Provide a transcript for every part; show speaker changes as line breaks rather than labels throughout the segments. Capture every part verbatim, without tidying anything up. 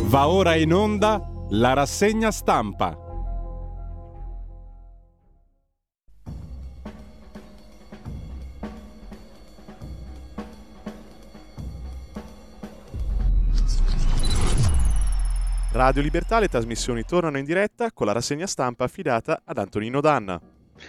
Va ora in onda la rassegna stampa.
Radio Libertà, le trasmissioni tornano in diretta con la rassegna stampa affidata ad Antonino Danna.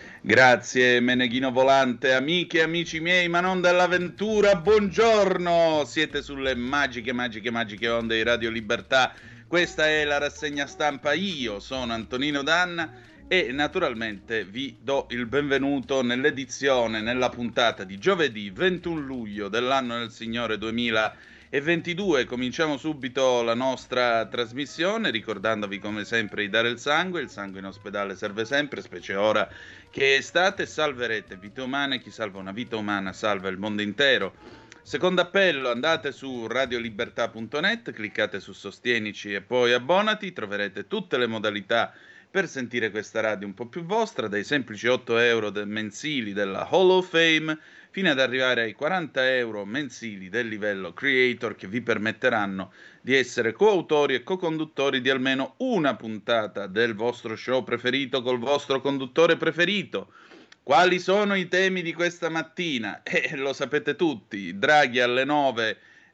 Grazie Meneghino Volante, amiche e amici miei, ma non dell'avventura, buongiorno! Siete sulle magiche, magiche, magiche onde di Radio Libertà. Questa è la rassegna stampa, io sono Antonino Danna e naturalmente vi do il benvenuto nell'edizione, nella puntata di giovedì ventuno luglio dell'anno del Signore duemilaventidue. Cominciamo subito la nostra trasmissione ricordandovi come sempre di dare il sangue. Il sangue in ospedale serve sempre, specie ora che è estate. Salverete vite umane, chi salva una vita umana salva il mondo intero. Secondo appello, andate su radiolibertà punto net, cliccate su Sostienici e poi abbonati, troverete tutte le modalità per sentire questa radio un po' più vostra, dai semplici otto euro de- mensili della Hall of Fame fino ad arrivare ai quaranta euro mensili del livello Creator, che vi permetteranno di essere coautori e co-conduttori di almeno una puntata del vostro show preferito col vostro conduttore preferito. Quali sono i temi di questa mattina? Eh, lo sapete tutti, Draghi alle nove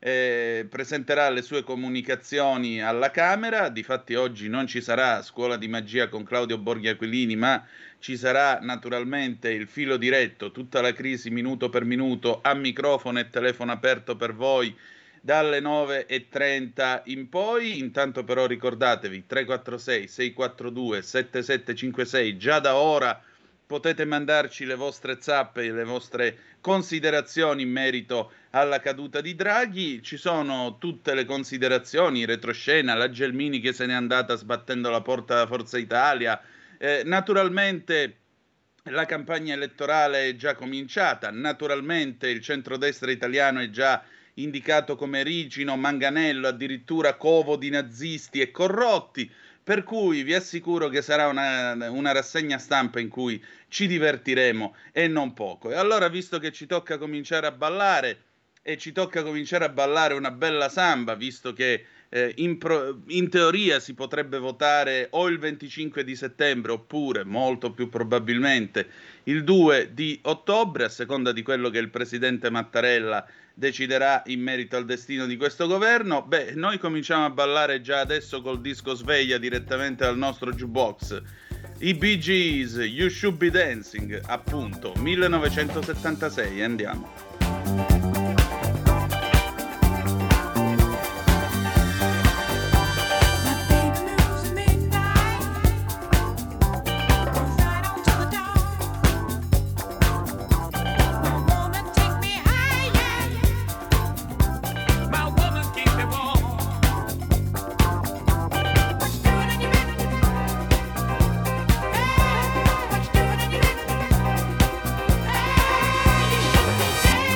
eh, presenterà le sue comunicazioni alla Camera. Difatti oggi non ci sarà Scuola di Magia con Claudio Borghi Aquilini, ma ci sarà naturalmente il filo diretto, tutta la crisi minuto per minuto, a microfono e telefono aperto per voi dalle nove e trenta in poi. Intanto però ricordatevi tre quattro sei sei quattro due sette sette cinque sei, già da ora potete mandarci le vostre zappe, le vostre considerazioni in merito alla caduta di Draghi. Ci sono tutte le considerazioni, retroscena, la Gelmini che se n'è andata sbattendo la porta da Forza Italia. Eh, naturalmente la campagna elettorale è già cominciata, naturalmente il centrodestra italiano è già indicato come Ricino, Manganello, addirittura covo di nazisti e corrotti. Per cui vi assicuro che sarà una, una rassegna stampa in cui ci divertiremo e non poco. E allora, visto che ci tocca cominciare a ballare, e ci tocca cominciare a ballare una bella samba, visto che eh, in, pro, in teoria si potrebbe votare o il venticinque di settembre oppure, molto più probabilmente, il due di ottobre, a seconda di quello che il presidente Mattarella deciderà in merito al destino di questo governo. Beh, noi cominciamo a ballare già adesso col disco sveglia direttamente dal nostro jukebox. I Bee Gees, You Should Be Dancing, appunto, millenovecentosettantasei, andiamo.
Hey!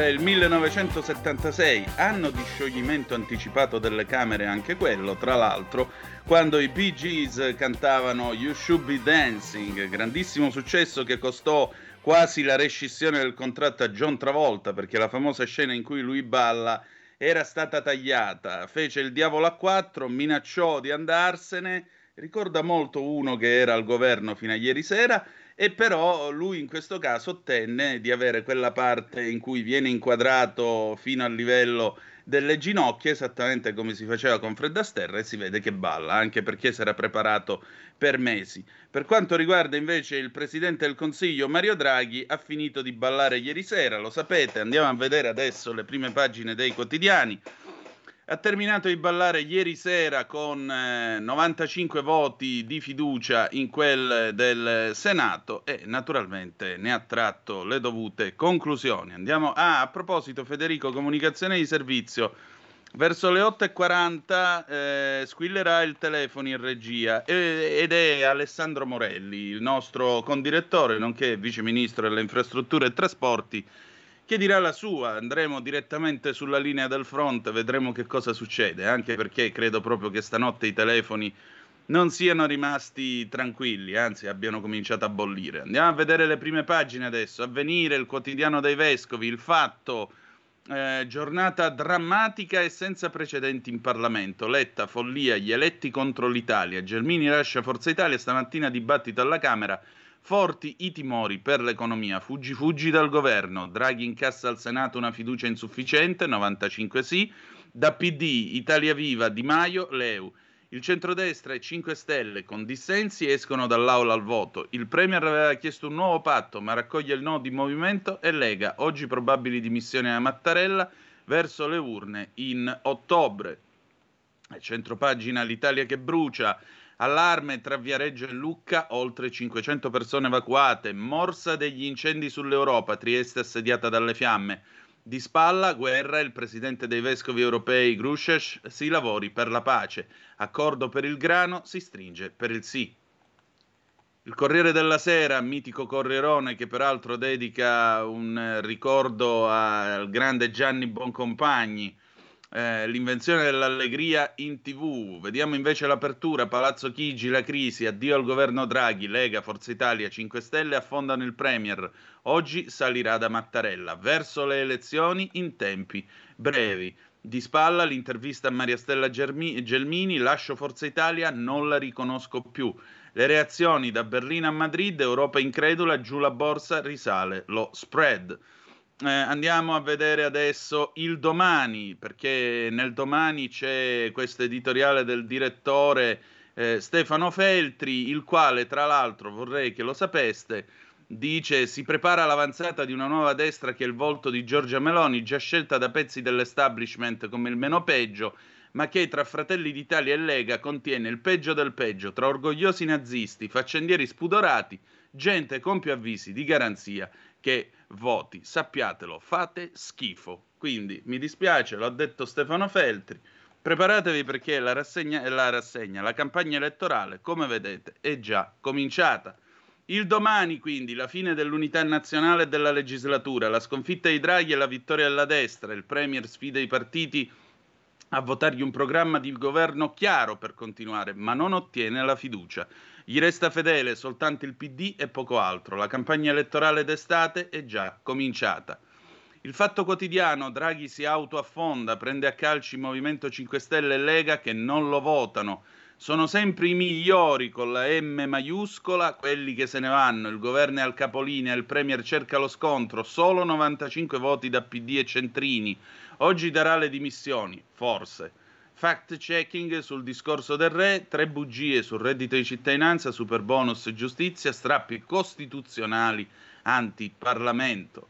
il millenovecentosettantasei, anno di scioglimento anticipato delle Camere anche quello, tra l'altro, quando i Bee Gees cantavano You Should Be Dancing, grandissimo successo che costò quasi la rescissione del contratto a John Travolta, perché la famosa scena in cui lui balla era stata tagliata. Fece il diavolo a quattro, minacciò di andarsene, ricorda molto uno che era al governo fino a ieri sera, e però lui in questo caso ottenne di avere quella parte in cui viene inquadrato fino al livello delle ginocchia, esattamente come si faceva con Fred Astaire, e si vede che balla, anche perché si era preparato per mesi. Per quanto riguarda invece il Presidente del Consiglio Mario Draghi, ha finito di ballare ieri sera, lo sapete, andiamo a vedere adesso le prime pagine dei quotidiani. Ha terminato di ballare ieri sera con eh, novantacinque voti di fiducia in quel del Senato e naturalmente ne ha tratto le dovute conclusioni. Andiamo ah, a proposito, Federico, comunicazione di servizio. Verso le otto e quaranta eh, squillerà il telefono in regia e, ed è Alessandro Morelli, il nostro condirettore, nonché vice ministro delle infrastrutture e trasporti, che dirà la sua. Andremo direttamente sulla linea del fronte, vedremo che cosa succede, anche perché credo proprio che stanotte i telefoni non siano rimasti tranquilli, anzi abbiano cominciato a bollire. Andiamo a vedere le prime pagine adesso. Avvenire, il quotidiano dei vescovi, Il Fatto, eh, giornata drammatica e senza precedenti in Parlamento. Letta, follia, gli eletti contro l'Italia. Gelmini lascia Forza Italia, stamattina dibattito alla Camera. Forti i timori per l'economia, fuggi fuggi dal governo, Draghi incassa al Senato una fiducia insufficiente, novantacinque sì, da P D, Italia Viva, Di Maio, L E U. Il centrodestra e cinque Stelle con dissensi escono dall'aula al voto. Il Premier aveva chiesto un nuovo patto, ma raccoglie il no di Movimento e Lega. Oggi probabili dimissioni a Mattarella verso le urne in ottobre. Centropagina, l'Italia che brucia. Allarme tra Viareggio e Lucca, oltre cinquecento persone evacuate, morsa degli incendi sull'Europa, Trieste assediata dalle fiamme. Di spalla, guerra, il presidente dei vescovi europei Grušeš, si lavori per la pace. Accordo per il grano, si stringe per il sì. Il Corriere della Sera, mitico corrierone che peraltro dedica un ricordo al grande Gianni Boncompagni, Eh, l'invenzione dell'allegria in tivù. Vediamo invece l'apertura. Palazzo Chigi, la crisi, addio al governo Draghi, Lega, Forza Italia, cinque Stelle affondano il Premier, oggi salirà da Mattarella, verso le elezioni in tempi brevi. Di spalla l'intervista a Maria Stella Germi- Gelmini, lascio Forza Italia, non la riconosco più. Le reazioni da Berlino a Madrid, Europa incredula, giù la borsa, risale lo spread. Eh, andiamo a vedere adesso il Domani, perché nel Domani c'è questo editoriale del direttore eh, Stefano Feltri, il quale tra l'altro, vorrei che lo sapeste, dice: si prepara l'avanzata di una nuova destra che è il volto di Giorgia Meloni, già scelta da pezzi dell'establishment come il meno peggio, ma che tra Fratelli d'Italia e Lega contiene il peggio del peggio, tra orgogliosi nazisti, faccendieri spudorati, gente con più avvisi di garanzia che voti. Sappiatelo, fate schifo. Quindi mi dispiace, l'ha detto Stefano Feltri. Preparatevi perché la rassegna, la rassegna, la campagna elettorale, come vedete, è già cominciata. Il Domani, quindi, la fine dell'unità nazionale e della legislatura, la sconfitta di Draghi e la vittoria della destra. Il Premier sfida i partiti a votargli un programma di governo chiaro per continuare, ma non ottiene la fiducia. Gli resta fedele soltanto il P D e poco altro. La campagna elettorale d'estate è già cominciata. Il Fatto Quotidiano, Draghi si autoaffonda, prende a calci Movimento cinque Stelle e Lega che non lo votano. Sono sempre i migliori con la M maiuscola, quelli che se ne vanno. Il governo è al capolinea, il Premier cerca lo scontro, solo novantacinque voti da P D e centrini. Oggi darà le dimissioni, forse. Fact-checking sul discorso del re, tre bugie sul reddito di cittadinanza, super bonus, giustizia, strappi costituzionali anti-Parlamento.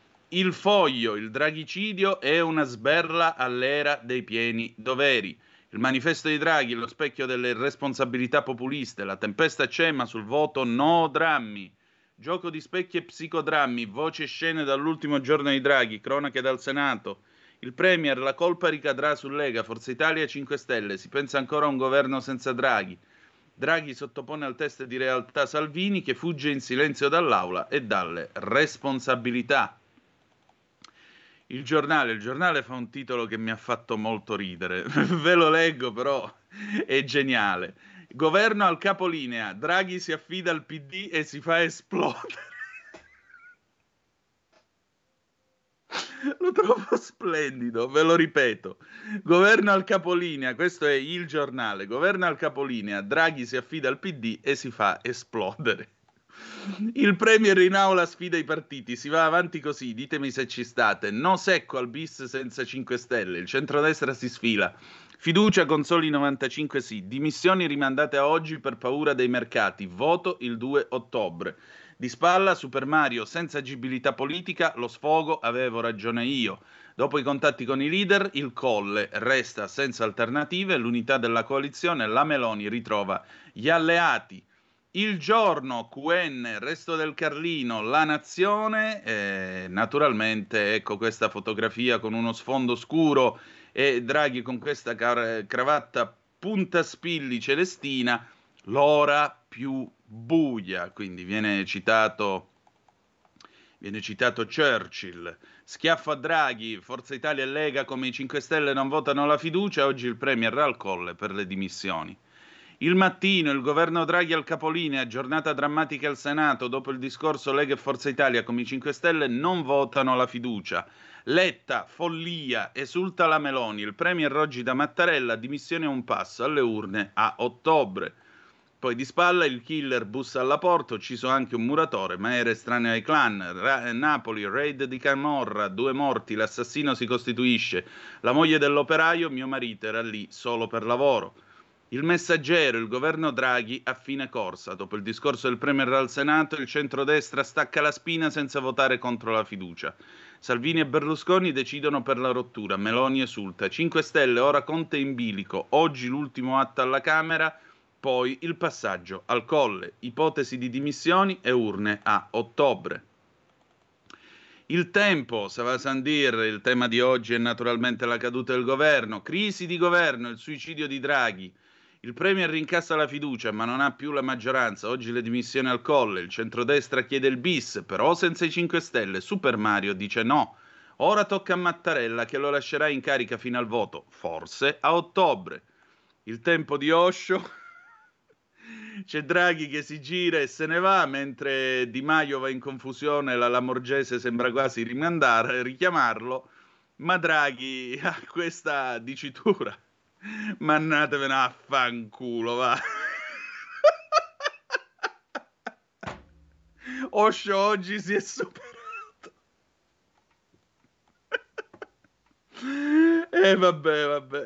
Il Foglio, il draghicidio è una sberla all'era dei pieni doveri. Il manifesto di Draghi, lo specchio delle responsabilità populiste, la tempesta c'è ma sul voto no drammi. Gioco di specchi e psicodrammi, voci e scene dall'ultimo giorno di Draghi, cronache dal Senato. Il Premier, la colpa ricadrà su Lega, Forza Italia e cinque Stelle. Si pensa ancora a un governo senza Draghi. Draghi sottopone al test di realtà Salvini che fugge in silenzio dall'aula e dalle responsabilità. Il giornale, il giornale fa un titolo che mi ha fatto molto ridere. Ve lo leggo, però è geniale. Governo al capolinea, Draghi si affida al P D e si fa esplodere. Lo trovo splendido, ve lo ripeto. Governo al capolinea, questo è il giornale. Governo al capolinea, Draghi si affida al P D e si fa esplodere. Il premier in aula sfida i partiti, si va avanti così, ditemi se ci state. No secco al bis senza cinque Stelle, il centrodestra si sfila. Fiducia con soli novantacinque sì, dimissioni rimandate a oggi per paura dei mercati, voto il due ottobre. Di spalla Super Mario senza agibilità politica, lo sfogo avevo ragione io. Dopo i contatti con i leader, il Colle resta senza alternative, l'unità della coalizione, la Meloni ritrova gli alleati. Il Giorno, Q N, Resto del Carlino, La Nazione, eh, naturalmente ecco questa fotografia con uno sfondo scuro e Draghi con questa car- cravatta puntaspilli celestina, l'ora più buia, quindi viene citato, viene citato Churchill. Schiaffo a Draghi, Forza Italia e Lega come i cinque Stelle non votano la fiducia, oggi il Premier al Colle per le dimissioni. Il Mattino, il governo Draghi al capolinea, giornata drammatica al Senato, dopo il discorso Lega e Forza Italia come i cinque Stelle non votano la fiducia. Letta, follia, esulta la Meloni, il Premier oggi da Mattarella, dimissione a un passo, alle urne a ottobre. Poi di spalla il killer bussa alla porta, ucciso anche un muratore, ma era estraneo ai clan. Ra- Napoli, raid di Camorra, due morti, l'assassino si costituisce. La moglie dell'operaio, mio marito era lì solo per lavoro. Il Messaggero, il governo Draghi a fine corsa. Dopo il discorso del Premier al Senato, il centrodestra stacca la spina senza votare contro la fiducia. Salvini e Berlusconi decidono per la rottura. Meloni esulta. cinque Stelle, ora Conte in bilico. Oggi l'ultimo atto alla Camera, poi il passaggio al Colle. Ipotesi di dimissioni e urne a ottobre. Il Tempo, Sava Sandir, il tema di oggi è naturalmente la caduta del governo. Crisi di governo, il suicidio di Draghi. Il Premier rincassa la fiducia, ma non ha più la maggioranza. Oggi le dimissioni al Colle. Il centrodestra chiede il bis, però senza i cinque Stelle. Super Mario dice no. Ora tocca a Mattarella, che lo lascerà in carica fino al voto, forse a ottobre. Il Tempo di Osho. C'è Draghi che si gira e se ne va, mentre Di Maio va in confusione, la Lamorgese sembra quasi rimandare, richiamarlo, ma Draghi ha questa dicitura. Mannatevene a fanculo, va. Osho oggi si è superato. E eh, vabbè, vabbè.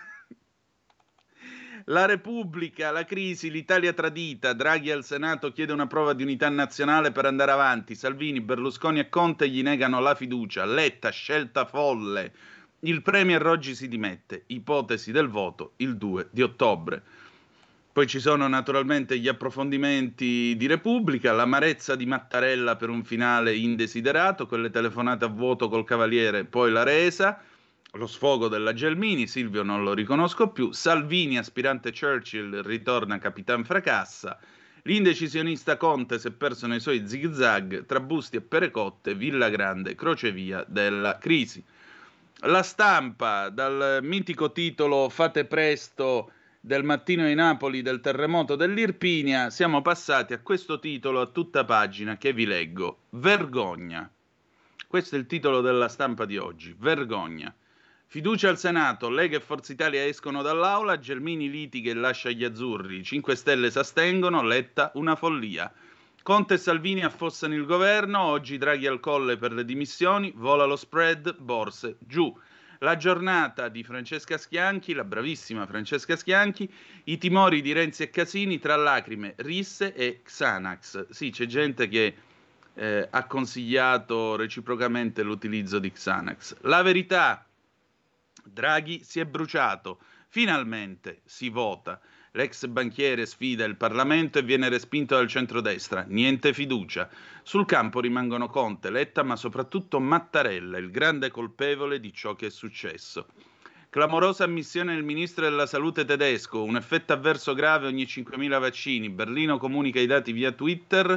La Repubblica, la crisi, l'Italia tradita, Draghi al Senato chiede una prova di unità nazionale per andare avanti, Salvini, Berlusconi e Conte gli negano la fiducia, Letta, scelta folle. Il Premier oggi si dimette, ipotesi del voto il due di ottobre. Poi ci sono naturalmente gli approfondimenti di Repubblica, l'amarezza di Mattarella per un finale indesiderato, quelle telefonate a vuoto col Cavaliere, poi la resa, lo sfogo della Gelmini, Silvio non lo riconosco più, Salvini, aspirante Churchill, ritorna Capitan Fracassa, l'indecisionista Conte si è perso nei suoi zig-zag, tra Busti e Perecotte, Villa Grande, crocevia della crisi. La Stampa, dal mitico titolo Fate presto del Mattino di Napoli del terremoto dell'Irpinia, siamo passati a questo titolo a tutta pagina che vi leggo. Vergogna. Questo è il titolo della Stampa di oggi. Vergogna. Fiducia al Senato, Lega e Forza Italia escono dall'aula, Gelmini litiga e lascia gli azzurri, cinque Stelle s'astengono, Letta una follia. Conte e Salvini affossano il governo, oggi Draghi al Colle per le dimissioni, vola lo spread, borse giù. La giornata di Francesca Schianchi, la bravissima Francesca Schianchi, i timori di Renzi e Casini tra lacrime, risse e Xanax. Sì, c'è gente che eh, ha consigliato reciprocamente l'utilizzo di Xanax. La verità, Draghi si è bruciato, finalmente si vota. L'ex banchiere sfida il Parlamento e viene respinto dal centrodestra. Niente fiducia. Sul campo rimangono Conte, Letta, ma soprattutto Mattarella, il grande colpevole di ciò che è successo. Clamorosa ammissione del ministro della salute tedesco, un effetto avverso grave ogni cinquemila vaccini. Berlino comunica i dati via Twitter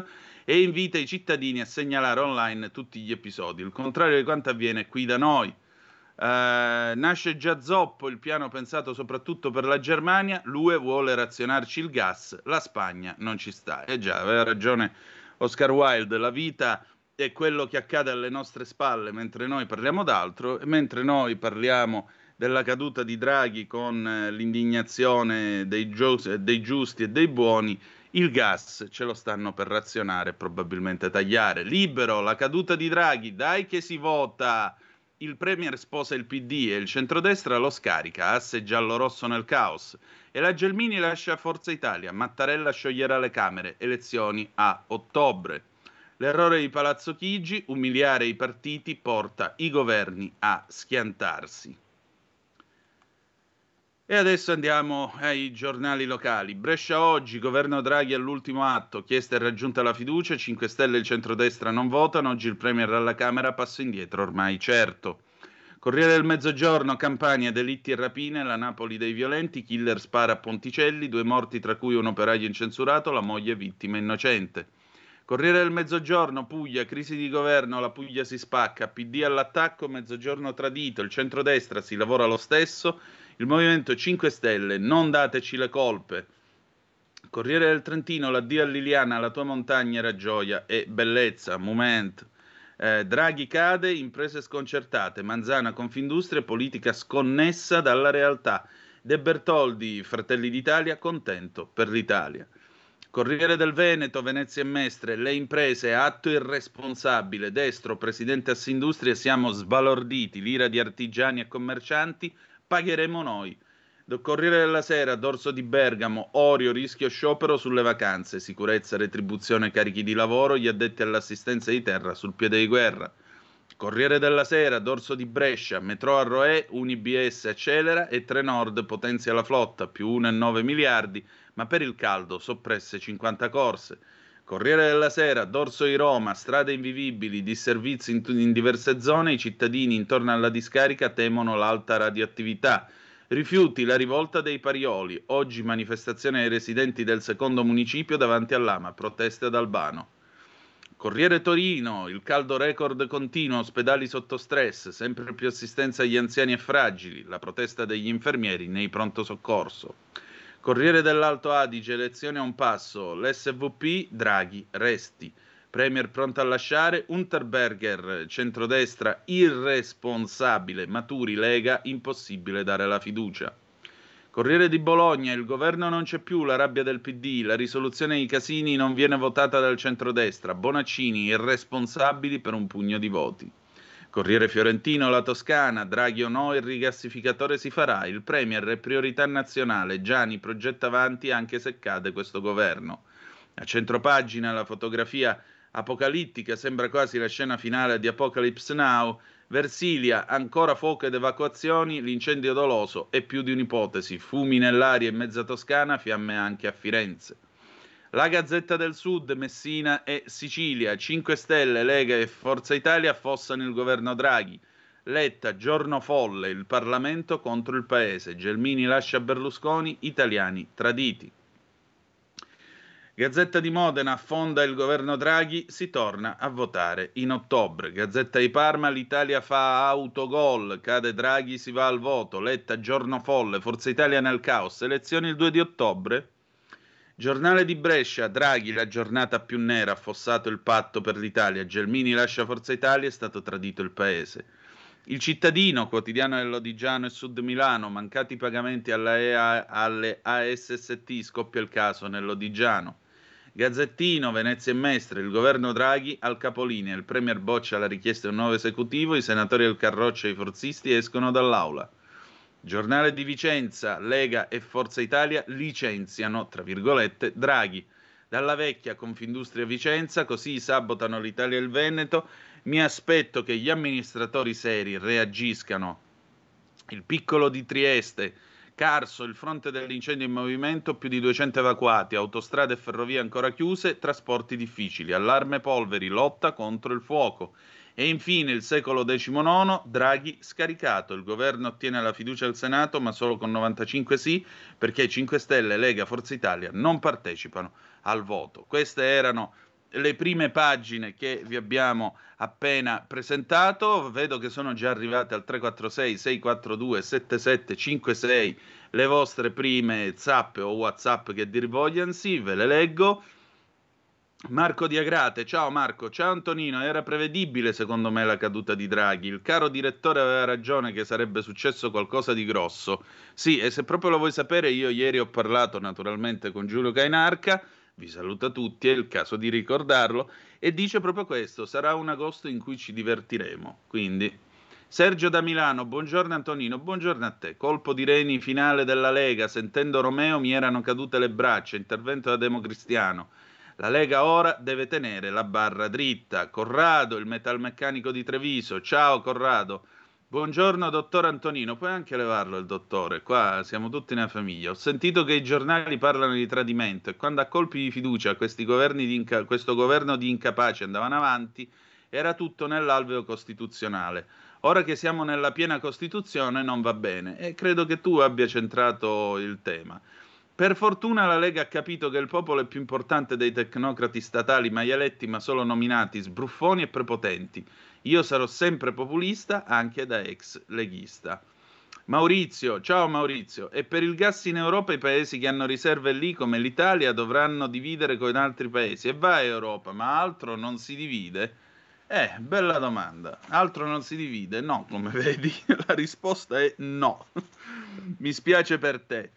e invita i cittadini a segnalare online tutti gli episodi, il contrario di quanto avviene qui da noi. Uh, nasce già zoppo il piano pensato soprattutto per la Germania, l'U E vuole razionarci il gas, la Spagna non ci sta. E eh già, aveva ragione Oscar Wilde, la vita è quello che accade alle nostre spalle mentre noi parliamo d'altro, e mentre noi parliamo della caduta di Draghi con eh, l'indignazione dei, giu- dei giusti e dei buoni, il gas ce lo stanno per razionare e probabilmente tagliare. Libero, la caduta di Draghi, dai che si vota! Il Premier sposa il P D e il centrodestra lo scarica, asse giallo-rosso nel caos. E la Gelmini lascia Forza Italia, Mattarella scioglierà le Camere, elezioni a ottobre. L'errore di Palazzo Chigi, umiliare i partiti, porta i governi a schiantarsi. E adesso andiamo ai giornali locali. Brescia oggi, governo Draghi all'ultimo atto, chiesta e raggiunta la fiducia, cinque Stelle e il centrodestra non votano, oggi il Premier alla Camera, passo indietro ormai certo. Corriere del Mezzogiorno, Campania, delitti e rapine, la Napoli dei violenti, killer spara a Ponticelli, due morti tra cui un operaio incensurato, la moglie vittima innocente. Corriere del Mezzogiorno, Puglia, crisi di governo, la Puglia si spacca, P D all'attacco, Mezzogiorno tradito, il centrodestra si lavora lo stesso, il Movimento cinque Stelle, non dateci le colpe. Corriere del Trentino, l'addio a Liliana, la tua montagna era gioia e bellezza, moment. Eh, Draghi cade, imprese sconcertate, Manzana, Confindustria, politica sconnessa dalla realtà. De Bertoldi, Fratelli d'Italia, contento per l'Italia. Corriere del Veneto, Venezia e Mestre, le imprese, atto irresponsabile, destro, presidente Assindustria, siamo sbalorditi, l'ira di artigiani e commercianti, pagheremo noi. Do Corriere della Sera, Dorso di Bergamo, Orio, rischio sciopero sulle vacanze, sicurezza, retribuzione, carichi di lavoro, gli addetti all'assistenza di terra sul piede di guerra. Corriere della Sera, Dorso di Brescia, metro a Roè, Unibs accelera e Trenord potenzia la flotta, più uno virgola nove miliardi, ma per il caldo soppresse cinquanta corse. Corriere della Sera, Dorso di Roma, strade invivibili, disservizi in, in diverse zone, i cittadini intorno alla discarica temono l'alta radioattività. Rifiuti, la rivolta dei Parioli, oggi manifestazione dei residenti del secondo municipio davanti all'Ama, proteste ad Albano. Corriere Torino, il caldo record continuo, ospedali sotto stress, sempre più assistenza agli anziani e fragili, la protesta degli infermieri nei pronto soccorso. Corriere dell'Alto Adige, elezione a un passo, l'S V P, Draghi, resti. Premier pronto a lasciare, Unterberger, centrodestra irresponsabile, Maturi, Lega, impossibile dare la fiducia. Corriere di Bologna, il governo non c'è più, la rabbia del P D, la risoluzione dei casini non viene votata dal centrodestra, Bonaccini, irresponsabili per un pugno di voti. Corriere Fiorentino, la Toscana, Draghi o no, il rigassificatore si farà, il Premier è priorità nazionale, Gianni progetta avanti anche se cade questo governo. A centropagina la fotografia apocalittica, sembra quasi la scena finale di Apocalypse Now, Versilia, ancora fuoco ed evacuazioni, l'incendio doloso è più di un'ipotesi, fumi nell'aria in mezza Toscana, fiamme anche a Firenze. La Gazzetta del Sud, Messina e Sicilia, cinque Stelle, Lega e Forza Italia affossano il governo Draghi. Letta, giorno folle, il Parlamento contro il Paese, Gelmini lascia Berlusconi, italiani traditi. Gazzetta di Modena, affonda il governo Draghi, si torna a votare in ottobre. Gazzetta di Parma, l'Italia fa autogol, cade Draghi, si va al voto. Letta, giorno folle, Forza Italia nel caos, elezioni il due di ottobre. Giornale di Brescia, Draghi, la giornata più nera, affossato il patto per l'Italia. Gelmini lascia Forza Italia, è stato tradito il paese. Il Cittadino, quotidiano dell'Odigiano e Sud Milano, mancati pagamenti alla E A, alle A S S T, scoppia il caso nell'Odigiano. Gazzettino, Venezia e Mestre, il governo Draghi al capolinea, il premier boccia la richiesta di un nuovo esecutivo, i senatori del Carroccia e i forzisti escono dall'aula. Giornale di Vicenza, Lega e Forza Italia licenziano, tra virgolette, Draghi. Dalla vecchia Confindustria Vicenza, così sabotano l'Italia e il Veneto, mi aspetto che gli amministratori seri reagiscano. Il piccolo di Trieste, Carso, il fronte dell'incendio in movimento, più di duecento evacuati, autostrade e ferrovie ancora chiuse, trasporti difficili, allarme polveri, lotta contro il fuoco. E infine il secolo diciannove, Draghi scaricato, il governo ottiene la fiducia al Senato ma solo con novantacinque sì, perché cinque Stelle, Lega, Forza Italia non partecipano al voto. Queste erano le prime pagine che vi abbiamo appena presentato. Vedo che sono già arrivate al tre quattro sei sei quattro due sette sette cinque sei le vostre prime zappe o WhatsApp che dir vogliansi, ve le leggo. Marco di Agrate, ciao Marco, ciao Antonino, era prevedibile secondo me la caduta di Draghi, il caro direttore aveva ragione che sarebbe successo qualcosa di grosso. Sì, e se proprio lo vuoi sapere, io ieri ho parlato naturalmente con Giulio Cainarca, vi saluta tutti, è il caso di ricordarlo, e dice proprio questo, sarà un agosto in cui ci divertiremo, quindi... Sergio da Milano, buongiorno Antonino, buongiorno a te. Colpo di reni finale della Lega, sentendo Romeo mi erano cadute le braccia, intervento da Democristiano. La Lega ora deve tenere la barra dritta. Corrado, il metalmeccanico di Treviso. Ciao Corrado. Buongiorno dottor Antonino. Puoi anche levarlo il dottore. Qua siamo tutti una famiglia. Ho sentito che i giornali parlano di tradimento e quando a colpi di fiducia questi governi di inca- questo governo di incapaci andavano avanti era tutto nell'alveo costituzionale. Ora che siamo nella piena Costituzione non va bene e credo che tu abbia centrato il tema. Per fortuna la Lega ha capito che il popolo è più importante dei tecnocrati statali mai eletti ma solo nominati sbruffoni e prepotenti. Io sarò sempre populista anche da ex leghista. Maurizio, ciao Maurizio. E per il gas in Europa i paesi che hanno riserve lì come l'Italia dovranno dividere con altri paesi. E vai Europa, ma altro non si divide? Eh, bella domanda. Altro non si divide? No, come vedi, la risposta è no. Mi spiace per te.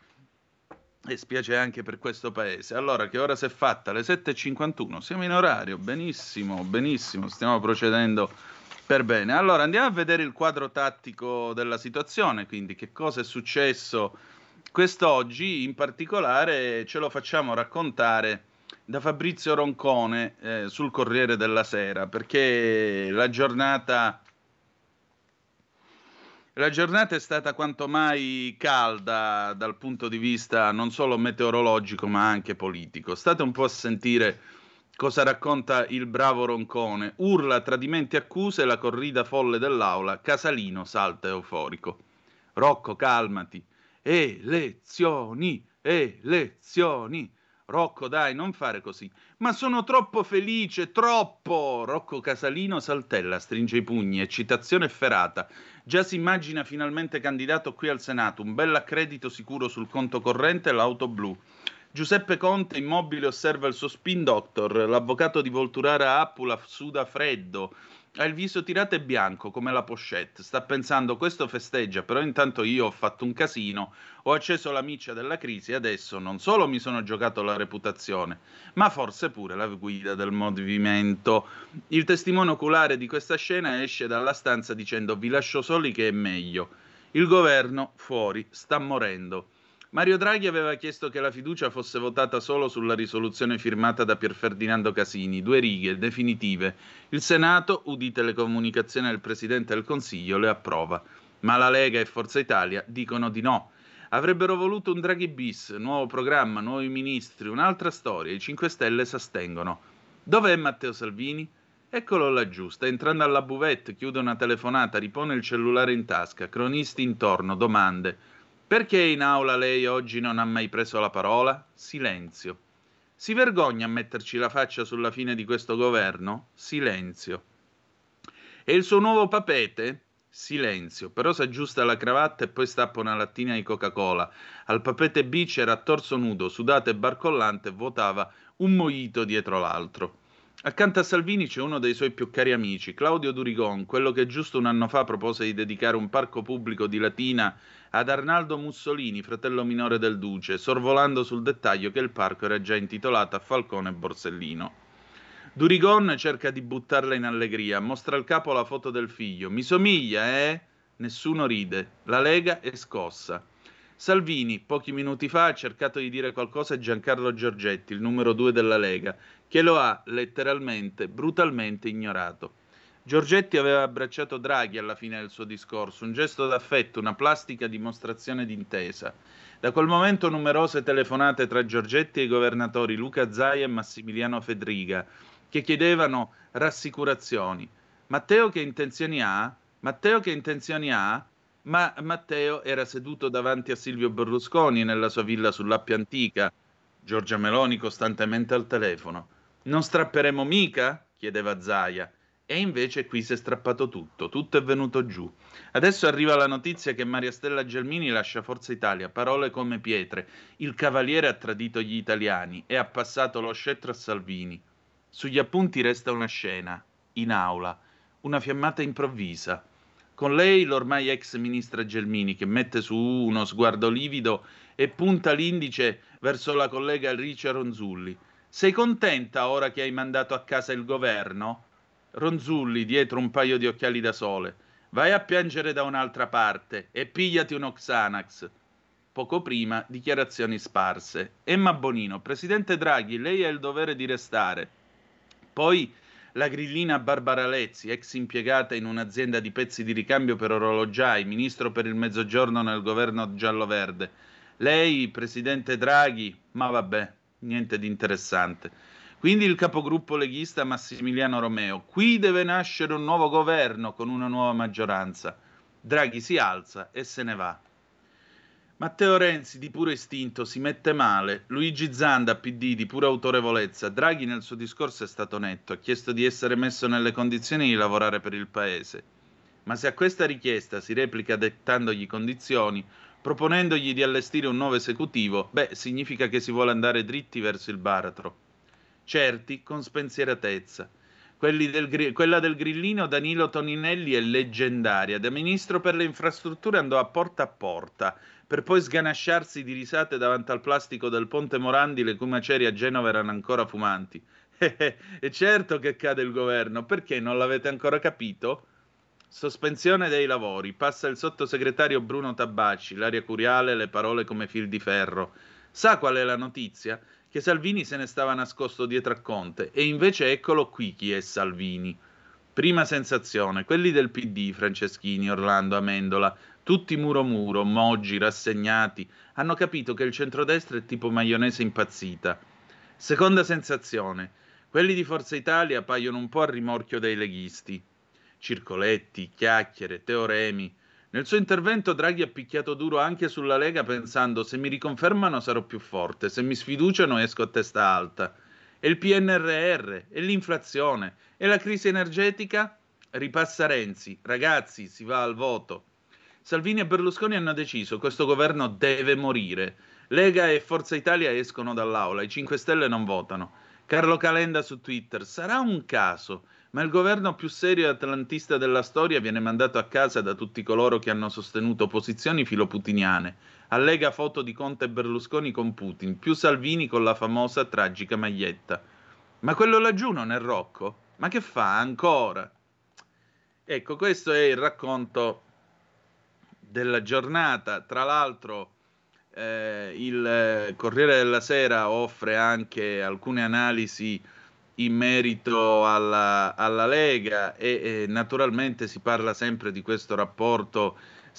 E spiace anche per questo paese. Allora, che ora si è fatta? Le sette e cinquantuno, siamo in orario, benissimo, benissimo, stiamo procedendo per bene. Allora, andiamo a vedere il quadro tattico della situazione, quindi che cosa è successo quest'oggi, in particolare ce lo facciamo raccontare da Fabrizio Roncone eh, sul Corriere della Sera, perché la giornata... La giornata è stata quanto mai calda dal punto di vista non solo meteorologico ma anche politico. State un po' a sentire cosa racconta il bravo Roncone. Urla, tradimenti, accuse, la corrida folle dell'aula, Casalino salta euforico. Rocco, calmati. Elezioni, elezioni. Rocco, dai, non fare così. Ma sono troppo felice, troppo! Rocco Casalino saltella, stringe i pugni, eccitazione efferata. Già si immagina finalmente candidato qui al Senato, un bel accredito sicuro sul conto corrente e l'auto blu. Giuseppe Conte, immobile, osserva il suo spin doctor, l'avvocato di Volturara Appula suda freddo. Ha il viso tirato e bianco come la pochette, sta pensando questo festeggia, però intanto io ho fatto un casino, ho acceso la miccia della crisi e adesso non solo mi sono giocato la reputazione, ma forse pure la guida del movimento. Il testimone oculare di questa scena esce dalla stanza dicendo vi lascio soli che è meglio. Il governo fuori sta morendo. Mario Draghi aveva chiesto che la fiducia fosse votata solo sulla risoluzione firmata da Pier Ferdinando Casini, due righe, definitive. Il Senato, udite le comunicazioni del Presidente del Consiglio, le approva. Ma la Lega e Forza Italia dicono di no. Avrebbero voluto un Draghi bis, nuovo programma, nuovi ministri, un'altra storia. I cinque Stelle s'astengono. Dov'è Matteo Salvini? Eccolo laggiù, sta entrando alla buvette, chiude una telefonata, ripone il cellulare in tasca, cronisti intorno, domande. Perché in aula lei oggi non ha mai preso la parola? Silenzio. Si vergogna a metterci la faccia sulla fine di questo governo? Silenzio. E il suo nuovo papete? Silenzio. Però si aggiusta la cravatta e poi stappa una lattina di Coca-Cola. Al papete B c'era a torso nudo, sudato e barcollante e vuotava un mojito dietro l'altro. Accanto a Salvini c'è uno dei suoi più cari amici, Claudio Durigon, quello che giusto un anno fa propose di dedicare un parco pubblico di Latina ad Arnaldo Mussolini, fratello minore del Duce, sorvolando sul dettaglio che il parco era già intitolato a Falcone e Borsellino. Durigon cerca di buttarla in allegria, mostra al capo la foto del figlio. Mi somiglia, eh? Nessuno ride. La Lega è scossa. Salvini, pochi minuti fa, ha cercato di dire qualcosa a Giancarlo Giorgetti, il numero due della Lega, che lo ha letteralmente, brutalmente ignorato. Giorgetti aveva abbracciato Draghi alla fine del suo discorso, un gesto d'affetto, una plastica dimostrazione d'intesa. Da quel momento numerose telefonate tra Giorgetti e i governatori Luca Zaia e Massimiliano Fedriga, che chiedevano rassicurazioni. Matteo che intenzioni ha? Matteo che intenzioni ha? Ma Matteo era seduto davanti a Silvio Berlusconi nella sua villa sull'Appia Antica, Giorgia Meloni costantemente al telefono. Non strapperemo mica? Chiedeva Zaia. E invece qui si è strappato tutto, tutto è venuto giù. Adesso arriva la notizia che Maria Stella Gelmini lascia Forza Italia, parole come pietre. Il Cavaliere ha tradito gli italiani e ha passato lo scettro a Salvini. Sugli appunti resta una scena, in aula, una fiammata improvvisa. Con lei l'ormai ex ministra Gelmini che mette su uno sguardo livido e punta l'indice verso la collega Ricia Ronzulli. Sei contenta ora che hai mandato a casa il governo? Ronzulli, dietro un paio di occhiali da sole. Vai a piangere da un'altra parte e pigliati uno Xanax. Poco prima, dichiarazioni sparse. Emma Bonino, Presidente Draghi, lei ha il dovere di restare. Poi la grillina Barbara Lezzi, ex impiegata in un'azienda di pezzi di ricambio per orologiai, ministro per il mezzogiorno nel governo giallo-verde. Lei, Presidente Draghi, ma vabbè, niente di interessante. Quindi il capogruppo leghista Massimiliano Romeo, qui deve nascere un nuovo governo con una nuova maggioranza. Draghi si alza e se ne va. Matteo Renzi di puro istinto si mette male, Luigi Zanda P D di pura autorevolezza. Draghi nel suo discorso è stato netto, ha chiesto di essere messo nelle condizioni di lavorare per il paese. Ma se a questa richiesta si replica dettandogli condizioni, proponendogli di allestire un nuovo esecutivo, beh, significa che si vuole andare dritti verso il baratro. Certi con spensieratezza. Quelli del, quella del grillino Danilo Toninelli è leggendaria. Da ministro per le infrastrutture andò a porta a porta, per poi sganasciarsi di risate davanti al plastico del Ponte Morandi, le cui macerie a Genova erano ancora fumanti. E certo che cade il governo, perché non l'avete ancora capito? Sospensione dei lavori, passa il sottosegretario Bruno Tabacci, l'aria curiale, le parole come fil di ferro. Sa qual è la notizia? Che Salvini se ne stava nascosto dietro a Conte, e invece eccolo qui chi è Salvini. Prima sensazione, quelli del P D, Franceschini, Orlando, Amendola, tutti muro muro, moggi, rassegnati, hanno capito che il centrodestra è tipo maionese impazzita. Seconda sensazione, quelli di Forza Italia paiono un po' a rimorchio dei leghisti. Circoletti, chiacchiere, teoremi. Nel suo intervento Draghi ha picchiato duro anche sulla Lega pensando se mi riconfermano sarò più forte, se mi sfiduciano esco a testa alta. E il P N R R, e l'inflazione, e la crisi energetica? Ripassa Renzi, ragazzi, si va al voto. Salvini e Berlusconi hanno deciso, questo governo deve morire. Lega e Forza Italia escono dall'aula, i cinque Stelle non votano. Carlo Calenda su Twitter, sarà un caso, ma il governo più serio e atlantista della storia viene mandato a casa da tutti coloro che hanno sostenuto posizioni filoputiniane. Allega foto di Conte e Berlusconi con Putin, più Salvini con la famosa tragica maglietta. Ma quello laggiù non è Rocco? Ma che fa ancora? Ecco, questo è il racconto della giornata. Tra l'altro eh, il Corriere della Sera offre anche alcune analisi in merito alla, alla Lega e, e naturalmente si parla sempre di questo rapporto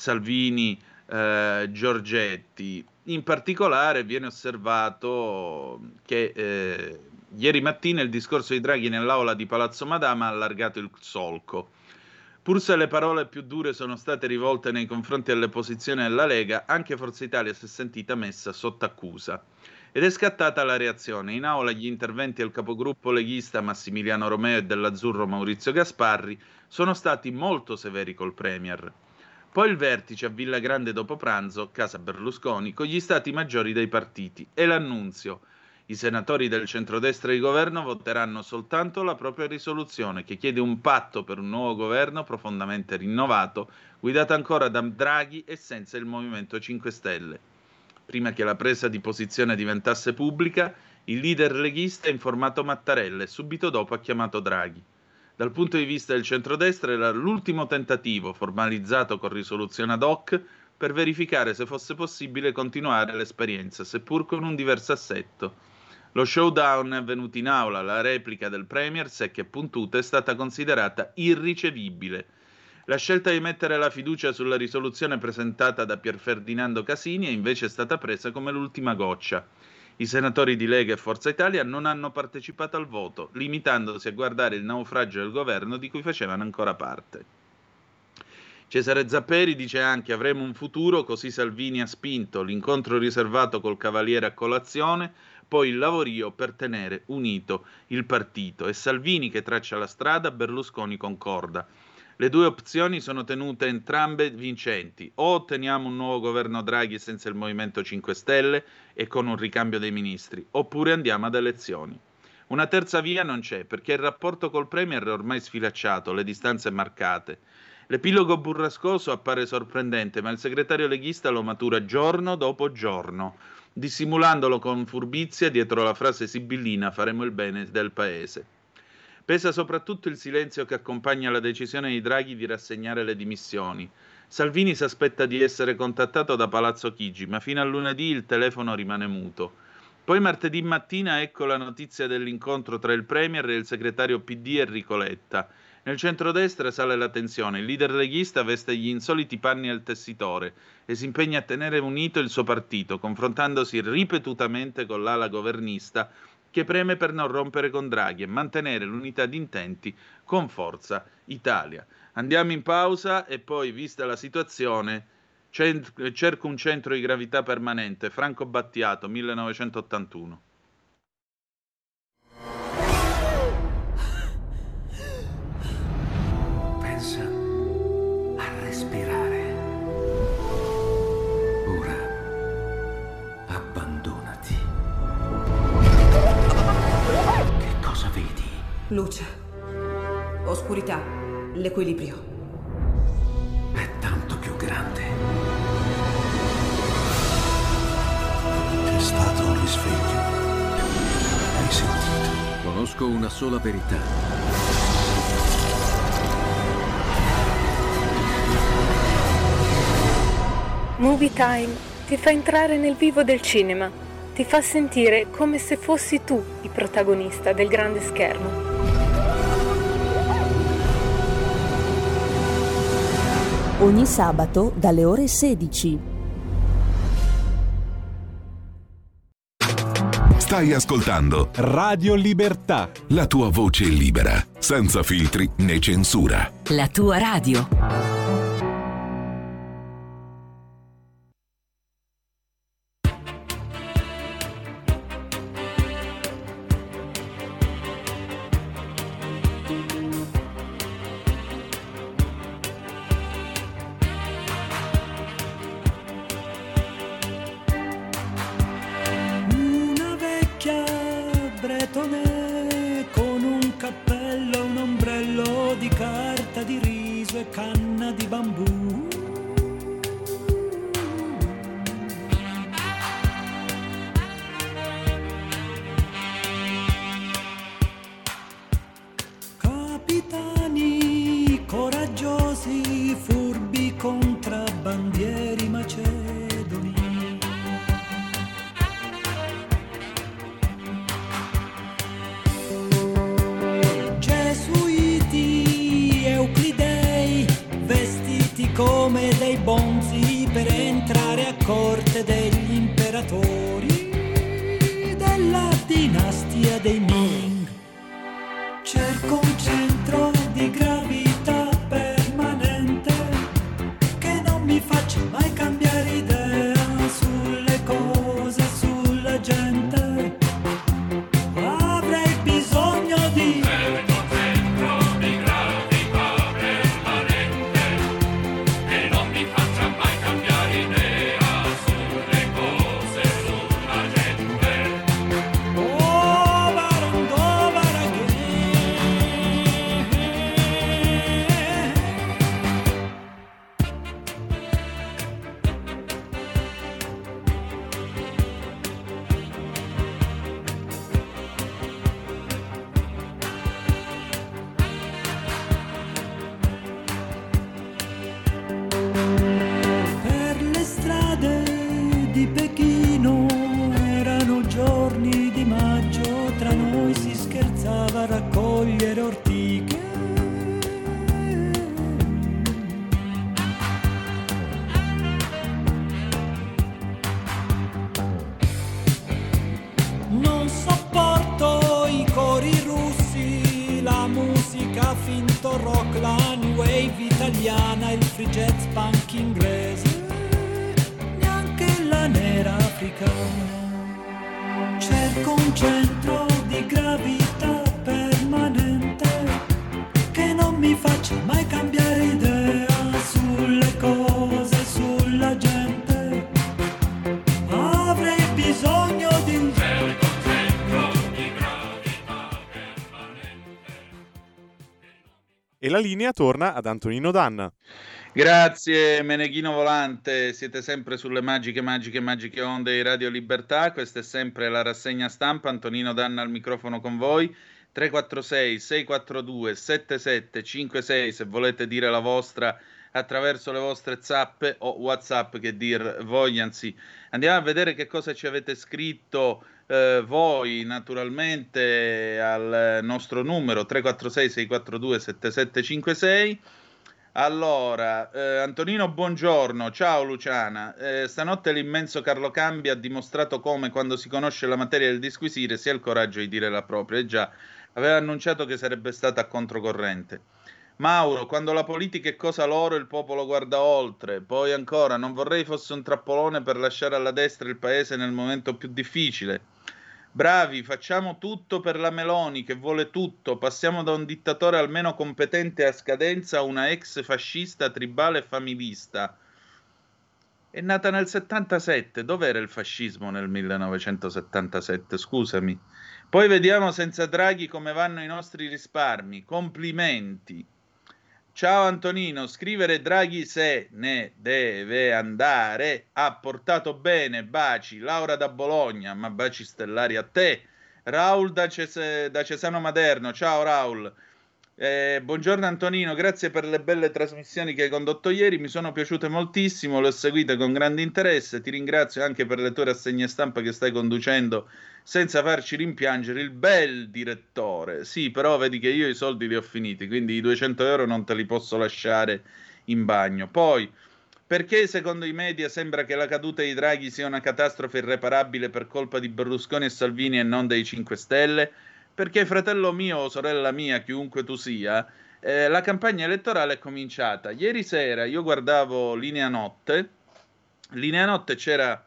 Salvini-Giorgetti. In particolare viene osservato che eh, ieri mattina il discorso di Draghi nell'aula di Palazzo Madama ha allargato il solco. Pur se le parole più dure sono state rivolte nei confronti delle posizioni della Lega, anche Forza Italia si è sentita messa sotto accusa. Ed è scattata la reazione. In aula gli interventi del capogruppo leghista Massimiliano Romeo e dell'azzurro Maurizio Gasparri sono stati molto severi col Premier. Poi il vertice a Villa Grande dopo pranzo, casa Berlusconi, con gli stati maggiori dei partiti e l'annunzio. I senatori del centrodestra di governo voteranno soltanto la propria risoluzione che chiede un patto per un nuovo governo profondamente rinnovato, guidato ancora da Draghi e senza il Movimento cinque Stelle. Prima che la presa di posizione diventasse pubblica, il leader leghista ha informato Mattarella e subito dopo ha chiamato Draghi. Dal punto di vista del centrodestra era l'ultimo tentativo, formalizzato con risoluzione ad hoc, per verificare se fosse possibile continuare l'esperienza, seppur con un diverso assetto. Lo showdown è avvenuto in aula, la replica del Premier, secca e puntuta, è stata considerata irricevibile. La scelta di mettere la fiducia sulla risoluzione presentata da Pier Ferdinando Casini è invece stata presa come l'ultima goccia. I senatori di Lega e Forza Italia non hanno partecipato al voto, limitandosi a guardare il naufragio del governo di cui facevano ancora parte. Cesare Zapperi dice anche avremo un futuro, così Salvini ha spinto, l'incontro riservato col Cavaliere a colazione, poi il lavorio per tenere unito il partito. È Salvini che traccia la strada, Berlusconi concorda. Le due opzioni sono tenute entrambe vincenti. O otteniamo un nuovo governo Draghi senza il Movimento cinque Stelle e con un ricambio dei ministri, oppure andiamo ad elezioni. Una terza via non c'è, perché il rapporto col Premier è ormai sfilacciato, le distanze marcate. L'epilogo burrascoso appare sorprendente, ma il segretario leghista lo matura giorno dopo giorno, dissimulandolo con furbizia dietro la frase sibillina «faremo il bene del paese». Pesa soprattutto il silenzio che accompagna la decisione di Draghi di rassegnare le dimissioni. Salvini si aspetta di essere contattato da Palazzo Chigi, ma fino a lunedì il telefono rimane muto. Poi martedì mattina ecco la notizia dell'incontro tra il Premier e il segretario P D Enrico Letta. Nel centrodestra sale la tensione, il leader leghista veste gli insoliti panni al tessitore e si impegna a tenere unito il suo partito, confrontandosi ripetutamente con l'ala governista che preme per non rompere con Draghi e mantenere l'unità di intenti con Forza Italia. Andiamo in pausa e poi, vista la situazione, cent- cerco un centro di gravità permanente. Franco Battiato, millenovecentottantuno.
Pensa a respirare. Ora abbandonati. Che cosa vedi?
Luce, oscurità, l'equilibrio.
È tanto più grande.
C'è stato un risveglio. Hai sentito?
Conosco una sola verità.
Movie Time ti fa entrare nel vivo del cinema, ti fa sentire come se fossi tu il protagonista del grande schermo.
Ogni sabato dalle ore sedici.
Stai ascoltando
Radio Libertà,
la tua voce libera, senza filtri né censura.
La tua radio.
Cerco un centro di gravità permanente che non mi faccia mai cambiare idea sulle cose, sulla gente. Avrei bisogno di un centro di gravità permanente.
E la linea torna ad Antonino Danna.
Grazie Meneghino Volante, siete sempre sulle magiche, magiche, magiche onde di Radio Libertà, questa è sempre la rassegna stampa, Antonino Danna al microfono con voi, tre quattro sei sei quattro due sette sette cinque sei se volete dire la vostra attraverso le vostre zappe o WhatsApp che dir vogliansi. Andiamo a vedere che cosa ci avete scritto eh, voi naturalmente al nostro numero tre quattro sei sei quattro due sette sette cinque sei. Allora, eh, Antonino, buongiorno, ciao Luciana, eh, stanotte l'immenso Carlo Cambi ha dimostrato come quando si conosce la materia del disquisire si ha il coraggio di dire la propria, e già, aveva annunciato che sarebbe stata controcorrente. Mauro, quando la politica è cosa loro il popolo guarda oltre, poi ancora, non vorrei fosse un trappolone per lasciare alla destra il paese nel momento più difficile. Bravi, facciamo tutto per la Meloni che vuole tutto, passiamo da un dittatore almeno competente a scadenza a una ex fascista tribale e familista. È nata nel settantasette, dov'era il fascismo nel millenovecentosettantasette? Scusami. Poi vediamo senza Draghi come vanno i nostri risparmi, complimenti. Ciao Antonino, scrivere Draghi se ne deve andare, ha portato bene, baci, Laura da Bologna, ma baci stellari a te, Raul da, Ces- da Cesano Maderno, ciao Raul, eh, buongiorno Antonino, grazie per le belle trasmissioni che hai condotto ieri, mi sono piaciute moltissimo, le ho seguite con grande interesse, ti ringrazio anche per le tue rassegne stampa che stai conducendo senza farci rimpiangere il bel direttore. Sì, però vedi che io i soldi li ho finiti, quindi i duecento euro non te li posso lasciare in bagno. Poi, perché secondo i media sembra che la caduta di Draghi sia una catastrofe irreparabile per colpa di Berlusconi e Salvini e non dei cinque Stelle? Perché fratello mio o sorella mia, chiunque tu sia, eh, la campagna elettorale è cominciata. Ieri sera io guardavo Linea Notte, Linea Notte c'era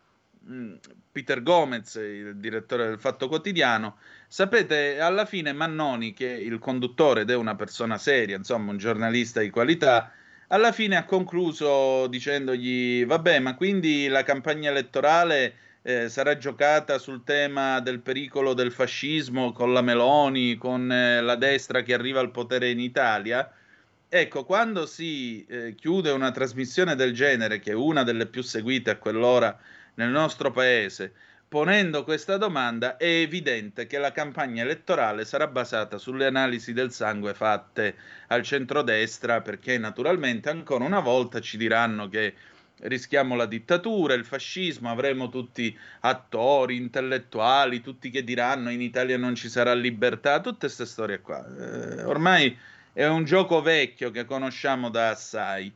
Peter Gomez, il direttore del Fatto Quotidiano. Sapete, alla fine Mannoni, che è il conduttore ed è una persona seria, insomma un giornalista di qualità, alla fine ha concluso dicendogli vabbè, ma quindi la campagna elettorale eh, sarà giocata sul tema del pericolo del fascismo con la Meloni, con eh, la destra che arriva al potere in Italia? Ecco, quando si eh, chiude una trasmissione del genere, che è una delle più seguite a quell'ora nel nostro paese, ponendo questa domanda, è evidente che la campagna elettorale sarà basata sulle analisi del sangue fatte al centrodestra, perché naturalmente ancora una volta ci diranno che rischiamo la dittatura, il fascismo, avremo tutti attori, intellettuali, tutti che diranno in Italia non ci sarà libertà, tutte queste storie qua. Eh, ormai è un gioco vecchio che conosciamo da assai.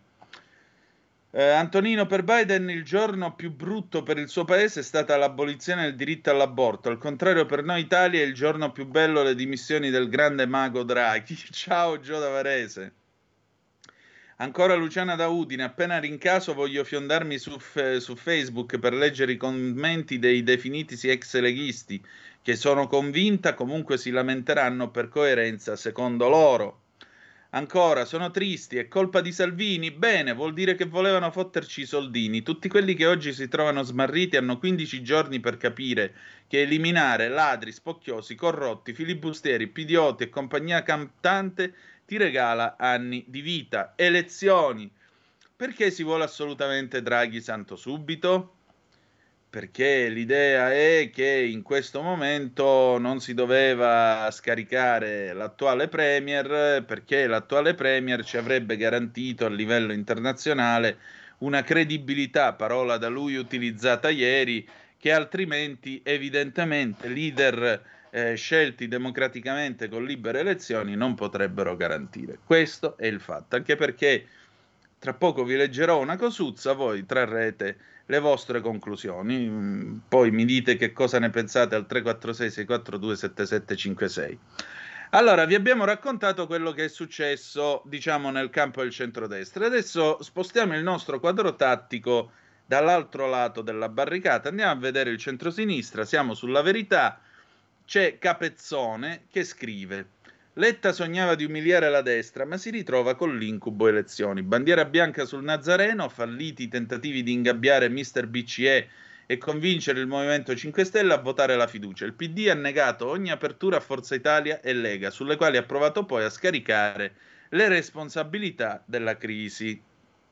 Eh, Antonino, per Biden il giorno più brutto per il suo paese è stata l'abolizione del diritto all'aborto, al contrario per noi Italia è il giorno più bello le dimissioni del grande mago Draghi. Ciao Gio da Varese. Ancora Luciana da Udine, appena rincaso voglio fiondarmi su, su Facebook per leggere i commenti dei definitisi ex leghisti che sono convinta comunque si lamenteranno per coerenza secondo loro. Ancora, sono tristi, è colpa di Salvini? Bene, vuol dire che volevano fotterci i soldini. Tutti quelli che oggi si trovano smarriti hanno quindici giorni per capire che eliminare ladri, spocchiosi, corrotti, filibustieri, pidioti e compagnia cantante ti regala anni di vita. Elezioni. Perché si vuole assolutamente Draghi santo subito? Perché l'idea è che in questo momento non si doveva scaricare l'attuale premier, perché l'attuale premier ci avrebbe garantito a livello internazionale una credibilità, parola da lui utilizzata ieri, che altrimenti evidentemente leader eh, scelti democraticamente con libere elezioni non potrebbero garantire. Questo è il fatto, anche perché tra poco vi leggerò una cosuzza, voi trarrete le vostre conclusioni, poi mi dite che cosa ne pensate al tre quattro sei sei quattro due sette sette cinque sei. Allora, vi abbiamo raccontato quello che è successo, diciamo, nel campo del centrodestra. Adesso spostiamo il nostro quadro tattico dall'altro lato della barricata, andiamo a vedere il centrosinistra, siamo sulla Verità. c'è Capezzone che scrive: Letta sognava di umiliare la destra, ma si ritrova con l'incubo elezioni. Bandiera bianca sul Nazareno, falliti i tentativi di ingabbiare mister B C E e convincere il Movimento cinque Stelle a votare la fiducia. Il P D ha negato ogni apertura a Forza Italia e Lega, sulle quali ha provato poi a scaricare le responsabilità della crisi.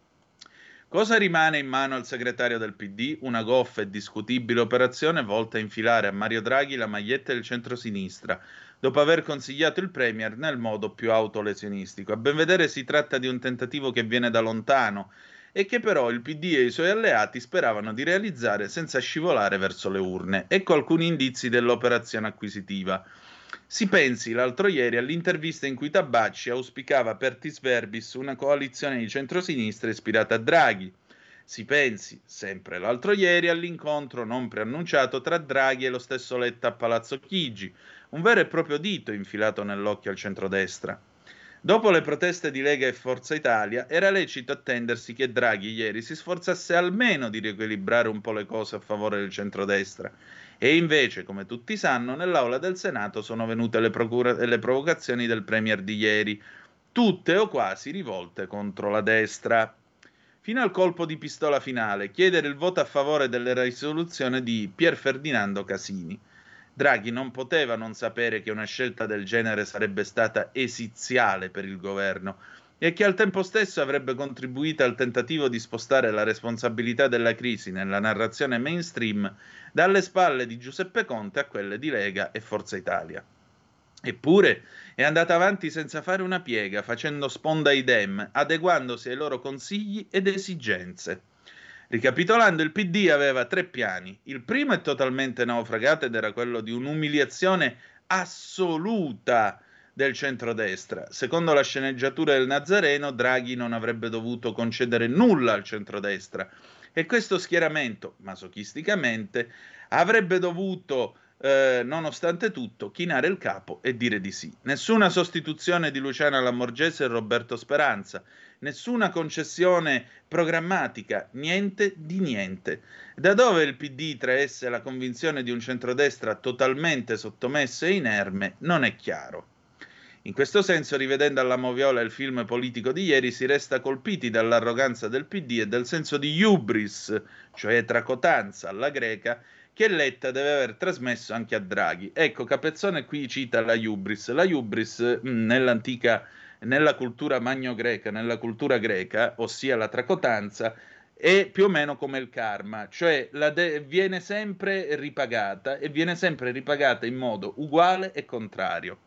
Cosa rimane in mano al segretario del P D? Una goffa e discutibile operazione volta a infilare a Mario Draghi la maglietta del centrosinistra, dopo aver consigliato il Premier nel modo più autolesionistico. A ben vedere si tratta di un tentativo che viene da lontano e che però il P D e i suoi alleati speravano di realizzare senza scivolare verso le urne. Ecco alcuni indizi dell'operazione acquisitiva. Si pensi l'altro ieri all'intervista in cui Tabacci auspicava apertis verbis una coalizione di centrosinistra ispirata a Draghi. Si pensi, sempre l'altro ieri, all'incontro non preannunciato tra Draghi e lo stesso Letta a Palazzo Chigi, un vero e proprio dito infilato nell'occhio al centrodestra. Dopo le proteste di Lega e Forza Italia, era lecito attendersi che Draghi ieri si sforzasse almeno di riequilibrare un po' le cose a favore del centrodestra. E invece, come tutti sanno, nell'aula del Senato sono venute le, procura- le provocazioni del Premier di ieri, tutte o quasi rivolte contro la destra. Fino al colpo di pistola finale, chiedere il voto a favore della risoluzione di Pier Ferdinando Casini. Draghi non poteva non sapere che una scelta del genere sarebbe stata esiziale per il governo e che al tempo stesso avrebbe contribuito al tentativo di spostare la responsabilità della crisi nella narrazione mainstream dalle spalle di Giuseppe Conte a quelle di Lega e Forza Italia. Eppure è andata avanti senza fare una piega, facendo sponda ai Dem, adeguandosi ai loro consigli ed esigenze. Ricapitolando, il P D aveva tre piani. Il primo è totalmente naufragato ed era quello di un'umiliazione assoluta del centrodestra. Secondo la sceneggiatura del Nazareno, Draghi non avrebbe dovuto concedere nulla al centrodestra e questo schieramento, masochisticamente, avrebbe dovuto, eh, nonostante tutto, chinare il capo e dire di sì. Nessuna sostituzione di Luciana Lamorgese e Roberto Speranza, nessuna concessione programmatica, niente di niente. Da dove il P D traesse la convinzione di un centrodestra totalmente sottomesso e inerme non è chiaro. In questo senso, rivedendo alla moviola il film politico di ieri, si resta colpiti dall'arroganza del P D e del senso di hubris, cioè tracotanza alla greca, che Letta deve aver trasmesso anche a Draghi. Ecco, Capezzone qui cita la hubris. La hubris mh, nell'antica nella cultura magno-greca, nella cultura greca, ossia la tracotanza, è più o meno come il karma, cioè la de- viene sempre ripagata e viene sempre ripagata in modo uguale e contrario.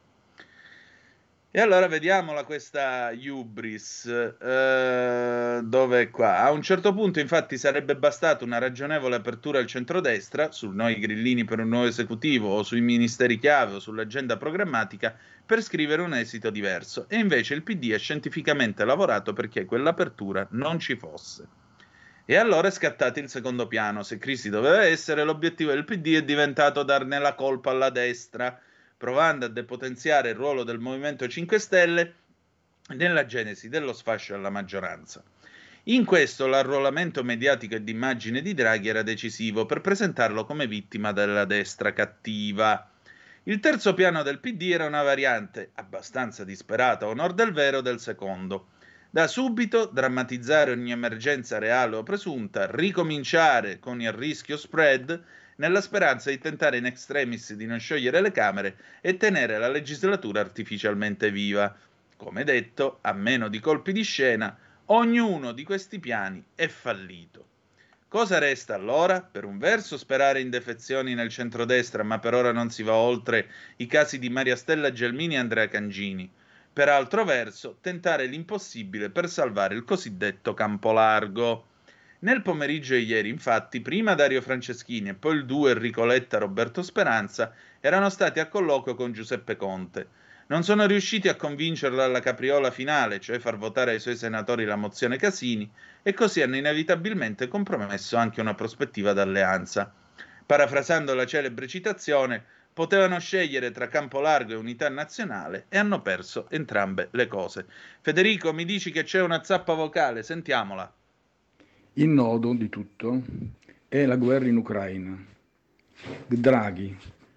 E allora vediamola questa hubris, eh, dove è qua? A un certo punto infatti sarebbe bastata una ragionevole apertura al centrodestra, su noi grillini per un nuovo esecutivo o sui ministeri chiave o sull'agenda programmatica, per scrivere un esito diverso. E invece il P D ha scientificamente lavorato perché quell'apertura non ci fosse. E allora è scattato il secondo piano. Se crisi doveva essere, l'obiettivo del P D è diventato darne la colpa alla destra, provando a depotenziare il ruolo del Movimento cinque Stelle nella genesi dello sfascio alla maggioranza. In questo l'arruolamento mediatico e d'immagine di Draghi era decisivo per presentarlo come vittima della destra cattiva. Il terzo piano del P D era una variante, abbastanza disperata a onor del vero, del secondo. Da subito drammatizzare ogni emergenza reale o presunta, ricominciare con il rischio spread, nella speranza di tentare in extremis di non sciogliere le Camere e tenere la legislatura artificialmente viva. Come detto, a meno di colpi di scena, ognuno di questi piani è fallito. Cosa resta allora? Per un verso sperare in defezioni nel centrodestra, ma per ora non si va oltre i casi di Maria Stella Gelmini e Andrea Cangini. Per altro verso, tentare l'impossibile per salvare il cosiddetto campo largo. Nel pomeriggio di ieri, infatti, prima Dario Franceschini e poi il duo Enrico Letta Roberto Speranza erano stati a colloquio con Giuseppe Conte. Non sono riusciti a convincerlo alla capriola finale, cioè far votare ai suoi senatori la mozione Casini, e così hanno inevitabilmente compromesso anche una prospettiva d'alleanza. Parafrasando la celebre citazione, potevano scegliere tra campo largo e unità nazionale e hanno perso entrambe le cose. Federico, mi dici che c'è una zappa vocale, sentiamola.
Il nodo di tutto è la guerra in Ucraina. Draghi,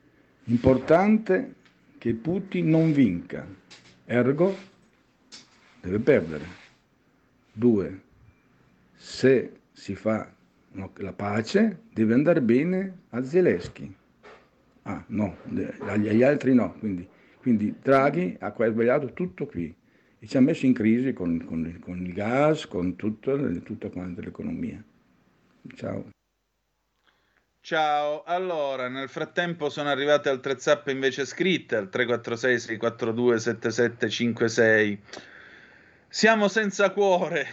Importante che Putin non vinca, ergo deve perdere. Due, se si fa no, la pace deve andare bene a Zelensky. Ah no, agli altri no, quindi, quindi Draghi ha sbagliato tutto qui e ci ha messo in crisi con, con, con il gas, con tutto, tutta quanta l'economia. Ciao.
Ciao, allora nel frattempo sono arrivate altre zappe invece scritte al tre quattro sei sei quattro due sette sette cinque sei. Siamo senza cuore.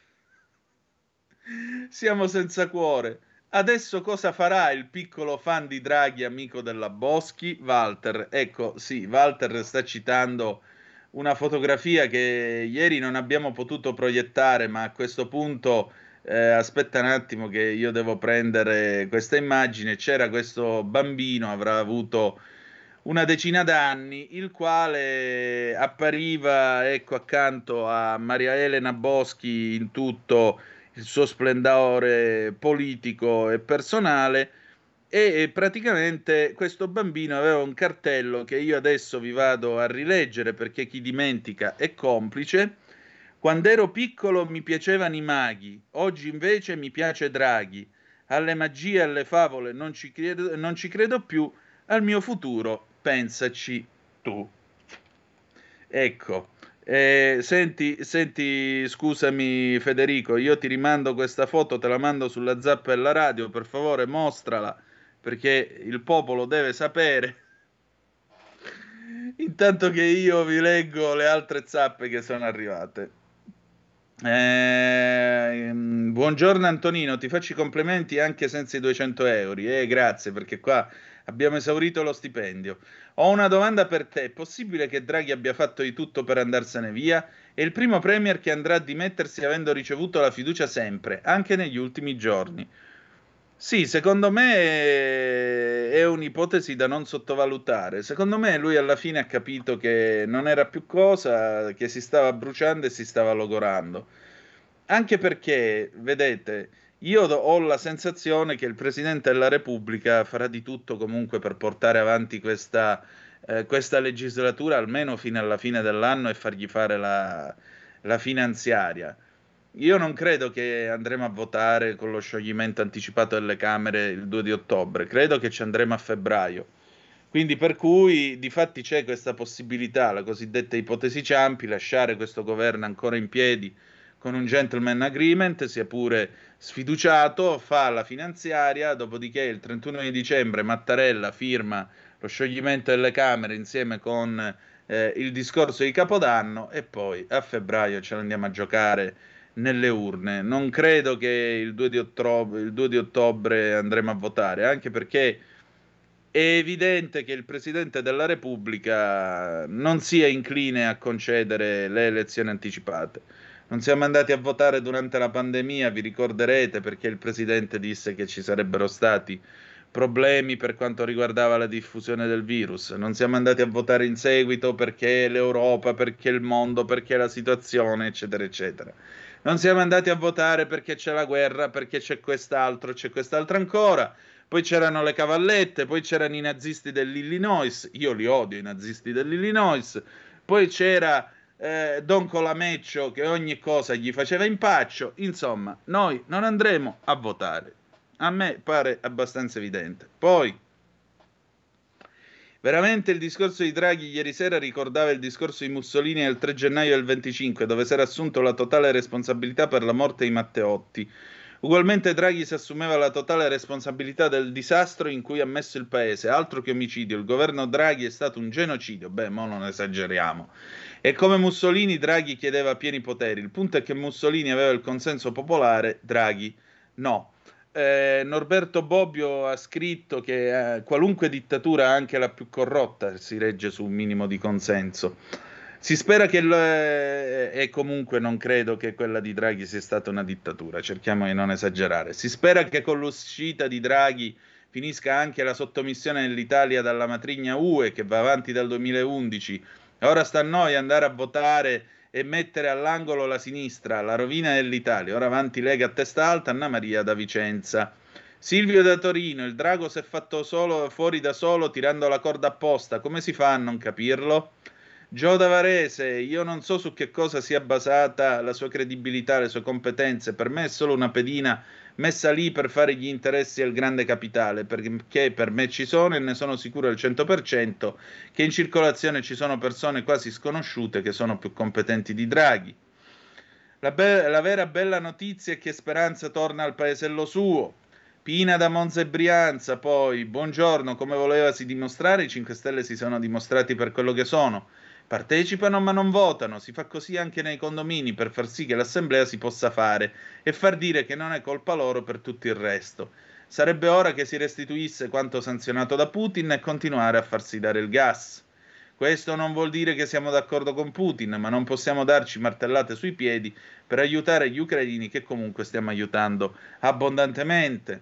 Siamo senza cuore. Adesso cosa farà il piccolo fan di Draghi, amico della Boschi? Walter. Ecco, sì, Walter sta citando una fotografia che ieri non abbiamo potuto proiettare, ma a questo punto eh, aspetta un attimo che io devo prendere questa immagine. C'era questo bambino, avrà avuto una decina d'anni, il quale appariva, ecco, accanto a Maria Elena Boschi in tutto il suo splendore politico e personale, e praticamente questo bambino aveva un cartello che io adesso vi vado a rileggere perché chi dimentica è complice. Quando ero piccolo mi piacevano i maghi, oggi invece mi piace Draghi. Alle magie e alle favole non ci credo, non ci credo più, al mio futuro pensaci tu. Ecco. Eh, senti, senti, scusami Federico, io ti rimando questa foto, te la mando sulla zappa della radio, per favore mostrala, perché il popolo deve sapere. Intanto che io vi leggo le altre zappe che sono arrivate. Eh, buongiorno Antonino, ti faccio i complimenti anche senza i duecento euro. Eh, grazie, perché qua abbiamo esaurito lo stipendio. Ho una domanda per te. È possibile che Draghi abbia fatto di tutto per andarsene via? È il primo premier che andrà a dimettersi avendo ricevuto la fiducia sempre, anche negli ultimi giorni. Sì, secondo me è un'ipotesi da non sottovalutare. Secondo me lui alla fine ha capito che non era più cosa, che si stava bruciando e si stava logorando. Anche perché, vedete, io ho la sensazione che il Presidente della Repubblica farà di tutto comunque per portare avanti questa, eh, questa legislatura almeno fino alla fine dell'anno e fargli fare la, la finanziaria. Io non credo che andremo a votare con lo scioglimento anticipato delle Camere il due di ottobre, credo che ci andremo a febbraio. Quindi per cui difatti c'è questa possibilità, la cosiddetta ipotesi Ciampi, lasciare questo governo ancora in piedi con un gentleman agreement, sia pure sfiduciato, fa la finanziaria, dopodiché il trentuno di dicembre Mattarella firma lo scioglimento delle Camere insieme con eh, il discorso di Capodanno e poi a febbraio ce l'andiamo a giocare nelle urne. Non credo che il due di ottobre, il due di ottobre andremo a votare, anche perché è evidente che il Presidente della Repubblica non sia incline a concedere le elezioni anticipate. Non siamo andati a votare durante la pandemia, vi ricorderete, perché il Presidente disse che ci sarebbero stati problemi per quanto riguardava la diffusione del virus. Non siamo andati a votare in seguito perché l'Europa, perché il mondo, perché la situazione, eccetera, eccetera. Non siamo andati a votare perché c'è la guerra, perché c'è quest'altro, c'è quest'altro ancora. Poi c'erano le cavallette, poi c'erano i nazisti dell'Illinois. Io li odio, i nazisti dell'Illinois. Poi c'era eh, Don Colameccio che ogni cosa gli faceva impaccio. Insomma, noi non andremo a votare. A me pare abbastanza evidente. Poi, veramente il discorso di Draghi ieri sera ricordava il discorso di Mussolini del tre gennaio del venticinque, dove si era assunto la totale responsabilità per la morte di Matteotti. Ugualmente Draghi si assumeva la totale responsabilità del disastro in cui ha messo il paese, altro che omicidio. Il governo Draghi è stato un genocidio. Beh, mo non esageriamo. E come Mussolini, Draghi chiedeva pieni poteri. Il punto è che Mussolini aveva il consenso popolare, Draghi no. Eh, Norberto Bobbio ha scritto che eh, qualunque dittatura, anche la più corrotta, si regge su un minimo di consenso. Si spera che il, eh, e comunque non credo che quella di Draghi sia stata una dittatura, cerchiamo di non esagerare. Si spera che con l'uscita di Draghi finisca anche la sottomissione dell'Italia dalla matrigna U E che va avanti dal duemilaundici. Ora sta a noi andare a votare e mettere all'angolo la sinistra, la rovina dell'Italia. Ora avanti Lega a testa alta, Anna Maria da Vicenza. Silvio da Torino, il drago si è fatto solo, fuori da solo tirando la corda apposta, come si fa a non capirlo? Gio da Varese, io non so su che cosa sia basata la sua credibilità, le sue competenze, per me è solo una pedina messa lì per fare gli interessi al grande capitale, perché per me ci sono e ne sono sicuro al cento per cento che in circolazione ci sono persone quasi sconosciute che sono più competenti di Draghi. La, be- la vera bella notizia è che Speranza torna al paesello suo. Pina da Monza e Brianza, poi, buongiorno, come volevasi dimostrare, i cinque Stelle si sono dimostrati per quello che sono. Partecipano ma non votano, si fa così anche nei condomini per far sì che l'assemblea si possa fare e far dire che non è colpa loro per tutto il resto. Sarebbe ora che si restituisse quanto sanzionato da Putin e continuare a farsi dare il gas. Questo non vuol dire che siamo d'accordo con Putin, ma non possiamo darci martellate sui piedi per aiutare gli ucraini che comunque stiamo aiutando abbondantemente.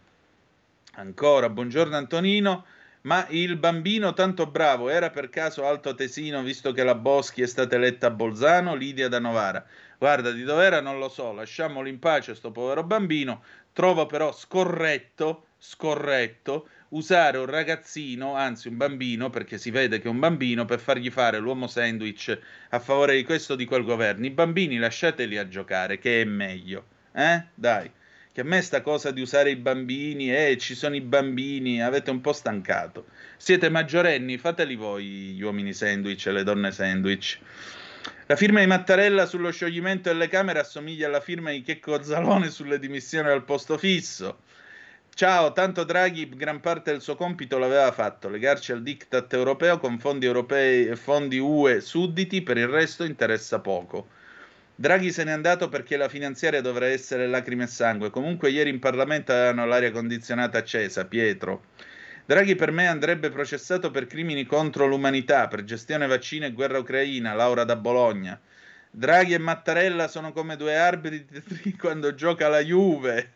Ancora, buongiorno Antonino. Ma il bambino tanto bravo era per caso altoatesino, visto che la Boschi è stata eletta a Bolzano? Lidia da Novara. Guarda, di dov'era non lo so, lasciamolo in pace sto povero bambino. Trovo però scorretto, scorretto, usare un ragazzino, anzi un bambino, perché si vede che è un bambino, per fargli fare l'uomo sandwich a favore di questo o di quel governo. I bambini lasciateli a giocare, che è meglio. Eh? Dai. Che a me sta cosa di usare i bambini, eh, ci sono i bambini, avete un po' stancato. Siete maggiorenni, fateli voi gli uomini sandwich e le donne sandwich. La firma di Mattarella sullo scioglimento delle Camere assomiglia alla firma di Checco Zalone sulle dimissioni al posto fisso. Ciao, tanto Draghi gran parte del suo compito l'aveva fatto, legarci al diktat europeo con fondi europei e fondi U E sudditi, per il resto interessa poco. Draghi se n'è andato perché la finanziaria dovrà essere lacrime e sangue. Comunque ieri in Parlamento avevano l'aria condizionata accesa, Pietro. Draghi per me andrebbe processato per crimini contro l'umanità, per gestione vaccini e guerra ucraina, Laura da Bologna. Draghi e Mattarella sono come due arbitri quando gioca la Juve.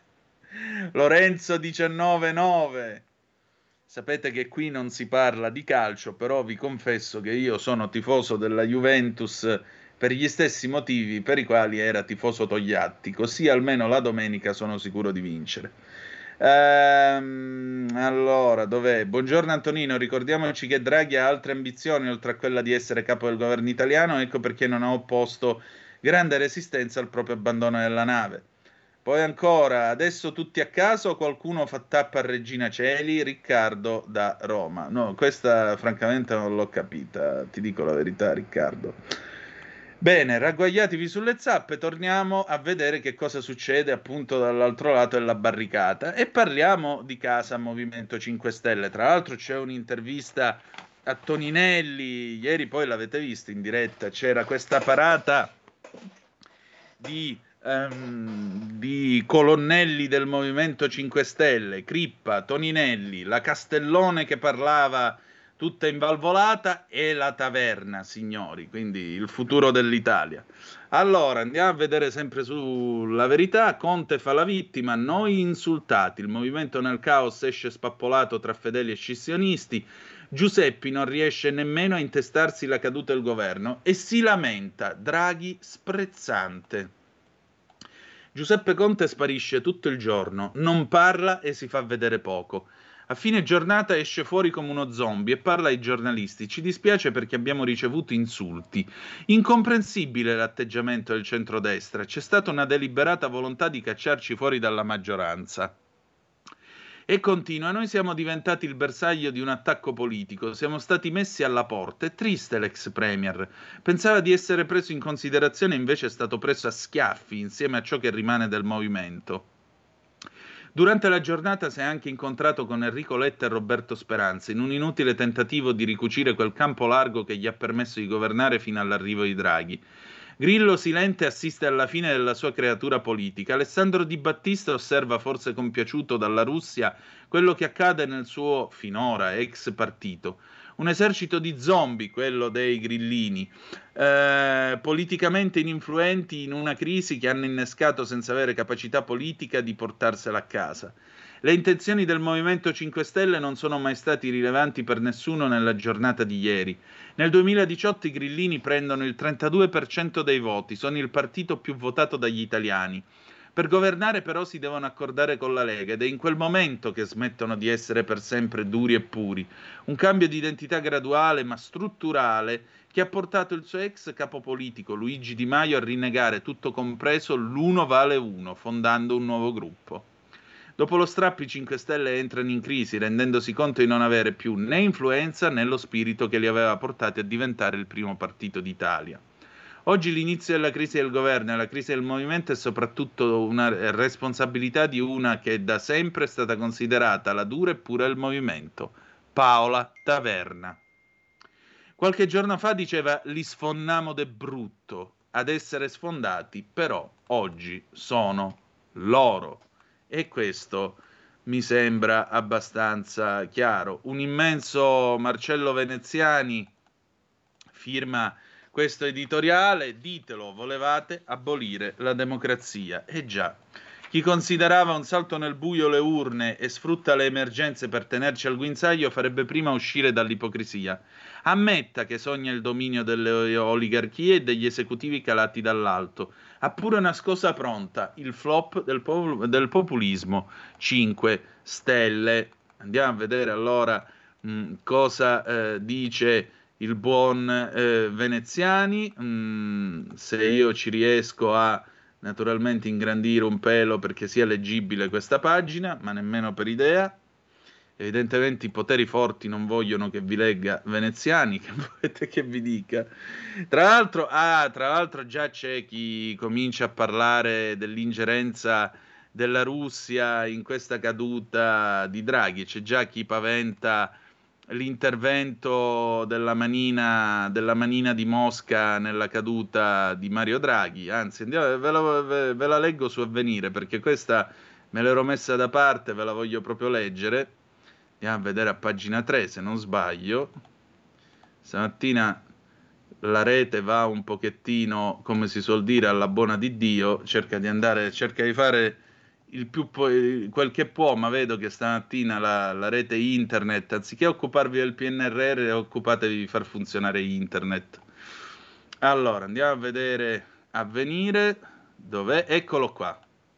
Lorenzo diciannove nove. Sapete che qui non si parla di calcio, però vi confesso che io sono tifoso della Juventus per gli stessi motivi per i quali era tifoso Togliatti, così almeno la domenica sono sicuro di vincere. Ehm, allora, dov'è? Buongiorno Antonino, ricordiamoci che Draghi ha altre ambizioni oltre a quella di essere capo del governo italiano, ecco perché non ha opposto grande resistenza al proprio abbandono della nave. Poi ancora, adesso tutti a caso, qualcuno fa tappa a Regina Coeli? Riccardo da Roma. No, questa francamente non l'ho capita, ti dico la verità Riccardo. Bene, ragguagliatevi sulle zappe, torniamo a vedere che cosa succede appunto dall'altro lato della barricata e parliamo di casa Movimento cinque Stelle. Tra l'altro c'è un'intervista a Toninelli, ieri poi l'avete visto in diretta, c'era questa parata di, um, di colonnelli del Movimento cinque Stelle, Crippa, Toninelli, la Castellone che parlava tutta invalvolata e la taverna, signori, quindi il futuro dell'Italia. Allora, andiamo a vedere sempre sulla verità. Conte fa la vittima, noi insultati, il movimento nel caos esce spappolato tra fedeli e scissionisti, Giuseppi non riesce nemmeno a intestarsi la caduta del governo e si lamenta, Draghi sprezzante. Giuseppe Conte sparisce tutto il giorno, non parla e si fa vedere poco. A fine giornata esce fuori come uno zombie e parla ai giornalisti. Ci dispiace perché abbiamo ricevuto insulti. Incomprensibile l'atteggiamento del centrodestra. C'è stata una deliberata volontà di cacciarci fuori dalla maggioranza. E continua, noi siamo diventati il bersaglio di un attacco politico, siamo stati messi alla porta. È triste l'ex premier. Pensava di essere preso in considerazione, invece è stato preso a schiaffi insieme a ciò che rimane del movimento. Durante la giornata si è anche incontrato con Enrico Letta e Roberto Speranza in un inutile tentativo di ricucire quel campo largo che gli ha permesso di governare fino all'arrivo di Draghi. Grillo silente assiste alla fine della sua creatura politica. Alessandro Di Battista osserva forse compiaciuto dalla Russia quello che accade nel suo, finora, ex partito. Un esercito di zombie, quello dei grillini, eh, politicamente ininfluenti in una crisi che hanno innescato senza avere capacità politica di portarsela a casa. Le intenzioni del Movimento cinque Stelle non sono mai stati rilevanti per nessuno nella giornata di ieri. Nel duemiladiciotto i grillini prendono il trentadue per cento dei voti, sono il partito più votato dagli italiani. Per governare però si devono accordare con la Lega ed è in quel momento che smettono di essere per sempre duri e puri. Un cambio di identità graduale ma strutturale che ha portato il suo ex capo politico Luigi Di Maio a rinnegare tutto compreso l'uno vale uno, fondando un nuovo gruppo. Dopo lo strappo i cinque Stelle entrano in crisi, rendendosi conto di non avere più né influenza né lo spirito che li aveva portati a diventare il primo partito d'Italia. Oggi l'inizio della crisi del governo e la crisi del movimento è soprattutto una responsabilità di una che da sempre è stata considerata la dura e pura del movimento, Paola Taverna. Qualche giorno fa diceva li sfonnamo de brutto, ad essere sfondati però oggi sono loro. E questo mi sembra abbastanza chiaro. Un immenso Marcello Veneziani firma questo editoriale, ditelo, volevate abolire la democrazia. E già, chi considerava un salto nel buio le urne e sfrutta le emergenze per tenerci al guinzaglio farebbe prima uscire dall'ipocrisia. Ammetta che sogna il dominio delle oligarchie e degli esecutivi calati dall'alto. Ha pure una scossa pronta, il flop del, pop- del populismo, cinque Stelle. Andiamo a vedere allora mh, cosa eh, dice il buon eh, Veneziani, mh, se io ci riesco a naturalmente ingrandire un pelo perché sia leggibile questa pagina, ma nemmeno per idea. Evidentemente i poteri forti non vogliono che vi legga Veneziani, che volete che vi dica? Tra l'altro, ah, tra l'altro già c'è chi comincia a parlare dell'ingerenza della Russia in questa caduta di Draghi, c'è già chi paventa l'intervento della manina, della manina di Mosca nella caduta di Mario Draghi, anzi andiamo, ve, la, ve, ve la leggo su Avvenire perché questa me l'ero messa da parte, ve la voglio proprio leggere. Andiamo a vedere a pagina tre, se non sbaglio. Stamattina la rete va un pochettino, come si suol dire, alla buona di Dio, cerca di andare, cerca di fare il più po- quel che può, ma vedo che stamattina la, la rete internet, anziché occuparvi del P N R R, occupatevi di far funzionare internet. Allora, andiamo a vedere Avvenire, dov'è? Eccolo qua.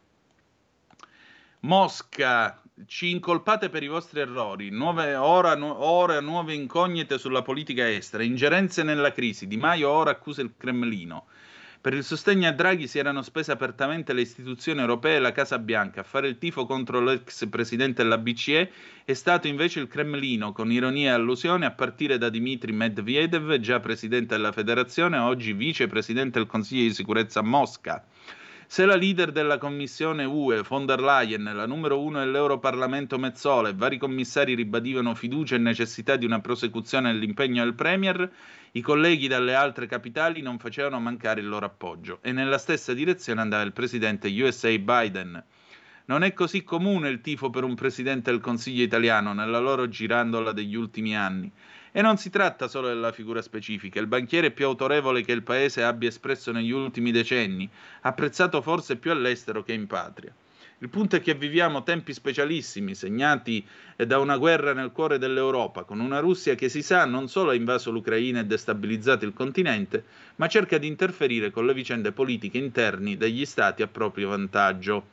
Mosca, ci incolpate per i vostri errori, nuove, ora, nu- ora nuove incognite sulla politica estera, ingerenze nella crisi, Di Maio ora accusa il Cremlino. Per il sostegno a Draghi si erano spese apertamente le istituzioni europee e la Casa Bianca. A fare il tifo contro l'ex presidente della B C E è stato invece il Cremlino, con ironia e allusione, a partire da Dmitry Medvedev, già presidente della federazione, oggi vicepresidente del Consiglio di sicurezza a Mosca. Se la leader della Commissione U E, von der Leyen, la numero uno dell'Europarlamento Metsola e vari commissari ribadivano fiducia e necessità di una prosecuzione dell'impegno del Premier, i colleghi dalle altre capitali non facevano mancare il loro appoggio e nella stessa direzione andava il presidente U S A Biden. Non è così comune il tifo per un presidente del Consiglio italiano nella loro girandola degli ultimi anni. E non si tratta solo della figura specifica, il banchiere più autorevole che il paese abbia espresso negli ultimi decenni, apprezzato forse più all'estero che in patria. Il punto è che viviamo tempi specialissimi, segnati da una guerra nel cuore dell'Europa, con una Russia che si sa non solo ha invaso l'Ucraina e destabilizzato il continente, ma cerca di interferire con le vicende politiche interni degli stati a proprio vantaggio.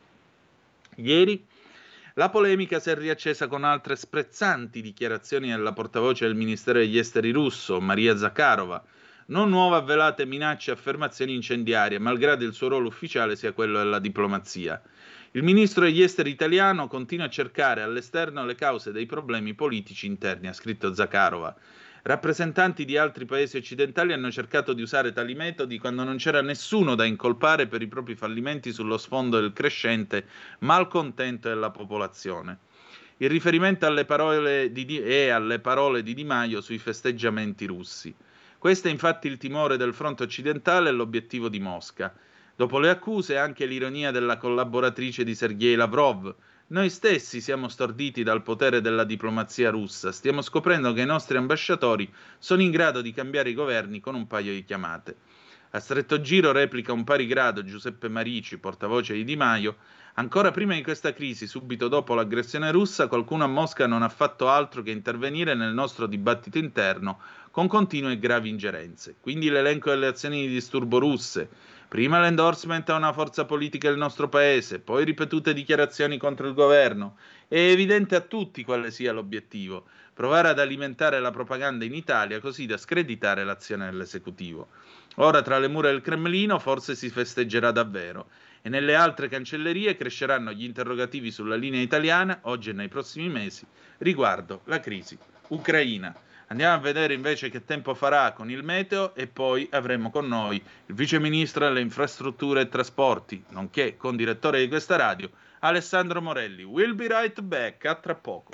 Ieri la polemica si è riaccesa con altre sprezzanti dichiarazioni della portavoce del Ministero degli Esteri russo, Maria Zakharova. Non nuove avvelate minacce e affermazioni incendiarie, malgrado il suo ruolo ufficiale sia quello della diplomazia. Il ministro degli esteri italiano continua a cercare all'esterno le cause dei problemi politici interni, ha scritto Zakharova. Rappresentanti di altri paesi occidentali hanno cercato di usare tali metodi quando non c'era nessuno da incolpare per i propri fallimenti sullo sfondo del crescente malcontento della popolazione. Il riferimento alle parole di Di- è alle parole di Di Maio sui festeggiamenti russi. Questo è infatti il timore del fronte occidentale e l'obiettivo di Mosca. Dopo le accuse anche l'ironia della collaboratrice di Sergei Lavrov. Noi stessi siamo storditi dal potere della diplomazia russa, stiamo scoprendo che i nostri ambasciatori sono in grado di cambiare i governi con un paio di chiamate. A stretto giro replica un pari grado Giuseppe Marici, portavoce di Di Maio. Ancora prima di questa crisi, subito dopo l'aggressione russa, qualcuno a Mosca non ha fatto altro che intervenire nel nostro dibattito interno con continue e gravi ingerenze. Quindi l'elenco delle azioni di disturbo russe, Prima l'endorsement a una forza politica del nostro paese, poi ripetute dichiarazioni contro il governo. È evidente a tutti quale sia l'obiettivo: provare ad alimentare la propaganda in Italia così da screditare l'azione dell'esecutivo. Ora tra le mura del Cremlino forse si festeggerà davvero e nelle altre cancellerie cresceranno gli interrogativi sulla linea italiana, oggi e nei prossimi mesi, riguardo la crisi ucraina. Andiamo a vedere invece che tempo farà con il meteo e poi avremo con noi il vice ministro delle infrastrutture e trasporti, nonché condirettore di questa radio, Alessandro Morelli. We'll be right back, a tra poco.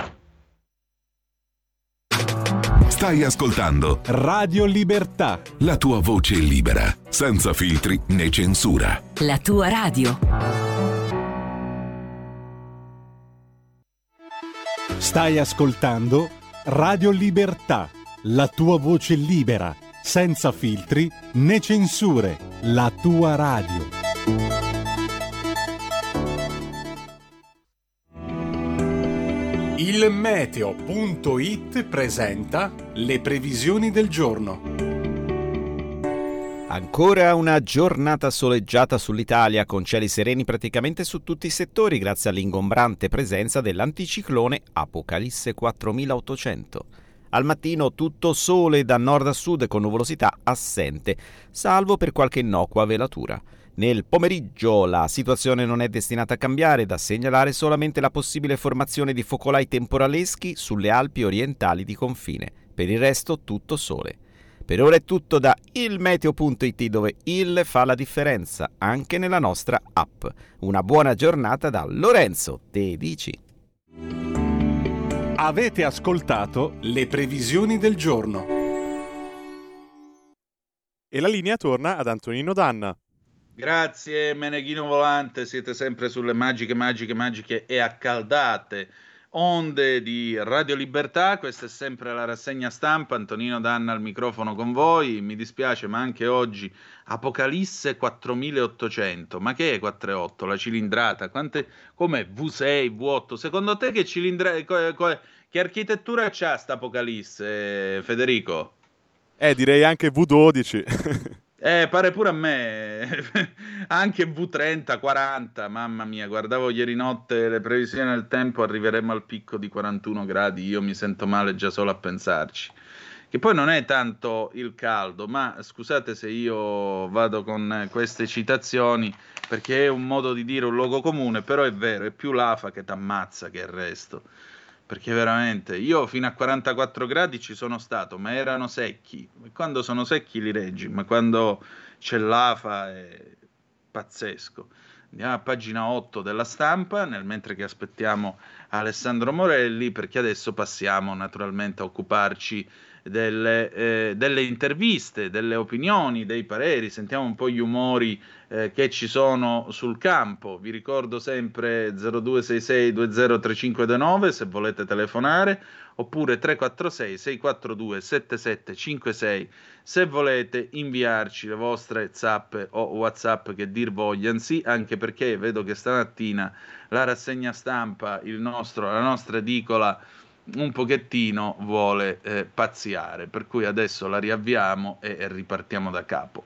Stai ascoltando
Radio Libertà,
la tua voce libera, senza filtri né censura.
La tua radio.
Stai ascoltando Radio Libertà, la tua voce libera, senza filtri né censure, la tua radio. Il meteo punto it presenta le previsioni del giorno.
Ancora una giornata soleggiata sull'Italia, con cieli sereni praticamente su tutti i settori grazie all'ingombrante presenza dell'anticiclone Apocalisse quattromilaottocento. Al mattino tutto sole da nord a sud con nuvolosità assente, salvo per qualche innocua velatura. Nel pomeriggio la situazione non è destinata a cambiare, da segnalare solamente la possibile formazione di focolai temporaleschi sulle Alpi orientali di confine. Per il resto tutto sole. Per ora è tutto da il meteo punto it, dove il fa la differenza anche nella nostra app. Una buona giornata da Lorenzo Te Dici.
Avete ascoltato le previsioni del giorno.
E la linea torna ad Antonino Danna.
Grazie Meneghino Volante, siete sempre sulle magiche, magiche, magiche e accaldate onde di Radio Libertà. Questa è sempre la rassegna stampa. Antonino Danna al microfono con voi. Mi dispiace, ma anche oggi Apocalisse quattromilaottocento. Ma che è quattrocentotto? La cilindrata? Quante... Com'è? V sei, V otto? Secondo te che cilindrata... Che architettura c'ha sta Apocalisse, Federico?
Eh, direi anche V dodici.
Eh, pare pure a me, anche V trenta, quaranta, mamma mia, guardavo ieri notte le previsioni del tempo, arriveremo al picco di quarantuno gradi, io mi sento male già solo a pensarci. Che poi non è tanto il caldo, ma scusate se io vado con queste citazioni, perché è un modo di dire un luogo comune, però è vero, è più l'afa che t'ammazza che il resto. Perché veramente, io fino a quarantaquattro gradi ci sono stato, ma erano secchi. Quando sono secchi li reggi, ma quando c'è l'afa è pazzesco. Andiamo a pagina otto della Stampa, nel mentre che aspettiamo Alessandro Morelli, perché adesso passiamo naturalmente a occuparci delle, eh, delle interviste, delle opinioni, dei pareri, sentiamo un po' gli umori eh, che ci sono sul campo. Vi ricordo sempre zero due sei sei due zero tre cinque due nove se volete telefonare, oppure tre quattro sei sei quattro due sette sette cinque sei se volete inviarci le vostre zappe o WhatsApp che dir vogliansi, anche perché vedo che stamattina la rassegna stampa, il nostro, la nostra edicola un pochettino vuole eh, pazziare, per cui adesso la riavviamo e, e ripartiamo da capo.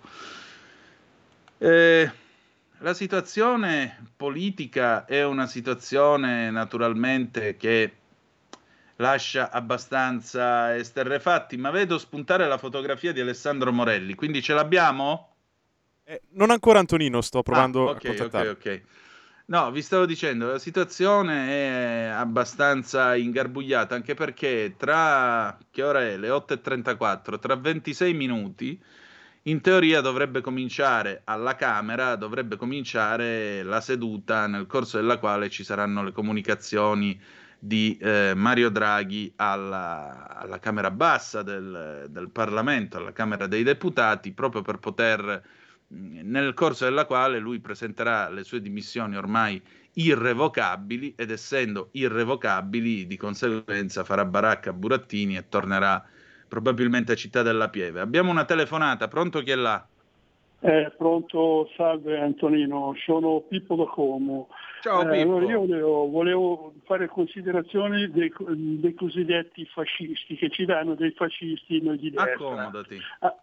Eh, la situazione politica è una situazione naturalmente che lascia abbastanza esterrefatti, ma vedo spuntare la fotografia di Alessandro Morelli, quindi ce l'abbiamo?
Eh, non ancora Antonino, sto provando
ah, okay,
a contattarlo.
Ok, ok. No, vi stavo dicendo, la situazione è abbastanza ingarbugliata, anche perché tra, che ora è? Le otto e trentaquattro, tra ventisei minuti, in teoria dovrebbe cominciare alla Camera, dovrebbe cominciare la seduta nel corso della quale ci saranno le comunicazioni di eh, Mario Draghi alla, alla Camera Bassa del, del Parlamento, alla Camera dei Deputati, proprio per poter... nel corso della quale lui presenterà le sue dimissioni ormai irrevocabili, ed essendo irrevocabili di conseguenza farà baracca a burattini e tornerà probabilmente a Città della Pieve. Abbiamo una telefonata, pronto, chi è là?
Eh, pronto, salve Antonino, sono Pippo da Como.
Ciao Pippo.
Eh, allora io volevo, volevo fare considerazioni dei, dei cosiddetti fascisti, che ci danno dei fascisti noi di destra.
Accomodati.
Ah,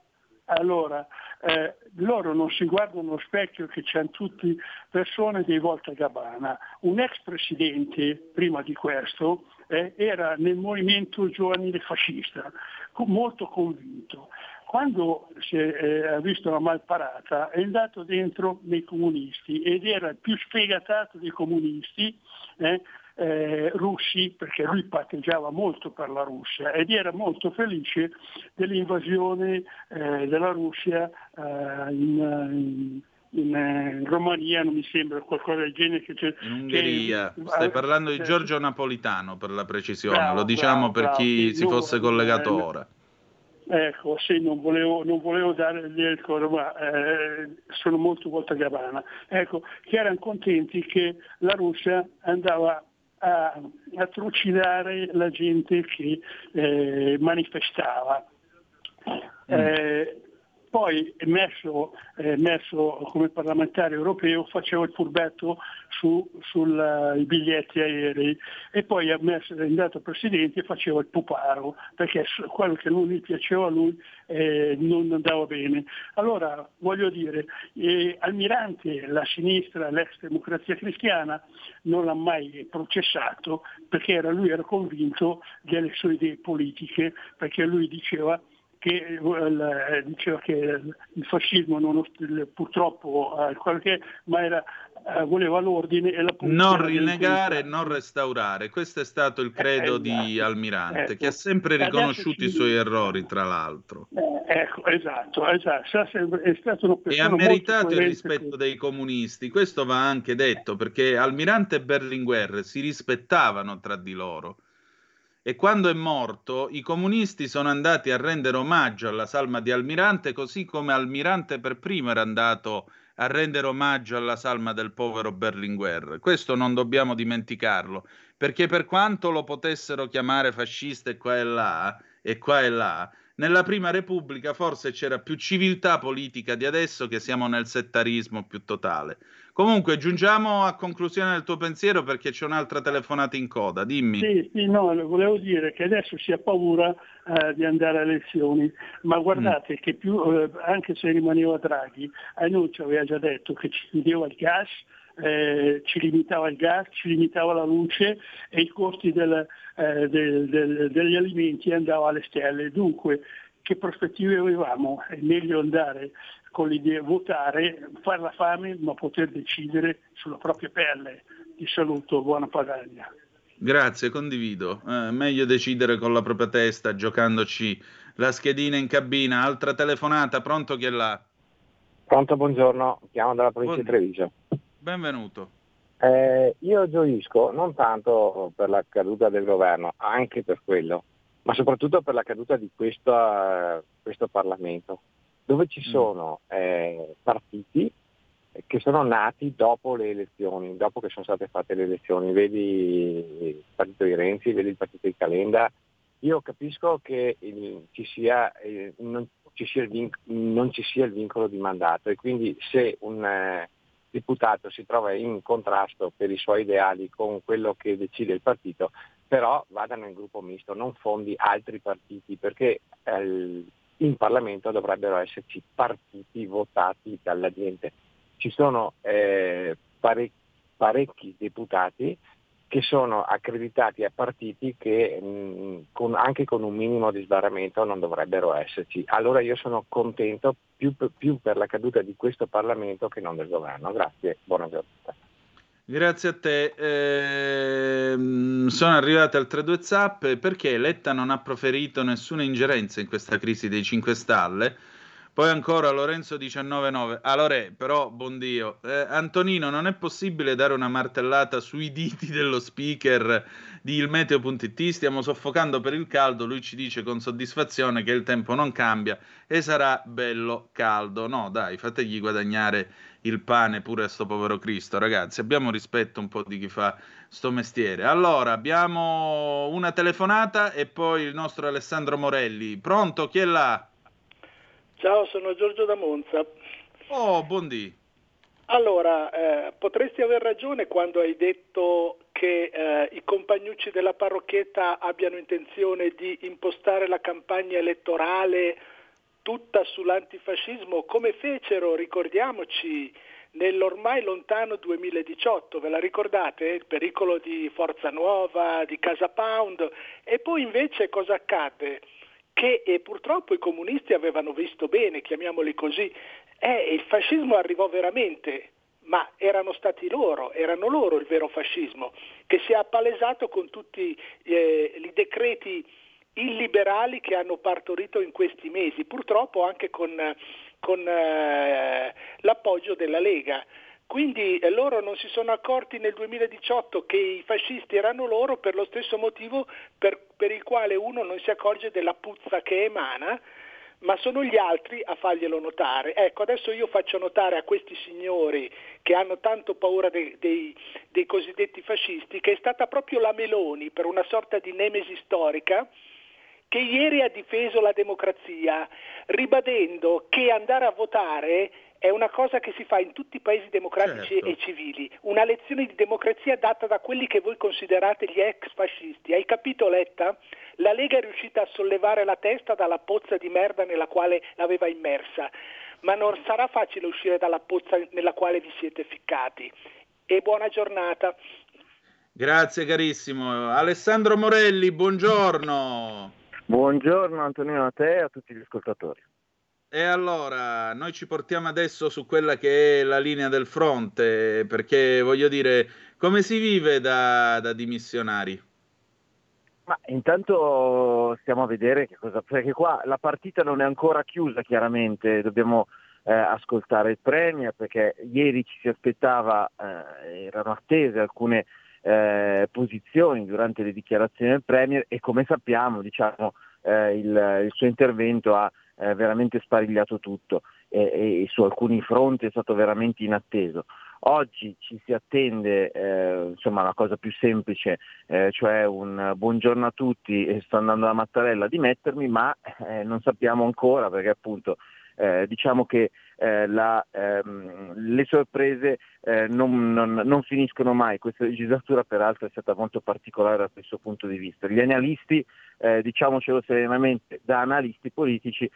Allora, eh, loro non si guardano allo specchio che c'hanno tutte persone dei Voltagabbana. Un ex presidente, prima di questo, eh, era nel movimento giovanile fascista, molto convinto. Quando si è, eh, ha visto la malparata è andato dentro nei comunisti ed era il più sfegatato dei comunisti, eh, Eh, russi, perché lui patteggiava molto per la Russia ed era molto felice dell'invasione eh, della Russia eh, in, in, in Romania, non mi sembra, qualcosa del genere. Che c'è,
in Ungheria,
che,
stai
eh,
parlando di
eh,
Giorgio Napolitano per la precisione,
bravo,
lo diciamo
bravo,
per
bravo,
chi
sì,
si
no,
fosse collegato
eh,
ora.
Ecco, sì, non volevo, non volevo dare del coro, ma eh, sono molto Voltagabbana. Ecco, che erano contenti che la Russia andava a, a trucidare la gente che eh, manifestava. Eh, poi messo, eh, messo come parlamentare europeo facevo il furbetto su, sui biglietti aerei e poi è, messo, è andato presidente e facevo il puparo perché quello che non gli piaceva a lui eh, non andava bene. Allora voglio dire, eh, Almirante, la sinistra, l'ex Democrazia Cristiana non l'ha mai processato perché era, lui era convinto delle sue idee politiche, perché lui diceva che eh, diceva che il fascismo non, purtroppo eh, qualche, ma era, eh, voleva l'ordine e la pulizia.
Non rinnegare e non restaurare, questo è stato il credo
eh,
di
esatto.
Almirante,
Ecco.
che ha sempre riconosciuto i suoi errori, tra l'altro.
Eh, ecco, esatto, esatto. È stato una
E ha
persona
meritato
molto
il rispetto
con...
dei comunisti, questo va anche detto, perché Almirante e Berlinguer si rispettavano tra di loro. E quando è morto, i comunisti sono andati a rendere omaggio alla salma di Almirante, così come Almirante per primo era andato a rendere omaggio alla salma del povero Berlinguer. Questo non dobbiamo dimenticarlo, perché per quanto lo potessero chiamare fascista e qua e là, e qua e là, nella Prima Repubblica forse c'era più civiltà politica di adesso, che siamo nel settarismo più totale. Comunque, giungiamo a conclusione del tuo pensiero perché c'è un'altra telefonata in coda, dimmi.
Sì, sì, no, volevo dire che adesso si ha paura eh, di andare alle elezioni, ma guardate mm. che più, eh, anche se rimaneva Draghi, a noi ci aveva già detto che ci chiudeva il gas, eh, ci limitava il gas, ci limitava la luce e i costi del, eh, del, del, degli alimenti andava alle stelle. Dunque, che prospettive avevamo? È meglio andare con l'idea, votare, fare la fame, ma poter decidere sulla propria pelle. Ti saluto, buona Padania.
Grazie, condivido. Eh, meglio decidere con la propria testa, giocandoci la schedina in cabina. Altra telefonata, pronto chi è là?
Pronto, buongiorno, chiamo dalla provincia di Treviso.
Benvenuto.
Eh, io gioisco non tanto per la caduta del governo, anche per quello, ma soprattutto per la caduta di questo, uh, questo Parlamento, dove ci sono eh, partiti che sono nati dopo le elezioni, dopo che sono state fatte le elezioni, vedi il partito di Renzi, vedi il partito di Calenda. Io capisco che il, ci sia, eh, non, ci sia il vinc- non ci sia il vincolo di mandato e quindi se un eh, deputato si trova in contrasto per i suoi ideali con quello che decide il partito, però vada nel gruppo misto, non fondi altri partiti, perché eh, in Parlamento dovrebbero esserci partiti votati dalla gente. Ci sono eh, parec- parecchi deputati che sono accreditati a partiti che mh, con, anche con un minimo di sbarramento non dovrebbero esserci. Allora io sono contento più, più per la caduta di questo Parlamento che non del governo. Grazie, buona giornata.
Grazie a te. Eh, sono arrivate altre due zappe. Perché Letta non ha proferito nessuna ingerenza in questa crisi dei cinque Stelle? Poi ancora Lorenzo diciannove nove. Allora, però, buon Dio. Eh, Antonino, non è possibile dare una martellata sui diti dello speaker di ilmeteo punto it? Stiamo soffocando per il caldo. Lui ci dice con soddisfazione che il tempo non cambia e sarà bello caldo. No, dai, fategli guadagnare il pane pure a sto povero Cristo, ragazzi. Abbiamo rispetto un po' di chi fa sto mestiere. Allora, abbiamo una telefonata e poi il nostro Alessandro Morelli. Pronto? Chi è là?
Ciao, sono Giorgio da Monza.
Oh, buondì.
Allora, eh, potresti aver ragione quando hai detto che eh, i compagnucci della parrocchietta abbiano intenzione di impostare la campagna elettorale tutta sull'antifascismo, come fecero, ricordiamoci, nell'ormai lontano duemiladiciotto, ve la ricordate? Il pericolo di Forza Nuova, di Casa Pound, e poi invece cosa accadde? Che e purtroppo i comunisti avevano visto bene, chiamiamoli così, eh, il fascismo arrivò veramente, ma erano stati loro, erano loro il vero fascismo, che si è appalesato con tutti eh, i decreti illiberali che hanno partorito in questi mesi, purtroppo anche con, con eh, l'appoggio della Lega. Quindi eh, loro non si sono accorti nel duemiladiciotto che i fascisti erano loro per lo stesso motivo per, per il quale uno non si accorge della puzza che emana, ma sono gli altri a farglielo notare. Ecco, adesso io faccio notare a questi signori che hanno tanto paura dei, dei, dei cosiddetti fascisti che è stata proprio la Meloni, per una sorta di nemesi storica, che ieri ha difeso la democrazia, ribadendo che andare a votare è una cosa che si fa in tutti i paesi democratici certo. e civili, una lezione di democrazia data da quelli che voi considerate gli ex fascisti. Hai capito, Letta? La Lega è riuscita a sollevare la testa dalla pozza di merda nella quale l'aveva immersa, ma non sarà facile uscire dalla pozza nella quale vi siete ficcati. E buona giornata.
Grazie carissimo. Alessandro Morelli, buongiorno.
Buongiorno Antonino, a te e a tutti gli ascoltatori.
E allora, noi ci portiamo adesso su quella che è la linea del fronte, perché voglio dire, come si vive da, da dimissionari?
Ma intanto stiamo a vedere che cosa, perché qua la partita non è ancora chiusa chiaramente, dobbiamo eh, ascoltare il Premier, perché ieri ci si aspettava, eh, erano attese alcune eh, posizioni durante le dichiarazioni del Premier e come sappiamo, diciamo, eh, il, il suo intervento ha eh, veramente sparigliato tutto e, e su alcuni fronti è stato veramente inatteso. Oggi ci si attende eh, insomma la cosa più semplice, eh, cioè un buongiorno a tutti e sto andando alla Mattarella a dimettermi, ma eh, non sappiamo ancora perché appunto eh, diciamo che eh, la, ehm, le sorprese eh, non, non, non finiscono mai. Questa legislatura peraltro è stata molto particolare da questo punto di vista. Gli analisti, eh, diciamocelo serenamente, da analisti politici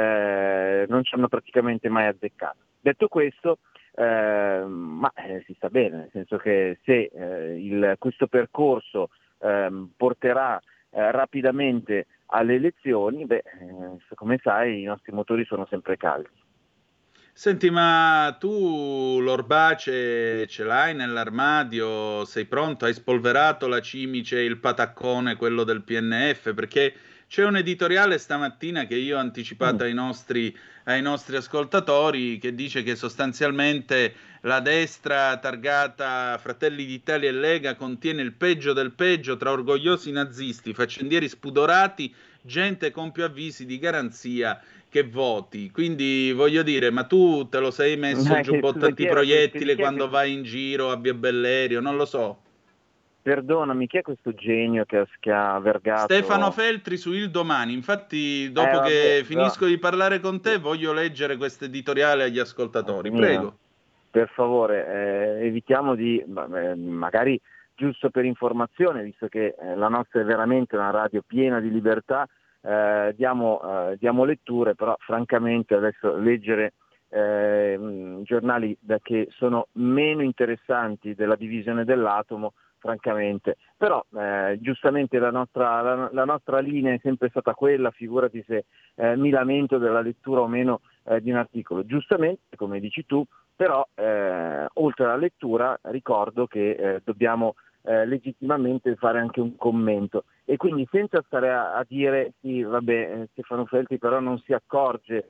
eh, non ci hanno praticamente mai azzeccato. Detto questo, Eh, ma eh, si sta bene, nel senso che se eh, il, questo percorso eh, porterà eh, rapidamente alle elezioni, beh, eh, come sai i nostri motori sono sempre caldi.
Senti, ma tu l'orbace ce l'hai nell'armadio? Sei pronto? Hai spolverato la cimice, il pataccone, quello del P N F? Perché c'è un editoriale stamattina che io ho anticipato mm. ai nostri, ai nostri ascoltatori che dice che sostanzialmente la destra targata Fratelli d'Italia e Lega contiene il peggio del peggio tra orgogliosi nazisti, faccendieri spudorati, gente con più avvisi di garanzia che voti. Quindi voglio dire, ma tu te lo sei messo il giubbotto antiproiettile quando vai in giro a Via Bellerio? Non lo so.
Perdonami, chi è questo genio che ha, che ha vergato?
Stefano Feltri su Il Domani. Infatti, dopo eh, che vabbè, finisco no. di parlare con te, voglio leggere questo editoriale agli ascoltatori. Prego.
Per favore, eh, evitiamo di, eh, magari giusto per informazione, visto che eh, la nostra è veramente una radio piena di libertà, eh, diamo, eh, diamo letture, però francamente adesso leggere eh, giornali da che sono meno interessanti della divisione dell'atomo, francamente, però eh, giustamente la nostra, la, la nostra linea è sempre stata quella, figurati se eh, mi lamento della lettura o meno eh, di un articolo, giustamente come dici tu, però eh, oltre alla lettura ricordo che eh, dobbiamo eh, legittimamente fare anche un commento e quindi senza stare a, a dire sì vabbè eh, Stefano Feltri però non si accorge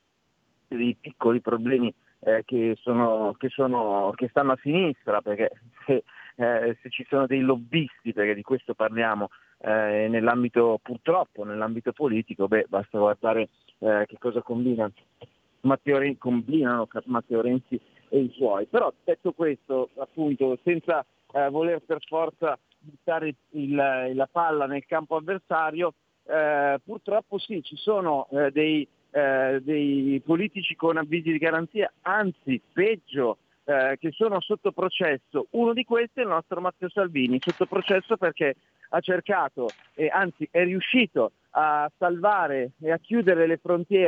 dei piccoli problemi eh, che, sono, che, sono, che stanno a sinistra, perché se Eh, se ci sono dei lobbisti, perché di questo parliamo eh, nell'ambito, purtroppo nell'ambito politico, beh basta guardare eh, che cosa combina Matteo Renzi, combinano Matteo Renzi e i suoi. Però detto questo, appunto, senza eh, voler per forza buttare il, la palla nel campo avversario, eh, purtroppo sì, ci sono eh, dei, eh, dei politici con avvisi di garanzia, anzi peggio, Eh, che sono sotto processo. Uno di questi è il nostro Matteo Salvini, sotto processo perché ha cercato e anzi è riuscito a salvare e a chiudere le frontiere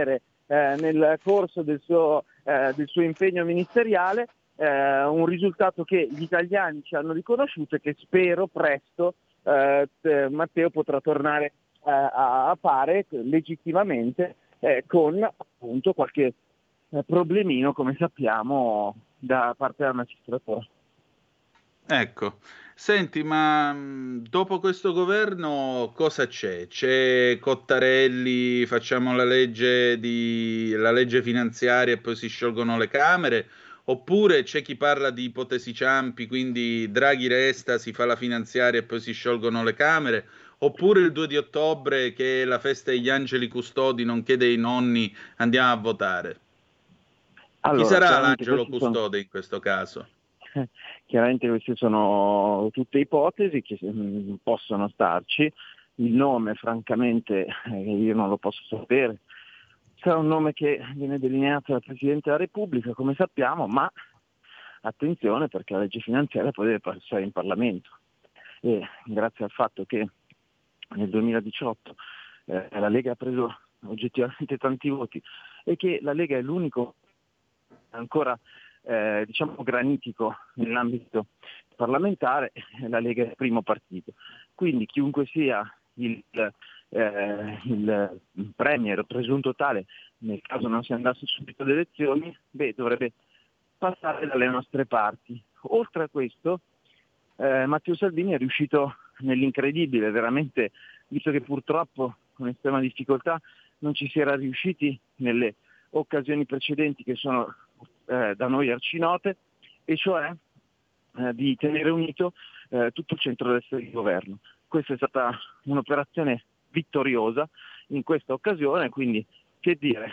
eh, nel corso del suo, eh, del suo impegno ministeriale, eh, un risultato che gli italiani ci hanno riconosciuto e che spero presto eh, Matteo potrà tornare eh, a, a fare legittimamente, eh, con appunto qualche eh, problemino, come sappiamo, da parte della magistratura.
Ecco, senti, ma mh, dopo questo governo cosa c'è? C'è Cottarelli, facciamo la legge di, la legge finanziaria e poi si sciolgono le Camere? Oppure c'è chi parla di ipotesi Ciampi, quindi Draghi resta, si fa la finanziaria e poi si sciolgono le Camere? Oppure il due di ottobre, che è la festa degli angeli custodi, nonché dei nonni, andiamo a votare?
Allora,
Chi sarà
chiaramente
l'angelo
questi sono-
custode in questo caso?
Chiaramente queste sono tutte ipotesi che mh, possono starci. Il nome, francamente, eh, io non lo posso sapere. Sarà un nome che viene delineato dal Presidente della Repubblica, come sappiamo, ma attenzione, perché la legge finanziaria poi deve passare in Parlamento. E grazie al fatto che nel duemiladiciotto eh, la Lega ha preso oggettivamente tanti voti e che la Lega è l'unico ancora eh, diciamo granitico nell'ambito parlamentare, la Lega è il primo partito. Quindi chiunque sia il, eh, il premier presunto tale, nel caso non si andasse subito alle elezioni, beh, dovrebbe passare dalle nostre parti. Oltre a questo, eh, Matteo Salvini è riuscito nell'incredibile, veramente, visto che purtroppo con estrema difficoltà non ci si era riusciti nelle occasioni precedenti che sono eh, da noi arcinote, e cioè eh, di tenere unito eh, tutto il centrodestra di governo. Questa è stata un'operazione vittoriosa in questa occasione, quindi che dire,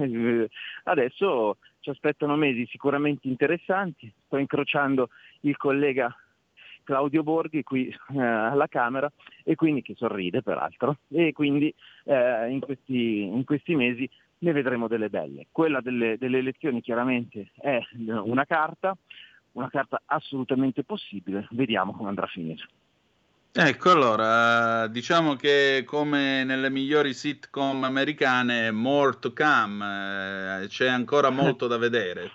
adesso ci aspettano mesi sicuramente interessanti. Sto incrociando il collega Claudio Borghi qui eh, alla Camera, e quindi che sorride peraltro, e quindi eh, in, questi, in questi mesi ne vedremo delle belle. Quella delle, delle elezioni chiaramente è una carta, una carta assolutamente possibile, vediamo come andrà a finire.
Ecco, allora, diciamo che come nelle migliori sitcom americane, more to come, eh, c'è ancora molto da vedere.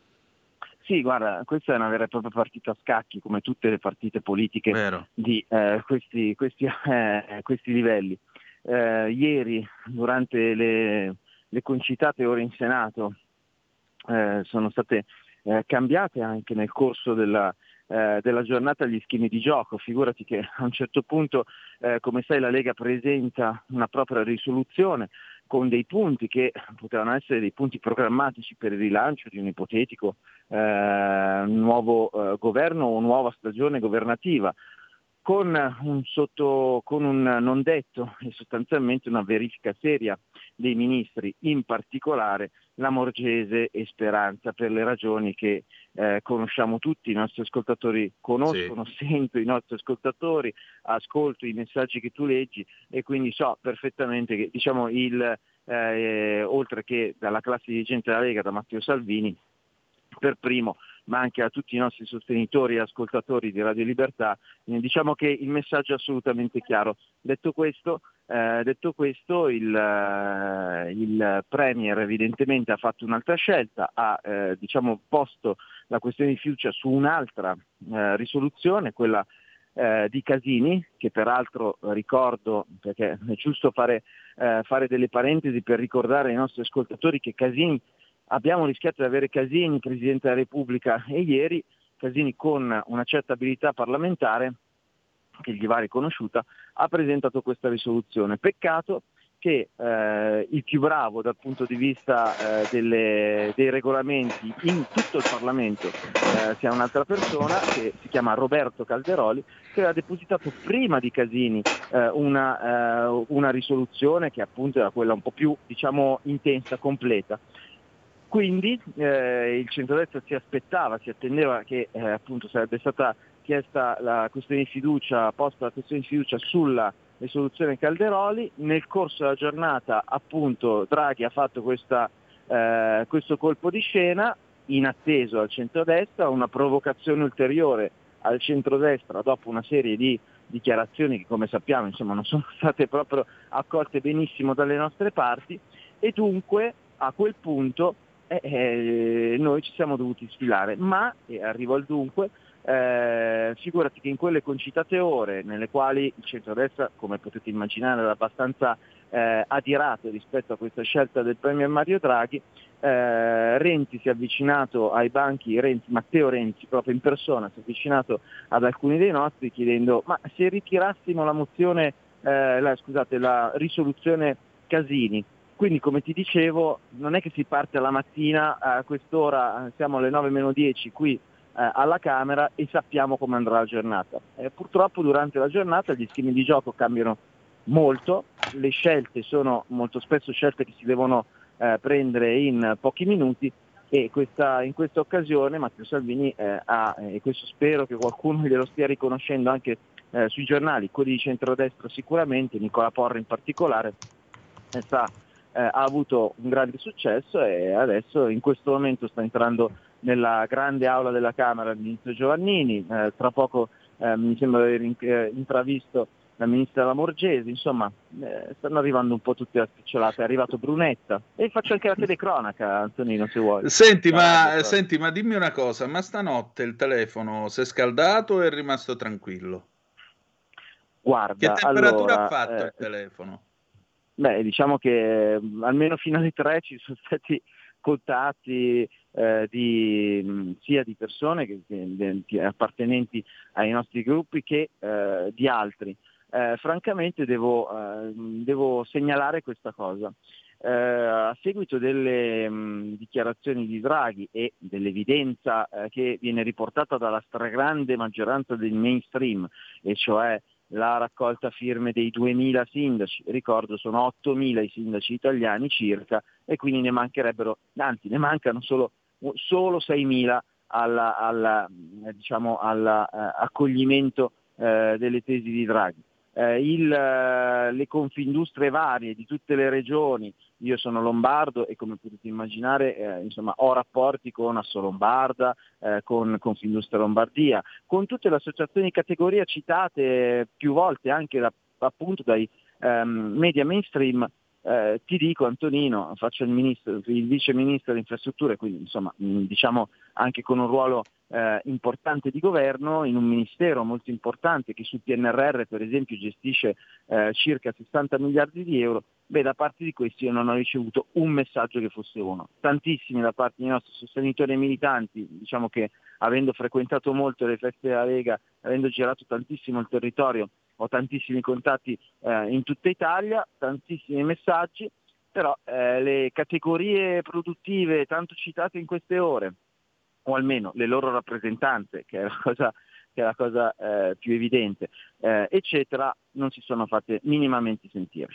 Sì, guarda, questa è una vera e propria partita a scacchi, come tutte le partite politiche
Vero.
di eh, questi, questi, eh, questi livelli. Eh, ieri, durante le, le concitate ore in Senato, eh, sono state eh, cambiate anche nel corso della, eh, della giornata gli schemi di gioco. Figurati che a un certo punto, eh, come sai, la Lega presenta una propria risoluzione con dei punti che potevano essere dei punti programmatici per il rilancio di un ipotetico eh, nuovo eh, governo o nuova stagione governativa, con un, sotto, con un non detto e sostanzialmente una verifica seria dei ministri, in particolare Lamorgese e Speranza, per le ragioni che eh, conosciamo tutti, i nostri ascoltatori conoscono, sì. Sento i nostri ascoltatori, ascolto i messaggi che tu leggi, e quindi so perfettamente che, diciamo, il eh, oltre che dalla classe dirigente della Lega, da Matteo Salvini per primo, ma anche a tutti i nostri sostenitori e ascoltatori di Radio Libertà, eh, diciamo che il messaggio è assolutamente chiaro. Detto questo, eh, detto questo il, eh, il Premier evidentemente ha fatto un'altra scelta, ha eh, diciamo posto la questione di fiducia su un'altra eh, risoluzione, quella eh, di Casini, che peraltro eh, ricordo, perché è giusto fare, eh, fare delle parentesi per ricordare ai nostri ascoltatori che Casini, abbiamo rischiato di avere Casini, Presidente della Repubblica, e ieri Casini, con una certa abilità parlamentare che gli va riconosciuta, ha presentato questa risoluzione. Peccato che eh, il più bravo dal punto di vista eh, delle, dei regolamenti in tutto il Parlamento eh, sia un'altra persona, che si chiama Roberto Calderoli, che aveva depositato prima di Casini eh, una, eh, una risoluzione che appunto era quella un po' più, diciamo, intensa, completa. Quindi eh, il centrodestra si aspettava, si attendeva che eh, appunto sarebbe stata chiesta la questione di fiducia, posta la questione di fiducia sulla risoluzione Calderoli. Nel corso della giornata appunto Draghi ha fatto questa, eh, questo colpo di scena, inatteso al centrodestra, una provocazione ulteriore al centrodestra dopo una serie di dichiarazioni che, come sappiamo, insomma, non sono state proprio accolte benissimo dalle nostre parti, e dunque a quel punto eh, eh, noi ci siamo dovuti sfilare, ma, e arrivo al dunque, eh, figurati che in quelle concitate ore nelle quali il centrodestra, come potete immaginare, era abbastanza eh, adirato rispetto a questa scelta del Premier Mario Draghi, eh, Renzi si è avvicinato ai banchi, Renzi, Matteo Renzi proprio in persona, si è avvicinato ad alcuni dei nostri chiedendo ma se ritirassimo la mozione, eh, la, scusate, la risoluzione Casini. Quindi come ti dicevo non è che si parte alla mattina a quest'ora, siamo alle nove meno dieci qui eh, alla Camera e sappiamo come andrà la giornata. Eh, purtroppo durante la giornata gli schemi di gioco cambiano molto, le scelte sono molto spesso scelte che si devono eh, prendere in pochi minuti e questa, in questa occasione Matteo Salvini eh, ha, e questo spero che qualcuno glielo stia riconoscendo anche eh, sui giornali, quelli di centrodestra sicuramente, Nicola Porro in particolare, eh, sta Eh, ha avuto un grande successo e adesso in questo momento sta entrando nella grande aula della Camera il ministro Giovannini, eh, tra poco eh, mi sembra di aver eh, intravisto la ministra Lamorgese, insomma eh, stanno arrivando un po' tutte a spicciolate, è arrivato Brunetta e faccio anche la telecronaca, Antonino, se vuoi.
Senti ma, radio, senti, ma dimmi una cosa, ma stanotte il telefono si è scaldato o è rimasto tranquillo?
Guarda,
che temperatura
allora,
ha fatto
eh,
il telefono?
Beh, diciamo che almeno fino alle tre ci sono stati contatti eh, di, mh, sia di persone che, che, che appartenenti ai nostri gruppi che eh, di altri. Eh, francamente devo, eh, devo segnalare questa cosa. Eh, a seguito delle mh, dichiarazioni di Draghi e dell'evidenza eh, che viene riportata dalla stragrande maggioranza del mainstream, e cioè la raccolta firme dei duemila sindaci, ricordo sono ottomila i sindaci italiani circa e quindi ne mancherebbero, anzi ne mancano solo, solo seimila alla, alla, diciamo, all'accoglimento eh, delle tesi di Draghi. Eh, il, le confindustrie varie di tutte le regioni, io sono lombardo e come potete immaginare eh, insomma, ho rapporti con Assolombarda, eh, con Confindustria Lombardia, con tutte le associazioni di categoria citate più volte anche da, appunto dai ehm, media mainstream. Eh, ti dico Antonino, faccio il, ministro, il vice ministro delle infrastrutture, quindi insomma mh, diciamo anche con un ruolo eh, importante di governo in un ministero molto importante che sul P N R R per esempio gestisce eh, circa sessanta miliardi di euro, beh da parte di questi io non ho ricevuto un messaggio che fosse uno. Tantissimi da parte dei nostri sostenitori e militanti, diciamo che avendo frequentato molto le feste della Lega, avendo girato tantissimo il territorio, ho tantissimi contatti eh, in tutta Italia, tantissimi messaggi, però eh, le categorie produttive tanto citate in queste ore, o almeno le loro rappresentanze, che è la cosa, che è la cosa eh, più evidente, eh, eccetera, non si sono fatte minimamente sentire.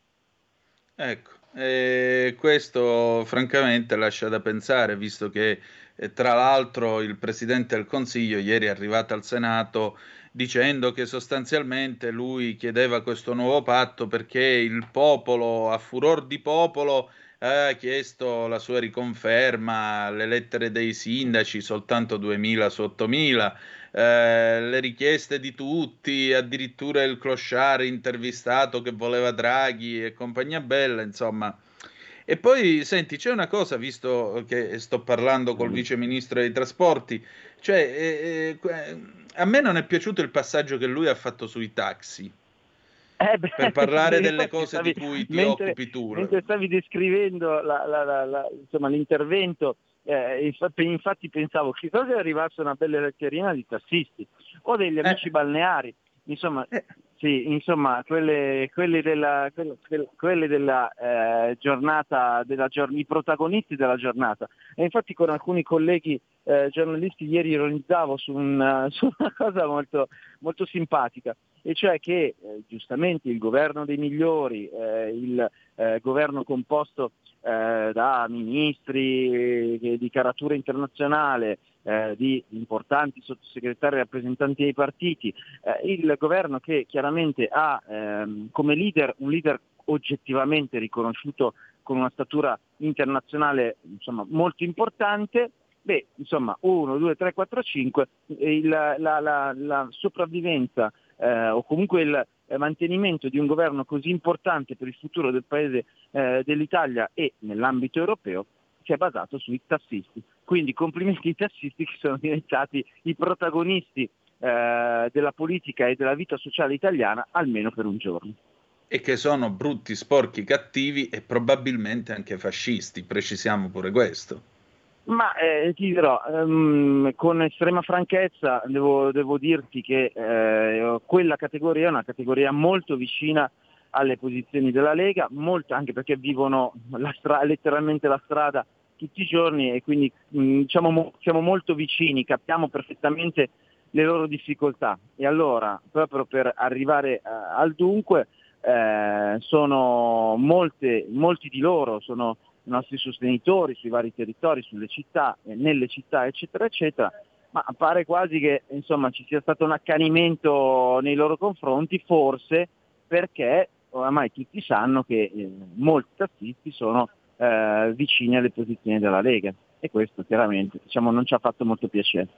Ecco, eh, questo francamente lascia da pensare, visto che eh, tra l'altro il Presidente del Consiglio ieri è arrivato al Senato dicendo che sostanzialmente lui chiedeva questo nuovo patto perché il popolo, a furor di popolo, ha chiesto la sua riconferma, le lettere dei sindaci, soltanto duemila su ottomila, eh, le richieste di tutti, addirittura il clochard intervistato che voleva Draghi e compagnia bella, insomma. E poi, senti, c'è una cosa, visto che sto parlando col vice ministro dei trasporti, cioè, eh, eh, a me non è piaciuto il passaggio che lui ha fatto sui taxi,
eh beh,
per parlare delle cose
stavi,
di cui ti
mentre,
occupi tu.
Mentre stavi descrivendo la, la, la, la, insomma, l'intervento, eh, infatti, infatti pensavo che cosa arrivasse una bella letterina di tassisti o degli amici eh. balneari, insomma... Eh. Sì, insomma, quelle, quelle della, quelle, quelle della eh, giornata, della gior- i protagonisti della giornata. E infatti con alcuni colleghi eh, giornalisti ieri ironizzavo su, un, su una cosa molto, molto simpatica, e cioè che eh, giustamente il governo dei migliori, eh, il eh, governo composto eh, da ministri eh, di caratura internazionale, Eh, di importanti sottosegretari e rappresentanti dei partiti, eh, il governo che chiaramente ha ehm, come leader un leader oggettivamente riconosciuto con una statura internazionale insomma molto importante, beh insomma uno, due, tre, quattro, cinque, il, la, la, la sopravvivenza eh, o comunque il eh, mantenimento di un governo così importante per il futuro del paese eh, dell'Italia e nell'ambito europeo si è basato sui tassisti. Quindi complimenti ai tassisti che sono diventati i protagonisti eh, della politica e della vita sociale italiana almeno per un giorno.
E che sono brutti, sporchi, cattivi e probabilmente anche fascisti, precisiamo pure questo.
Ma eh, ti dirò, ehm, con estrema franchezza devo, devo dirti che eh, quella categoria è una categoria molto vicina alle posizioni della Lega, molto, anche perché vivono la stra- letteralmente la strada tutti i giorni e quindi mh, diciamo, mo- siamo molto vicini, capiamo perfettamente le loro difficoltà. E allora, proprio per arrivare eh, al dunque, eh, sono molte, molti di loro sono i nostri sostenitori sui vari territori, sulle città, eh, nelle città, eccetera, eccetera, ma pare quasi che insomma ci sia stato un accanimento nei loro confronti, forse perché oramai tutti sanno che eh, molti tassisti sono eh, vicini alle posizioni della Lega e questo chiaramente diciamo, non ci ha fatto molto piacere.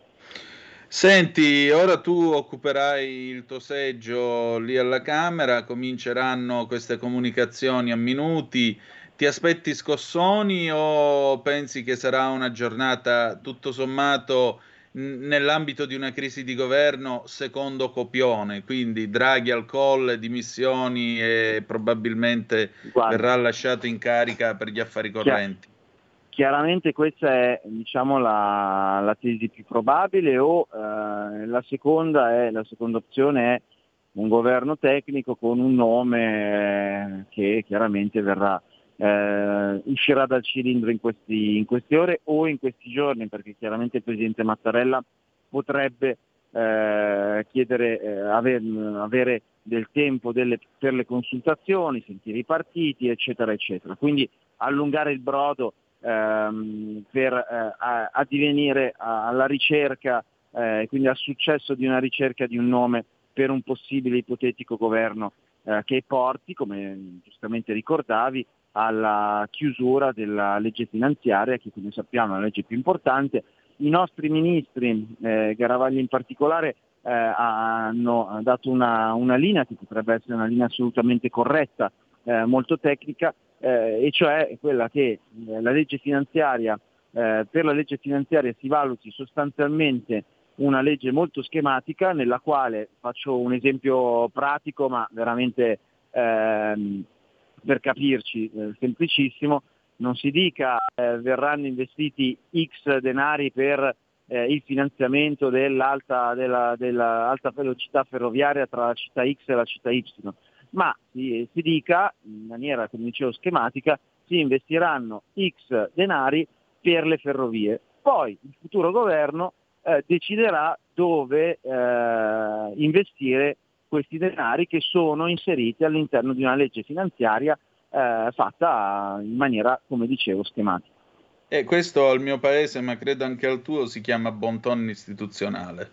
Senti, ora tu occuperai il tuo seggio lì alla Camera, cominceranno queste comunicazioni a minuti. Ti aspetti scossoni o pensi che sarà una giornata tutto sommato n- nell'ambito di una crisi di governo secondo copione, quindi Draghi al colle, dimissioni e probabilmente
Guarda,
verrà lasciato in carica per gli affari correnti?
Chiaramente questa è diciamo, la, la tesi più probabile o eh, la seconda è la seconda opzione è un governo tecnico con un nome eh, che chiaramente verrà eh, uscirà dal cilindro in, questi, in queste ore o in questi giorni, perché chiaramente il presidente Mattarella potrebbe eh, chiedere eh, aver, avere del tempo delle, per le consultazioni, sentire i partiti, eccetera, eccetera. Quindi allungare il brodo ehm, per eh, addivenire alla ricerca, eh, quindi al successo di una ricerca di un nome per un possibile ipotetico governo eh, che porti, come giustamente ricordavi, alla chiusura della legge finanziaria, che come sappiamo è la legge più importante. I nostri ministri, eh, Garavaglia in particolare, eh, hanno dato una, una linea che potrebbe essere una linea assolutamente corretta, eh, molto tecnica, eh, e cioè quella che eh, la legge finanziaria, eh, per la legge finanziaria si valuti sostanzialmente una legge molto schematica nella quale, faccio un esempio pratico ma veramente ehm, per capirci, eh, semplicissimo, non si dica eh, verranno investiti X denari per eh, il finanziamento dell'alta, della, della alta velocità ferroviaria tra la città X e la città Y, ma si, si dica in maniera, come dicevo, schematica, si investiranno X denari per le ferrovie. Poi il futuro governo eh, deciderà dove eh, investire questi denari che sono inseriti all'interno di una legge finanziaria eh, fatta in maniera, come dicevo, schematica.
E questo al mio paese, ma credo anche al tuo, si chiama bon ton istituzionale.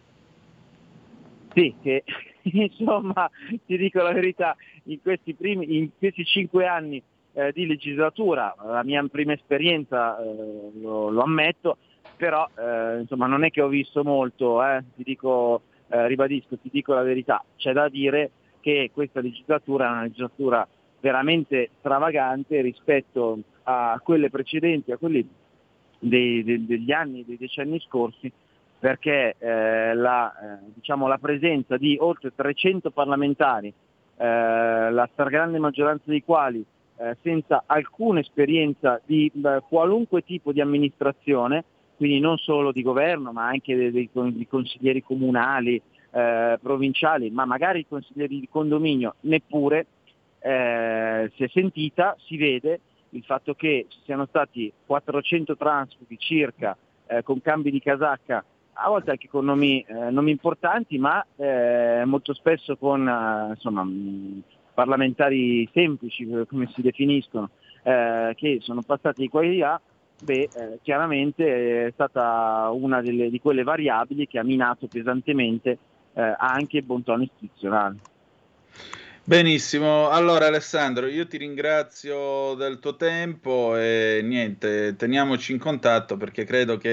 Sì, che insomma, ti dico la verità, in questi primi, in questi cinque anni eh, di legislatura, la mia prima esperienza, eh, lo, lo ammetto, però eh, insomma non è che ho visto molto, eh, ti dico, eh, ribadisco, ti dico la verità, c'è da dire che questa legislatura è una legislatura veramente stravagante rispetto a quelle precedenti, a quelli dei, dei, degli anni, dei decenni scorsi, perché eh, la, eh, diciamo, la presenza di oltre trecento parlamentari, eh, la stragrande maggioranza dei quali eh, senza alcuna esperienza di beh, qualunque tipo di amministrazione, quindi non solo di governo ma anche dei, dei, dei consiglieri comunali, eh, provinciali, ma magari i consiglieri di condominio neppure, eh, si è sentita, si vede il fatto che ci siano stati quattrocento transfughi circa, eh, con cambi di casacca, a volte anche con nomi, eh, nomi importanti, ma eh, molto spesso con eh, insomma, mh, parlamentari semplici, come si definiscono, eh, che sono passati di qua e di là. Beh, eh, chiaramente è stata una delle, di quelle variabili che ha minato pesantemente eh, anche il bon tono istituzionale.
Benissimo, allora Alessandro, io ti ringrazio del tuo tempo e niente, teniamoci in contatto perché credo che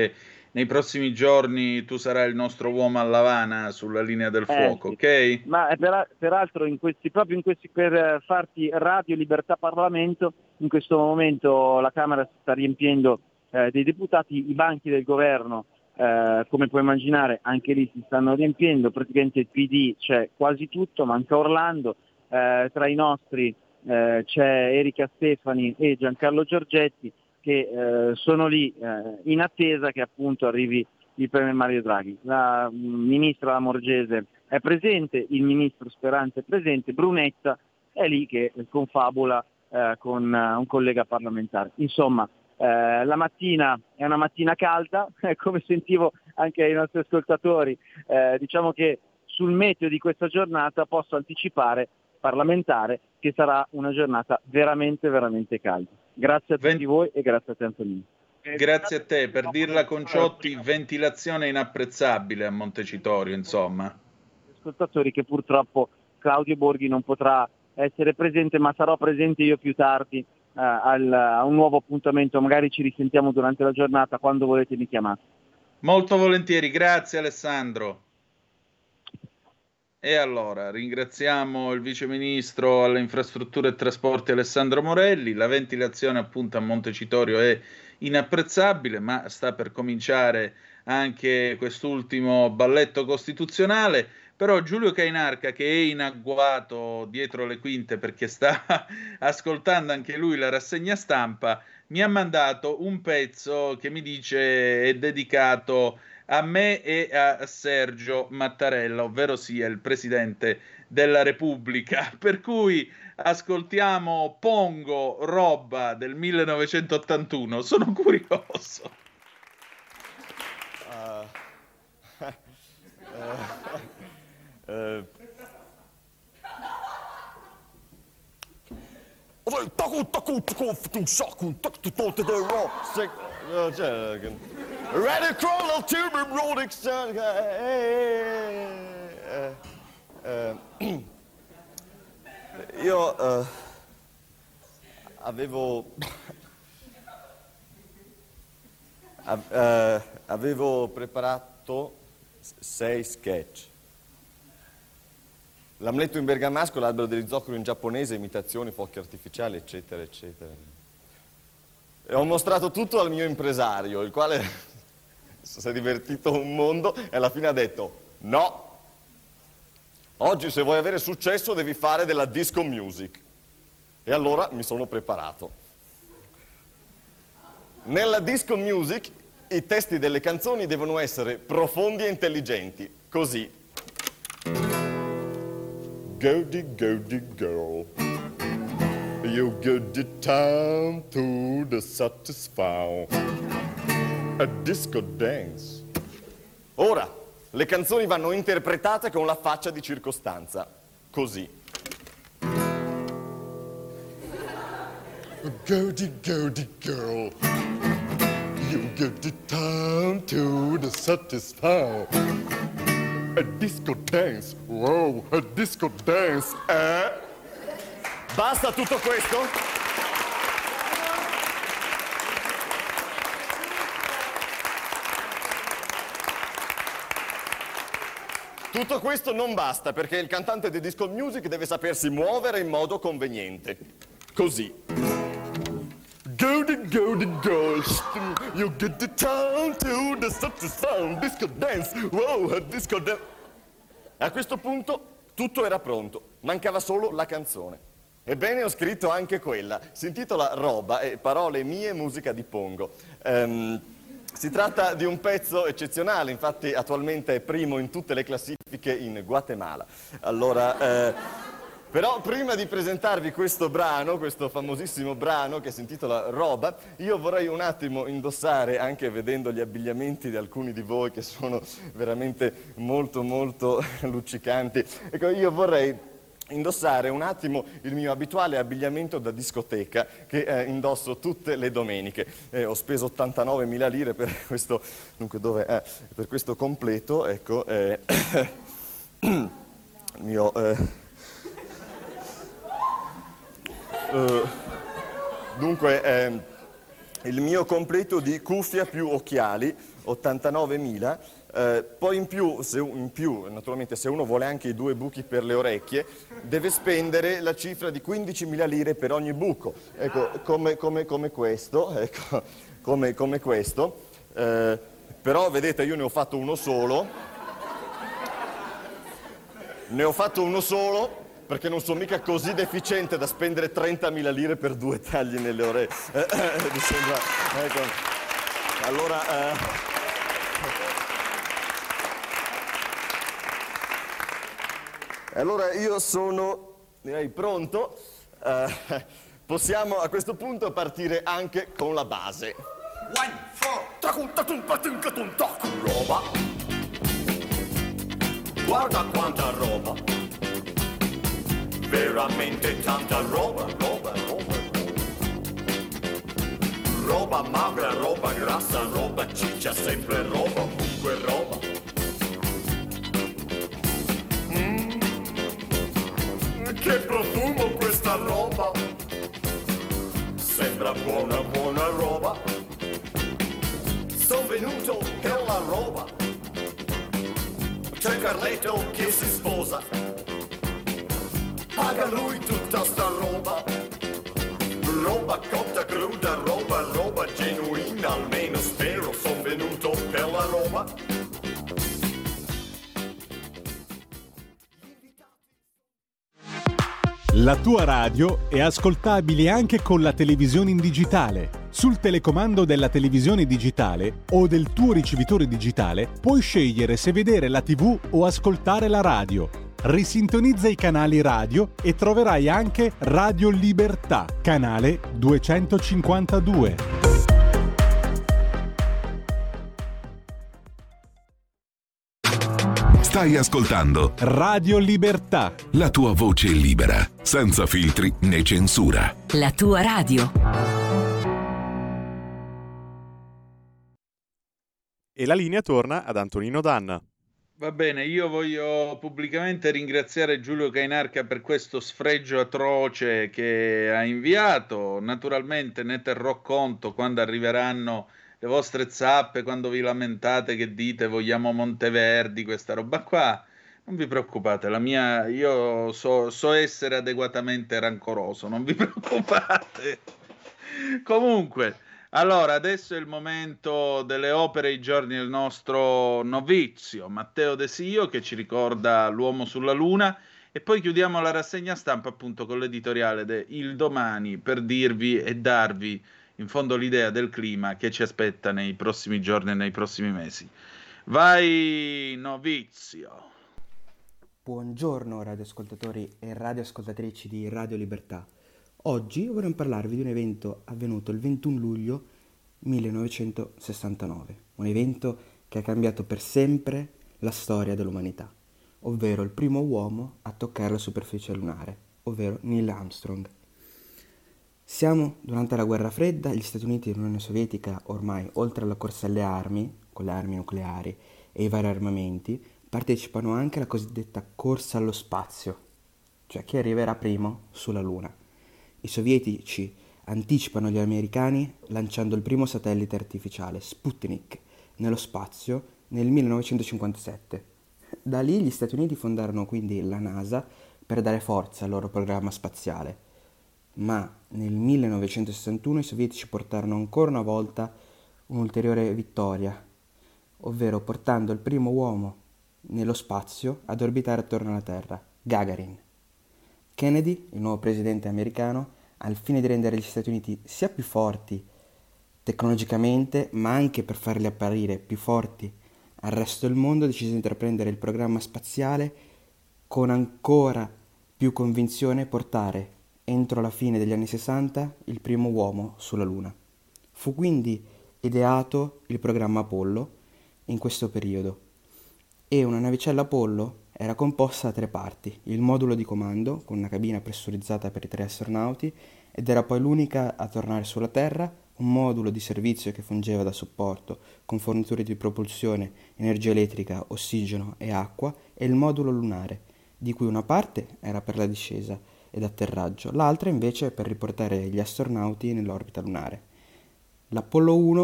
nei prossimi giorni tu sarai il nostro uomo a Lavana sulla linea del fuoco,
eh, sì.
ok?
Ma per, peraltro in questi, proprio in questi, per farti Radio Libertà Parlamento, in questo momento la Camera si sta riempiendo eh, dei deputati, i banchi del governo, eh, come puoi immaginare, anche lì si stanno riempiendo, praticamente il P D c'è quasi tutto, manca Orlando, eh, tra i nostri eh, c'è Erika Stefani e Giancarlo Giorgetti, che eh, sono lì eh, in attesa che appunto arrivi il Premier Mario Draghi. La mh, ministra Lamorgese è presente, il ministro Speranza è presente, Brunetta è lì che confabula eh, con uh, un collega parlamentare. Insomma, eh, la mattina è una mattina calda, come sentivo anche ai nostri ascoltatori, eh, diciamo che sul meteo di questa giornata posso anticipare, parlamentare, che sarà una giornata veramente veramente calda. Grazie a tutti
Vent-
voi e grazie a te Antonino.
Grazie a te, per dirla con Ciotti, ventilazione inapprezzabile a Montecitorio, insomma.
Ascoltatori che purtroppo Claudio Borghi non potrà essere presente, ma sarò presente io più tardi eh, al, a un nuovo appuntamento, magari ci risentiamo durante la giornata, quando volete mi chiamate.
Molto volentieri, grazie Alessandro. E allora, ringraziamo il Vice Ministro alle Infrastrutture e Trasporti Alessandro Morelli. La ventilazione appunto a Montecitorio è inapprezzabile, ma sta per cominciare anche quest'ultimo balletto costituzionale. Però Giulio Cainarca, che è in agguato dietro le quinte perché sta ascoltando anche lui la rassegna stampa, mi ha mandato un pezzo che mi dice è dedicato a me e a Sergio Mattarella, ovvero sia il Presidente della Repubblica. Per cui ascoltiamo Pongo Roba del millenovecentottantuno. Sono curioso.
Uh, uh, uh. Radical Tuber Broad Io uh, avevo uh, avevo preparato sei sketch. L'Amleto in bergamasco, l'albero degli zoccoli in giapponese, imitazioni, fuochi artificiali, eccetera, eccetera. E ho mostrato tutto al mio impresario, il quale si è divertito un mondo e alla fine ha detto no, oggi se vuoi avere successo devi fare della disco music. E allora mi sono preparato. Nella disco music i testi delle canzoni devono essere profondi e intelligenti, così. Goody, goody girl, you get the time to the satisfy a disco dance. Ora, le canzoni vanno interpretate con la faccia di circostanza, così. Goody, goody girl, you get the time to the satisfy a disco dance, wow, a disco dance, eh? Basta tutto questo? Tutto questo non basta, perché il cantante di disco music deve sapersi muovere in modo conveniente. Così. Goody, goody girl, you get the time to the satisfying disco dance, wow, a disco dance. A questo punto tutto era pronto, mancava solo la canzone. Ebbene, ho scritto anche quella. Si intitola Roba e parole mie, musica di Pongo. Um, si tratta di un pezzo eccezionale, infatti attualmente è primo in tutte le classifiche in Guatemala. Allora... Eh, Però prima di presentarvi questo brano, questo famosissimo brano che si intitola Roba, io vorrei un attimo indossare, anche vedendo gli abbigliamenti di alcuni di voi che sono veramente molto molto luccicanti, ecco, io vorrei indossare un attimo il mio abituale abbigliamento da discoteca che eh, indosso tutte le domeniche. Eh, ho speso ottantanovemila lire per questo, dunque dove è? Per questo completo, ecco, eh, il mio... Eh, Uh, dunque, eh, il mio completo di cuffia più occhiali, ottantanovemila, eh, poi in più, se, in più, naturalmente se uno vuole anche i due buchi per le orecchie, deve spendere la cifra di quindicimila lire per ogni buco, ecco, come, come, come questo, ecco, come, come questo, eh, però vedete io ne ho fatto uno solo, ne ho fatto uno solo, perché non sono mica così deficiente da spendere trentamila lire per due tagli nelle orecchie. Eh, eh, mi sembra, ecco. Allora, eh. allora io sono, direi, pronto. Eh, possiamo a questo punto partire anche con la base. One, four, roba. Guarda quanta roba. Veramente tanta roba, roba, roba. Roba magra, roba grassa, roba ciccia, sempre roba, ovunque roba. Mm. Che profumo questa roba. Sembra buona, buona roba. Sono venuto per la roba. C'è Carletto che si sposa. Paga lui tutta sta roba. Roba cotta, cruda, roba, roba genuina. Almeno spero, son venuto per la roba.
La tua radio è ascoltabile anche con la televisione in digitale. Sul telecomando della televisione digitale o del tuo ricevitore digitale puoi scegliere se vedere la tivù o ascoltare la radio. Risintonizza i canali radio e troverai anche Radio Libertà, canale duecentocinquantadue.
Stai ascoltando
Radio Libertà,
la tua voce libera, senza filtri né censura.
La tua radio.
E la linea torna ad Antonino Danna.
Va bene, io voglio pubblicamente ringraziare Giulio Cainarca per questo sfregio atroce che ha inviato. Naturalmente ne terrò conto quando arriveranno le vostre zappe, quando vi lamentate che dite vogliamo Monteverdi, questa roba qua. Non vi preoccupate, la mia, io so, so essere adeguatamente rancoroso, non vi preoccupate. Comunque, allora, adesso è il momento delle opere, i giorni del nostro novizio, Matteo De Sio, che ci ricorda L'uomo sulla luna, e poi chiudiamo la rassegna stampa appunto con l'editoriale de Il Domani, per dirvi e darvi in fondo l'idea del clima che ci aspetta nei prossimi giorni e nei prossimi mesi. Vai, novizio!
Buongiorno radioascoltatori e radioascoltatrici di Radio Libertà. Oggi vorrei parlarvi di un evento avvenuto il ventuno luglio millenovecentosessantanove, un evento che ha cambiato per sempre la storia dell'umanità, ovvero il primo uomo a toccare la superficie lunare, ovvero Neil Armstrong. Siamo durante la guerra fredda, gli Stati Uniti e l'Unione Sovietica ormai, oltre alla corsa alle armi, con le armi nucleari e i vari armamenti, partecipano anche alla cosiddetta corsa allo spazio, cioè chi arriverà primo sulla Luna. I sovietici anticipano gli americani lanciando il primo satellite artificiale, Sputnik, nello spazio nel millenovecentocinquantasette. Da lì gli Stati Uniti fondarono quindi la NASA per dare forza al loro programma spaziale, ma nel millenovecentosessantuno i sovietici portarono ancora una volta un'ulteriore vittoria, ovvero portando il primo uomo nello spazio ad orbitare attorno alla Terra, Gagarin. Kennedy, il nuovo presidente americano, al fine di rendere gli Stati Uniti sia più forti tecnologicamente, ma anche per farli apparire più forti al resto del mondo, decise di intraprendere il programma spaziale con ancora più convinzione portare entro la fine degli anni sessanta il primo uomo sulla Luna. Fu quindi ideato il programma Apollo in questo periodo e una navicella Apollo era composta da tre parti: il modulo di comando con una cabina pressurizzata per i tre astronauti ed era poi l'unica a tornare sulla Terra, un modulo di servizio che fungeva da supporto con forniture di propulsione, energia elettrica, ossigeno e acqua, e il modulo lunare, di cui una parte era per la discesa ed atterraggio, l'altra invece per riportare gli astronauti nell'orbita lunare. L'Apollo uno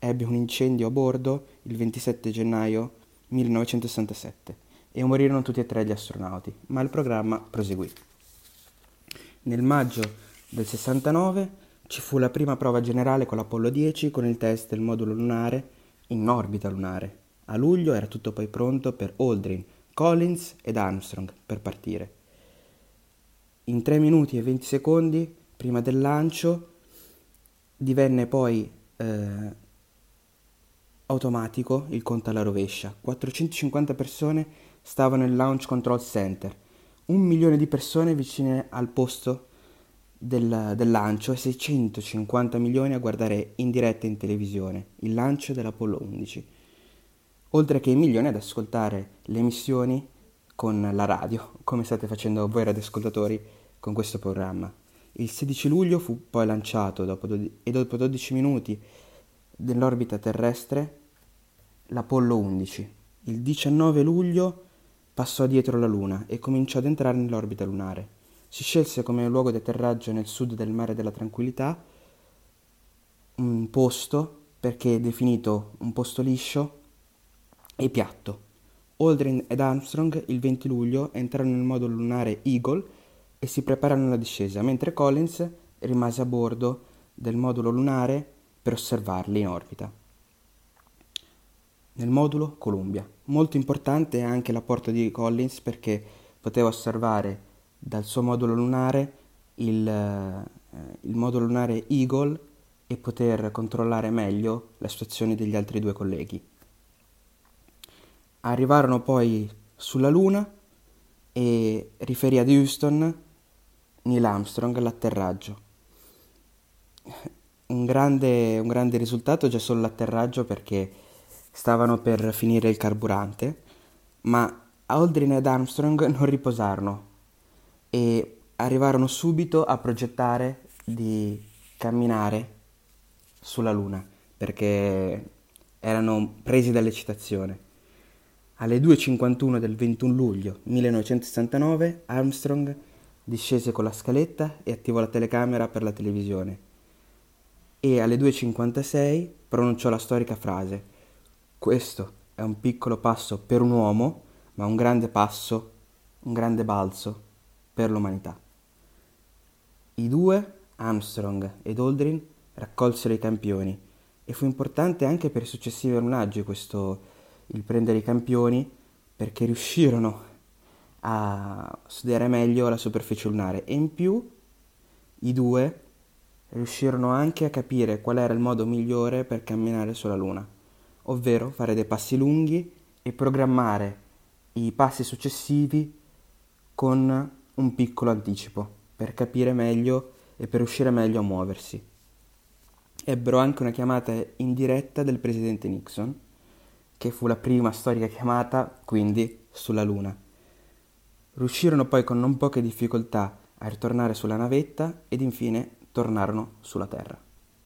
ebbe un incendio a bordo il ventisette gennaio millenovecentosessantasette e morirono tutti e tre gli astronauti, ma il programma proseguì. Nel maggio del sessantanove ci fu la prima prova generale con l'Apollo dieci con il test del modulo lunare in orbita lunare. A luglio era tutto poi pronto per Aldrin, Collins ed Armstrong per partire. In tre minuti e venti secondi prima del lancio divenne poi eh, automatico il conto alla rovescia. quattrocentocinquanta persone stavano nel Launch Control Center, un milione di persone vicine al posto del, del lancio e seicentocinquanta milioni a guardare in diretta in televisione il lancio dell'Apollo undici, oltre che i milioni ad ascoltare le emissioni con la radio, come state facendo voi radioascoltatori con questo programma. Il sedici luglio fu poi lanciato dopo dodici, e dopo dodici minuti dell'orbita terrestre l'Apollo undici. Il diciannove luglio passò dietro la Luna e cominciò ad entrare nell'orbita lunare. Si scelse come luogo di atterraggio nel sud del Mare della Tranquillità, un posto perché è definito un posto liscio e piatto. Aldrin ed Armstrong il venti luglio entrarono nel modulo lunare Eagle e si prepararono alla discesa, mentre Collins rimase a bordo del modulo lunare per osservarli in orbita. Nel modulo Columbia. Molto importante è anche l'apporto di Collins perché poteva osservare dal suo modulo lunare il, eh, il modulo lunare Eagle e poter controllare meglio la situazione degli altri due colleghi. Arrivarono poi sulla Luna e riferì ad Houston Neil Armstrong all'atterraggio. Un grande, un grande risultato già solo l'atterraggio perché stavano per finire il carburante, ma Aldrin ed Armstrong non riposarono e arrivarono subito a progettare di camminare sulla Luna perché erano presi dall'eccitazione. Alle due e cinquantuno del ventuno luglio millenovecentosessantanove Armstrong discese con la scaletta e attivò la telecamera per la televisione e alle due e cinquantasei pronunciò la storica frase: "Questo è un piccolo passo per un uomo, ma un grande passo, un grande balzo per l'umanità". I due, Armstrong ed Aldrin, raccolsero i campioni e fu importante anche per i successivi alunaggi questo, il prendere i campioni, perché riuscirono a studiare meglio la superficie lunare e in più i due riuscirono anche a capire qual era il modo migliore per camminare sulla Luna, ovvero fare dei passi lunghi e programmare i passi successivi con un piccolo anticipo per capire meglio e per riuscire meglio a muoversi. Ebbero anche una chiamata in diretta del presidente Nixon, che fu la prima storica chiamata, quindi, sulla Luna. Riuscirono poi con non poche difficoltà a ritornare sulla navetta ed infine tornarono sulla Terra.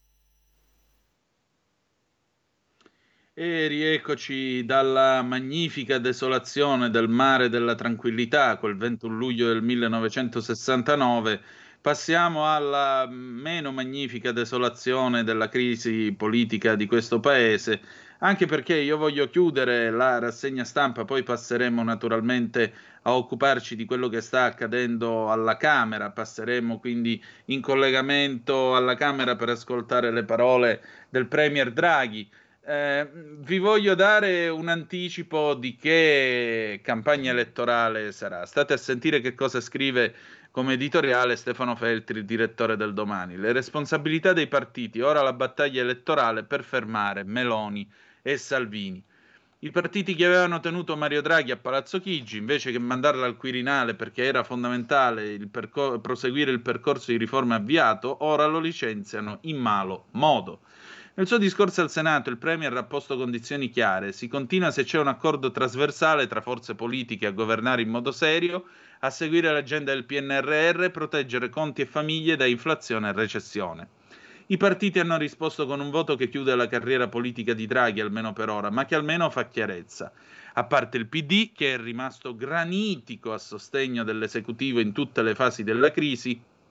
E rieccoci dalla magnifica desolazione del Mare della Tranquillità, quel ventuno luglio del millenovecentosessantanove. Passiamo alla meno magnifica desolazione della crisi politica di questo paese, anche perché io voglio chiudere la rassegna stampa, poi passeremo naturalmente a occuparci di quello che sta accadendo alla Camera, passeremo quindi in collegamento alla Camera per ascoltare le parole del Premier Draghi. Eh, vi voglio dare un anticipo di che campagna elettorale sarà. State a sentire che cosa scrive come editoriale Stefano Feltri, direttore del Domani. Le responsabilità dei partiti, ora la battaglia elettorale per fermare Meloni e Salvini. I partiti che avevano tenuto Mario Draghi a Palazzo Chigi, invece che mandarla al Quirinale perché era fondamentale il percor- proseguire il percorso di riforma avviato, ora lo licenziano in malo modo. Nel suo discorso al Senato il Premier ha posto condizioni chiare: si continua se c'è un accordo trasversale tra forze politiche a governare in modo serio, a seguire l'agenda del P N R R, proteggere conti e famiglie da inflazione e recessione. I partiti hanno risposto con un voto che chiude la carriera politica di Draghi, almeno per ora, ma che almeno fa chiarezza. A parte il P D, che è rimasto granitico a sostegno dell'esecutivo in tutte le fasi della crisi,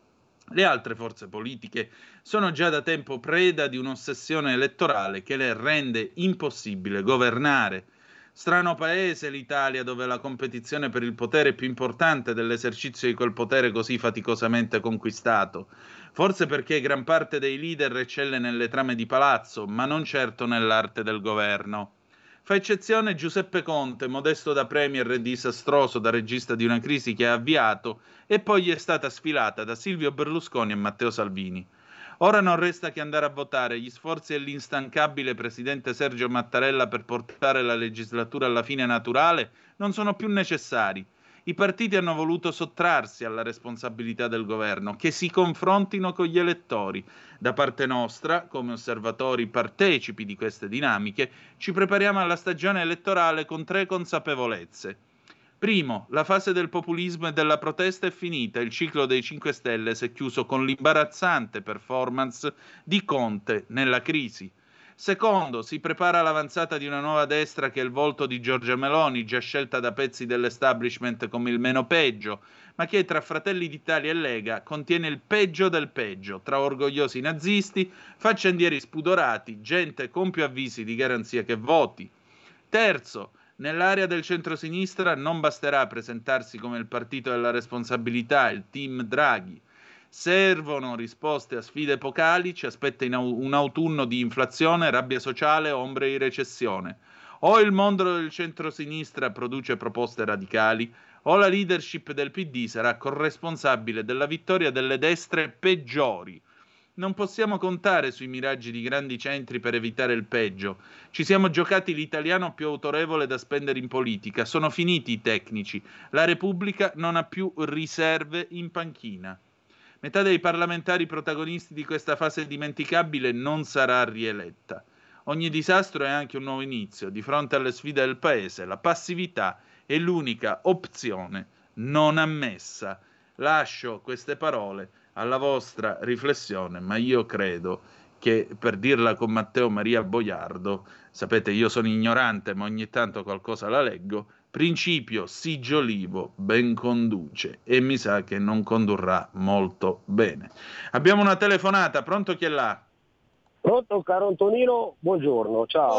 Le altre forze politiche sono già da tempo preda di un'ossessione elettorale che le rende impossibile governare. Strano paese l'Italia, dove la competizione per il potere è più importante dell'esercizio di quel potere così faticosamente conquistato. Forse perché gran parte dei leader eccelle nelle trame di palazzo, ma non certo nell'arte del governo. Fa eccezione Giuseppe Conte, modesto da premier e disastroso da regista di una crisi che ha avviato e poi gli è stata sfilata da Silvio Berlusconi e Matteo Salvini. Ora non resta che andare a votare. Gli sforzi dell'instancabile presidente Sergio Mattarella per portare la legislatura alla fine naturale non sono più necessari. I partiti hanno voluto sottrarsi alla responsabilità del governo, che si confrontino con gli elettori. Da parte nostra, come osservatori partecipi di queste dinamiche, ci prepariamo alla stagione elettorale con tre consapevolezze. Primo, la fase del populismo e della protesta è finita, il ciclo dei cinque Stelle si è chiuso con l'imbarazzante performance di Conte nella crisi. Secondo, si prepara l'avanzata di una nuova destra che è il volto di Giorgia Meloni, già scelta da pezzi dell'establishment come il meno peggio, ma che tra Fratelli d'Italia e Lega contiene il peggio del peggio, tra orgogliosi nazisti, faccendieri spudorati, gente con più avvisi di garanzia che voti. Terzo, nell'area del centrosinistra non basterà presentarsi come il partito della responsabilità, il team Draghi. Servono risposte a sfide epocali, ci aspetta in au- un autunno di inflazione, rabbia sociale, ombre di recessione. O il mondo del centrosinistra produce proposte radicali, o la leadership del P D sarà corresponsabile della vittoria delle destre peggiori. Non possiamo contare sui miraggi di grandi centri per evitare il peggio. Ci siamo giocati l'italiano più autorevole da spendere in politica. Sono finiti i tecnici. La Repubblica non ha più riserve in panchina. Metà dei parlamentari protagonisti di questa fase dimenticabile non sarà rieletta. Ogni disastro è anche un nuovo inizio. Di fronte alle sfide del paese, la passività è l'unica opzione non ammessa. Lascio queste parole alla vostra riflessione, ma io credo che, per dirla con Matteo Maria Boiardo, sapete, io sono ignorante, ma ogni tanto qualcosa la leggo, principio sigiolivo ben conduce, e mi sa che non condurrà molto bene. Abbiamo una telefonata, pronto, chi è là?
Pronto, caro Antonino, buongiorno, ciao.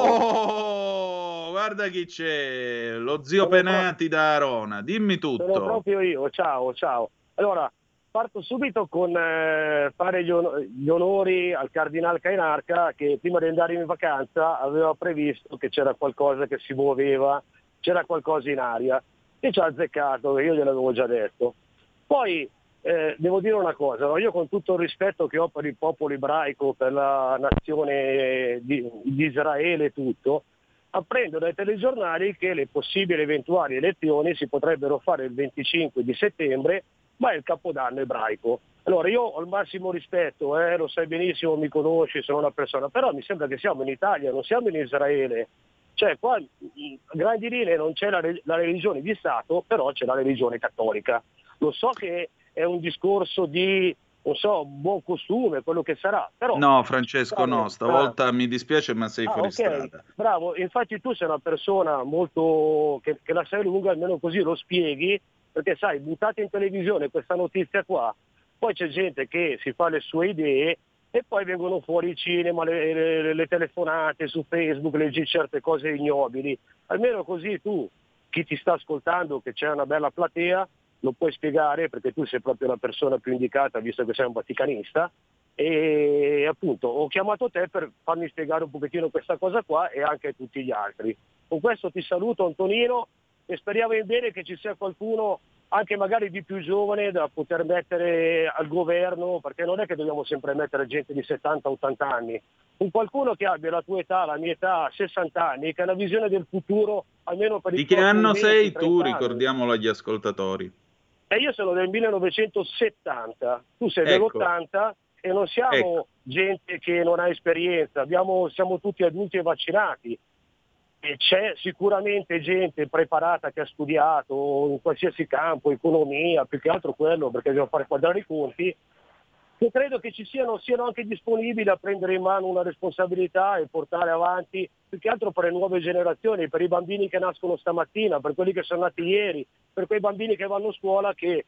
Oh, guarda chi c'è, lo zio sono Penati pro... da Arona, dimmi tutto.
Sono proprio io, ciao, ciao. Allora, parto subito con eh, fare gli, on- gli onori al Cardinal Cainarca, che prima di andare in vacanza aveva previsto che c'era qualcosa che si muoveva, c'era qualcosa in aria, e ci ha azzeccato, io gliel'avevo già detto. Poi eh, devo dire una cosa, no? Io, con tutto il rispetto che ho per il popolo ebraico, per la nazione di, di Israele e tutto, apprendo dai telegiornali che le possibili eventuali elezioni si potrebbero fare il venticinque di settembre, ma è il Capodanno ebraico. Allora, io ho il massimo rispetto, eh, lo sai benissimo, mi conosci, sono una persona, però mi sembra che siamo in Italia, non siamo in Israele. Cioè, qua a grandi linee non c'è la, la religione di Stato, però c'è la religione cattolica. Lo so che è un discorso di, non so, buon costume, quello che sarà, però...
No, Francesco, no, stavolta ah. mi dispiace, ma sei
ah,
fuori
okay.
strada.
Bravo, infatti tu sei una persona molto... che, che la sai lunga, almeno così lo spieghi, perché sai, buttate in televisione questa notizia qua, poi c'è gente che si fa le sue idee e poi vengono fuori il cinema, le, le, le telefonate su Facebook, leggi certe cose ignobili. Almeno così tu, chi ti sta ascoltando, che c'è una bella platea, lo puoi spiegare, perché tu sei proprio la persona più indicata, visto che sei un vaticanista, e appunto ho chiamato te per farmi spiegare un pochettino questa cosa qua e anche tutti gli altri. Con questo ti saluto, Antonino, e speriamo in bene che ci sia qualcuno anche magari di più giovane da poter mettere al governo, perché non è che dobbiamo sempre mettere gente di settanta ottanta anni, un qualcuno che abbia la tua età, la mia età, sessanta anni, che ha una visione del futuro almeno per il
Di che anno
venti,
sei tu,
anni.
ricordiamolo agli ascoltatori?
E io sono del millenovecentosettanta, tu sei
ecco.
dell'ottanta e non siamo
ecco.
gente che non ha esperienza, abbiamo, siamo tutti adulti e vaccinati. E c'è sicuramente gente preparata che ha studiato in qualsiasi campo, economia, più che altro quello, perché devo fare quadrare i conti, che credo che ci siano, siano anche disponibili a prendere in mano una responsabilità e portare avanti, più che altro per le nuove generazioni, per i bambini che nascono stamattina, per quelli che sono nati ieri, per quei bambini che vanno a scuola, che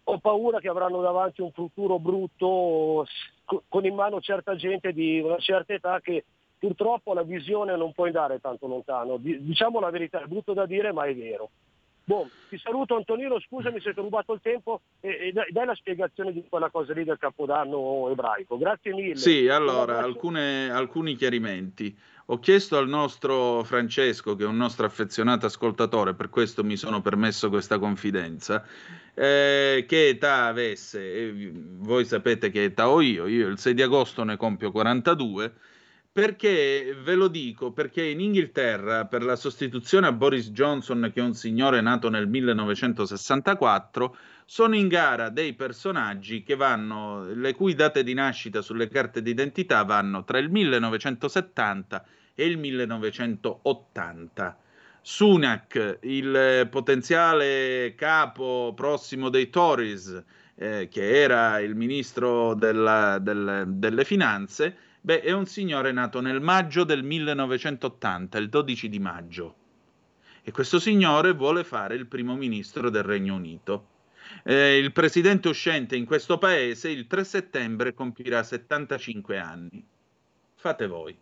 ho paura che avranno davanti un futuro brutto con in mano certa gente di una certa età che purtroppo la visione non può andare tanto lontano. Diciamo la verità, è brutto da dire ma è vero. Boh, ti saluto Antonino, scusami se ti ho rubato il tempo e, e dai la spiegazione di quella cosa lì del Capodanno ebraico. Grazie mille.
Sì, allora, alcune, alcuni chiarimenti. Ho chiesto al nostro Francesco, che è un nostro affezionato ascoltatore, per questo mi sono permesso questa confidenza, eh, che età avesse. E voi sapete che età ho io, io il sei di agosto ne compio quarantadue. Perché ve lo dico? Perché in Inghilterra, per la sostituzione a Boris Johnson, che è un signore nato nel millenovecentosessantaquattro, sono in gara dei personaggi che vanno, le cui date di nascita sulle carte d'identità vanno tra il millenovecentosettanta e il millenovecentottanta. Sunak, il potenziale capo prossimo dei Tories, eh, che era il ministro della, del, delle finanze, beh, è un signore nato nel maggio del millenovecentottanta, il dodici di maggio. E questo signore vuole fare il primo ministro del Regno Unito. Eh, il presidente uscente in questo paese il tre settembre compirà settantacinque anni. Fate voi.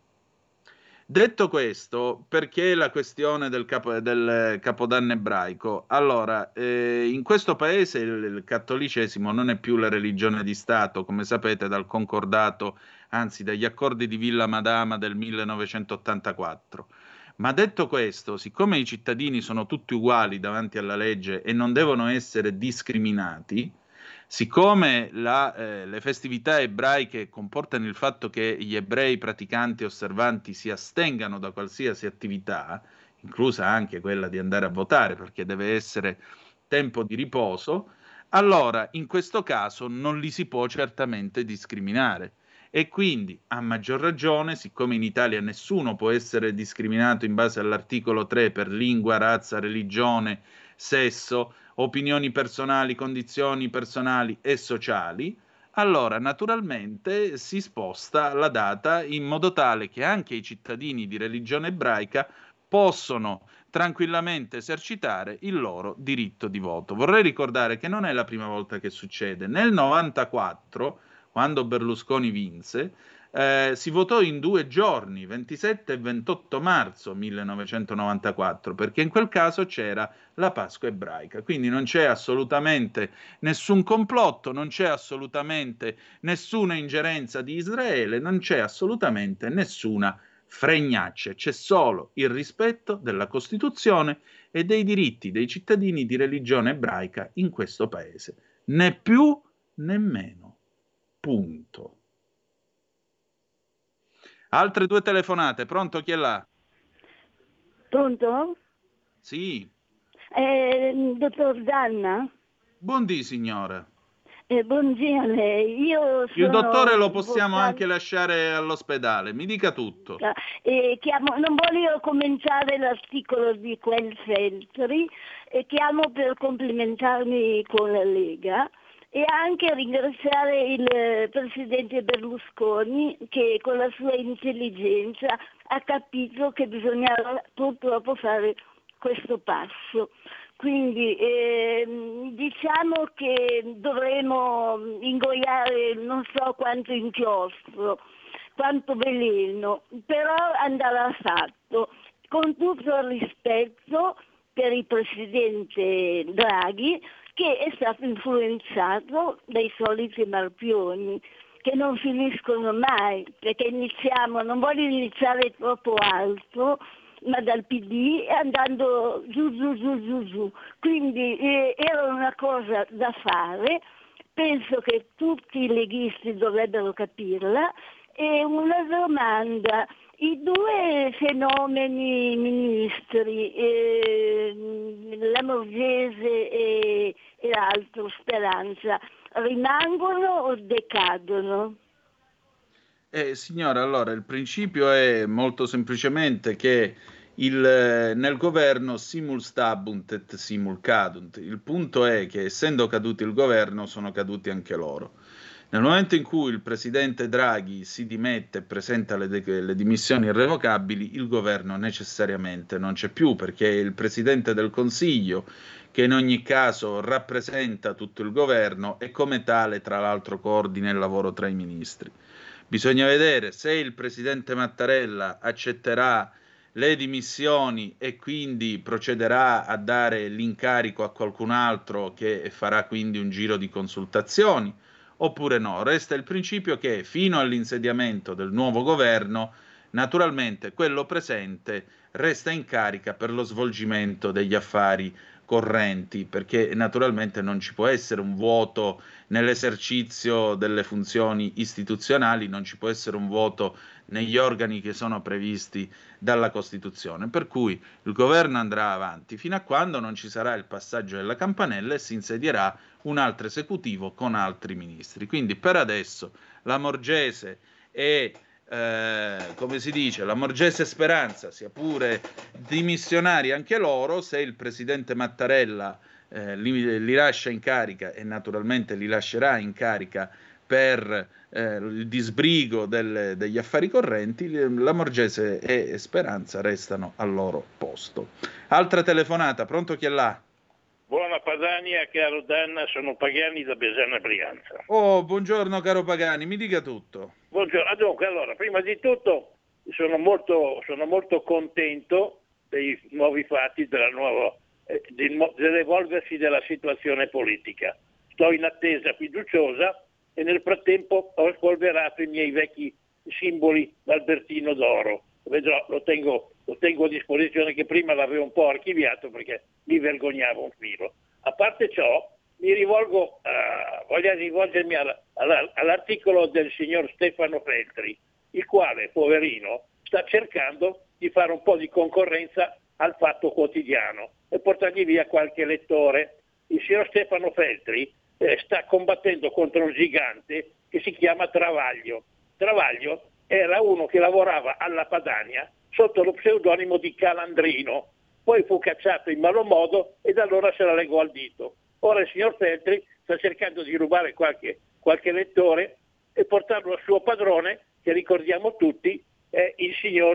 Detto questo, perché la questione del, capo, del Capodanno ebraico? Allora, eh, in questo paese il, il cattolicesimo non è più la religione di Stato, come sapete dal concordato, anzi dagli accordi di Villa Madama del millenovecentottantaquattro. Ma detto questo, siccome i cittadini sono tutti uguali davanti alla legge e non devono essere discriminati, siccome la, eh, le festività ebraiche comportano il fatto che gli ebrei praticanti e osservanti si astengano da qualsiasi attività, inclusa anche quella di andare a votare, perché deve essere tempo di riposo, allora in questo caso non li si può certamente discriminare. E quindi, a maggior ragione, siccome in Italia nessuno può essere discriminato in base all'articolo tre per lingua, razza, religione, sesso, opinioni personali, condizioni personali e sociali, allora naturalmente si sposta la data in modo tale che anche i cittadini di religione ebraica possono tranquillamente esercitare il loro diritto di voto. Vorrei ricordare che non è la prima volta che succede. Nel novantaquattro, quando Berlusconi vinse, eh, si votò in due giorni, ventisette e ventotto marzo millenovecentonovantaquattro, perché in quel caso c'era la Pasqua ebraica. Quindi non c'è assolutamente nessun complotto, non c'è assolutamente nessuna ingerenza di Israele, non c'è assolutamente nessuna fregnaccia, c'è solo il rispetto della Costituzione e dei diritti dei cittadini di religione ebraica in questo paese. Né più né meno. Punto. Altre due telefonate, pronto? Chi è là?
Pronto?
Sì.
Eh, dottor Danna?
Buondì signora.
Eh, buondì a lei. Io sono
Il dottore lo possiamo
vocale...
anche lasciare all'ospedale, mi dica tutto.
Eh, chiamo... Non voglio commentare l'articolo di quel Feltri e chiamo per complimentarmi con la Lega. E anche ringraziare il presidente Berlusconi che con la sua intelligenza ha capito che bisognava purtroppo fare questo passo. Quindi eh, diciamo che dovremo ingoiare non so quanto inchiostro, quanto veleno, però andrà fatto con tutto il rispetto per il presidente Draghi, che è stato influenzato dai soliti marpioni che non finiscono mai, perché iniziamo, non voglio iniziare troppo alto, ma dal P D andando giù giù giù giù giù. Quindi eh, era una cosa da fare, penso che tutti i leghisti dovrebbero capirla. E una domanda: i due fenomeni ministri, eh, Lamorgese e, e l'altro Speranza, rimangono o decadono?
Eh, signora, allora il principio è molto semplicemente che il, nel governo simul stabunt et simul cadunt. Il punto è che essendo caduti il governo sono caduti anche loro. Nel momento in cui il presidente Draghi si dimette e presenta le, de- le dimissioni irrevocabili, il governo necessariamente non c'è più, perché è il presidente del Consiglio che in ogni caso rappresenta tutto il governo e come tale, tra l'altro, coordina il lavoro tra i ministri. Bisogna vedere se il presidente Mattarella accetterà le dimissioni e quindi procederà a dare l'incarico a qualcun altro che farà quindi un giro di consultazioni, oppure no. Resta il principio che fino all'insediamento del nuovo governo, naturalmente quello presente resta in carica per lo svolgimento degli affari correnti, perché naturalmente non ci può essere un vuoto nell'esercizio delle funzioni istituzionali, non ci può essere un vuoto negli organi che sono previsti dalla Costituzione, per cui il governo andrà avanti fino a quando non ci sarà il passaggio della campanella e si insedierà un altro esecutivo con altri ministri. Quindi per adesso la Morgese e eh, come si dice, la Morgese Speranza, sia pure dimissionari anche loro, se il presidente Mattarella eh, li, li lascia in carica, e naturalmente li lascerà in carica per eh, il disbrigo del, degli affari correnti, la Morgese e Speranza restano al loro posto. Altra telefonata, pronto, chi è là?
Buona Padania, caro Danna, sono Pagani da Besana Brianza.
Oh, buongiorno caro Pagani, mi dica tutto.
Buongiorno, dunque, allora, prima di tutto sono molto, sono molto contento dei nuovi fatti, della nuova, eh, dell'evolversi della situazione politica. Sto in attesa fiduciosa e nel frattempo ho spolverato i miei vecchi simboli d'Albertino d'oro. Vedrò, lo tengo, lo tengo a disposizione, che prima l'avevo un po' archiviato perché mi vergognavo un filo. A parte ciò, mi rivolgo, uh, voglio rivolgermi alla, alla, all'articolo del signor Stefano Feltri, il quale, poverino, sta cercando di fare un po' di concorrenza al Fatto Quotidiano e portargli via qualche lettore. Il signor Stefano Feltri eh, sta combattendo contro un gigante che si chiama Travaglio. Travaglio era uno che lavorava alla Padania sotto lo pseudonimo di Calandrino, poi fu cacciato in malo modo e da allora se la legò al dito. Ora il signor Feltri sta cercando di rubare qualche, qualche lettore e portarlo al suo padrone, che ricordiamo tutti è il signor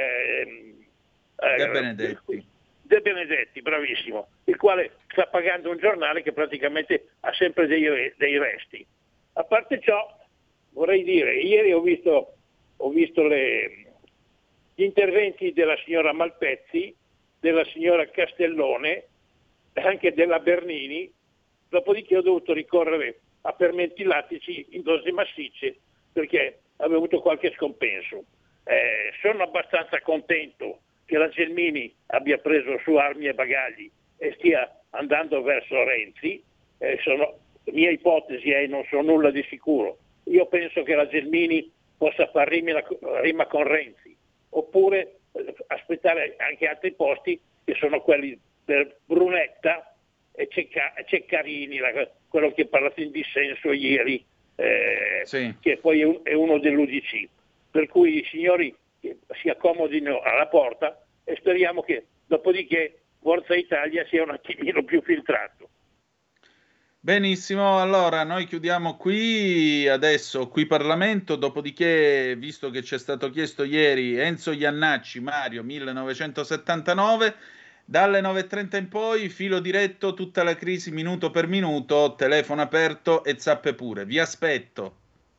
eh,
De Benedetti.
De Benedetti, bravissimo, il quale sta pagando un giornale che praticamente ha sempre dei, dei resti. A parte ciò, vorrei dire, ieri ho visto, ho visto le, gli interventi della signora Malpezzi, della signora Castellone, anche della Bernini, dopodiché ho dovuto ricorrere a fermenti lattici in dosi massicce perché avevo avuto qualche scompenso. Eh, sono abbastanza contento che la Gelmini abbia preso su armi e bagagli e stia andando verso Renzi. Eh, sono, mia ipotesi è, non so nulla di sicuro, io penso che la Gelmini possa far rima, rima con Renzi, oppure eh, aspettare anche altri posti che sono quelli per Brunetta e Cecca, Ceccarini, la, quello che ha parlato in dissenso ieri, eh, sì. Che poi è, un, è uno dell'U D C. Per cui i signori si accomodino alla porta e speriamo che dopodiché Forza Italia sia un attimino più filtrato.
Benissimo, allora noi chiudiamo qui adesso, qui Parlamento, dopodiché, visto che ci è stato chiesto ieri, Enzo Iannacci, Mario millenovecentosettantanove, dalle nove e trenta in poi, filo diretto, tutta la crisi minuto per minuto, telefono aperto e zappe pure. Vi aspetto.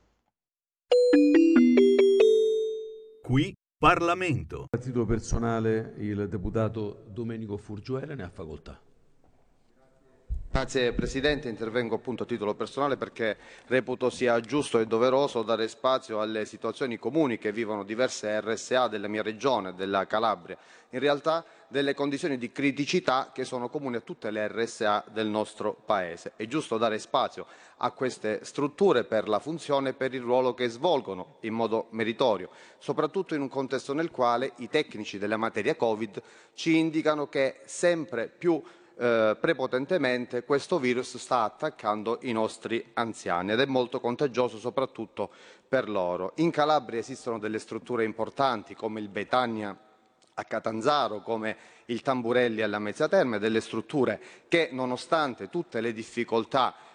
Qui Parlamento.
A titolo personale il deputato Domenico Furgiuele ne ha facoltà.
Grazie Presidente, intervengo appunto a titolo personale perché reputo sia giusto e doveroso dare spazio alle situazioni comuni che vivono diverse R S A della mia regione, della Calabria, in realtà delle condizioni di criticità che sono comuni a tutte le R S A del nostro Paese. È giusto dare spazio a queste strutture per la funzione e per il ruolo che svolgono in modo meritorio, soprattutto in un contesto nel quale i tecnici della materia Covid ci indicano che sempre più Eh, prepotentemente questo virus sta attaccando i nostri anziani ed è molto contagioso soprattutto per loro. In Calabria esistono delle strutture importanti come il Betania a Catanzaro, come il Tamburelli alla Mezzia Terme, delle strutture che nonostante tutte le difficoltà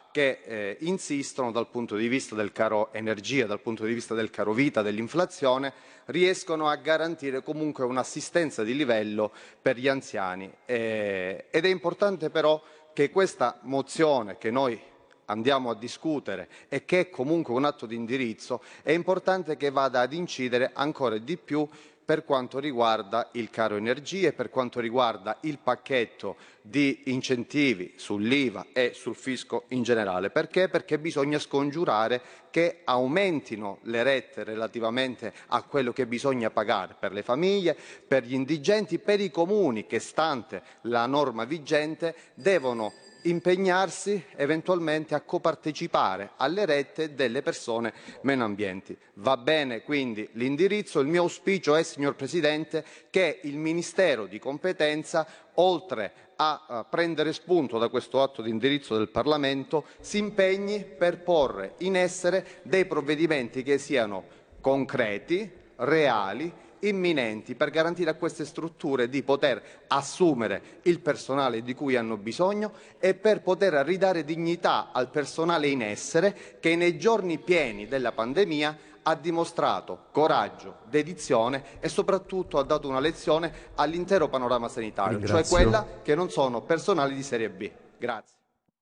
che eh, insistono dal punto di vista del caro energia, dal punto di vista del caro vita, dell'inflazione, riescono a garantire comunque un'assistenza di livello per gli anziani. Eh, ed è importante però che questa mozione che noi andiamo a discutere e che è comunque un atto di indirizzo, è importante che vada ad incidere ancora di più per quanto riguarda il caro energie, per quanto riguarda il pacchetto di incentivi sull'I V A e sul fisco in generale. Perché? Perché bisogna scongiurare che aumentino le rette relativamente a quello che bisogna pagare per le famiglie, per gli indigenti, per i comuni che, stante la norma vigente, devono impegnarsi eventualmente a copartecipare alle rette delle persone meno abbienti. Va bene quindi l'indirizzo, il mio auspicio è, signor Presidente, che il Ministero di competenza, oltre a, a prendere spunto da questo atto di indirizzo del Parlamento, si impegni per porre in essere dei provvedimenti che siano concreti, reali, imminenti, per garantire a queste strutture di poter assumere il personale di cui hanno bisogno e per poter ridare dignità al personale in essere che nei giorni pieni della pandemia ha dimostrato coraggio, dedizione e soprattutto ha dato una lezione all'intero panorama sanitario,
Ringrazio.
cioè quella che non sono personali di serie B. Grazie.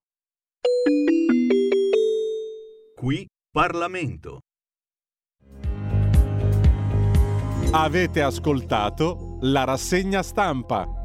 Qui Parlamento.
Avete ascoltato la rassegna stampa.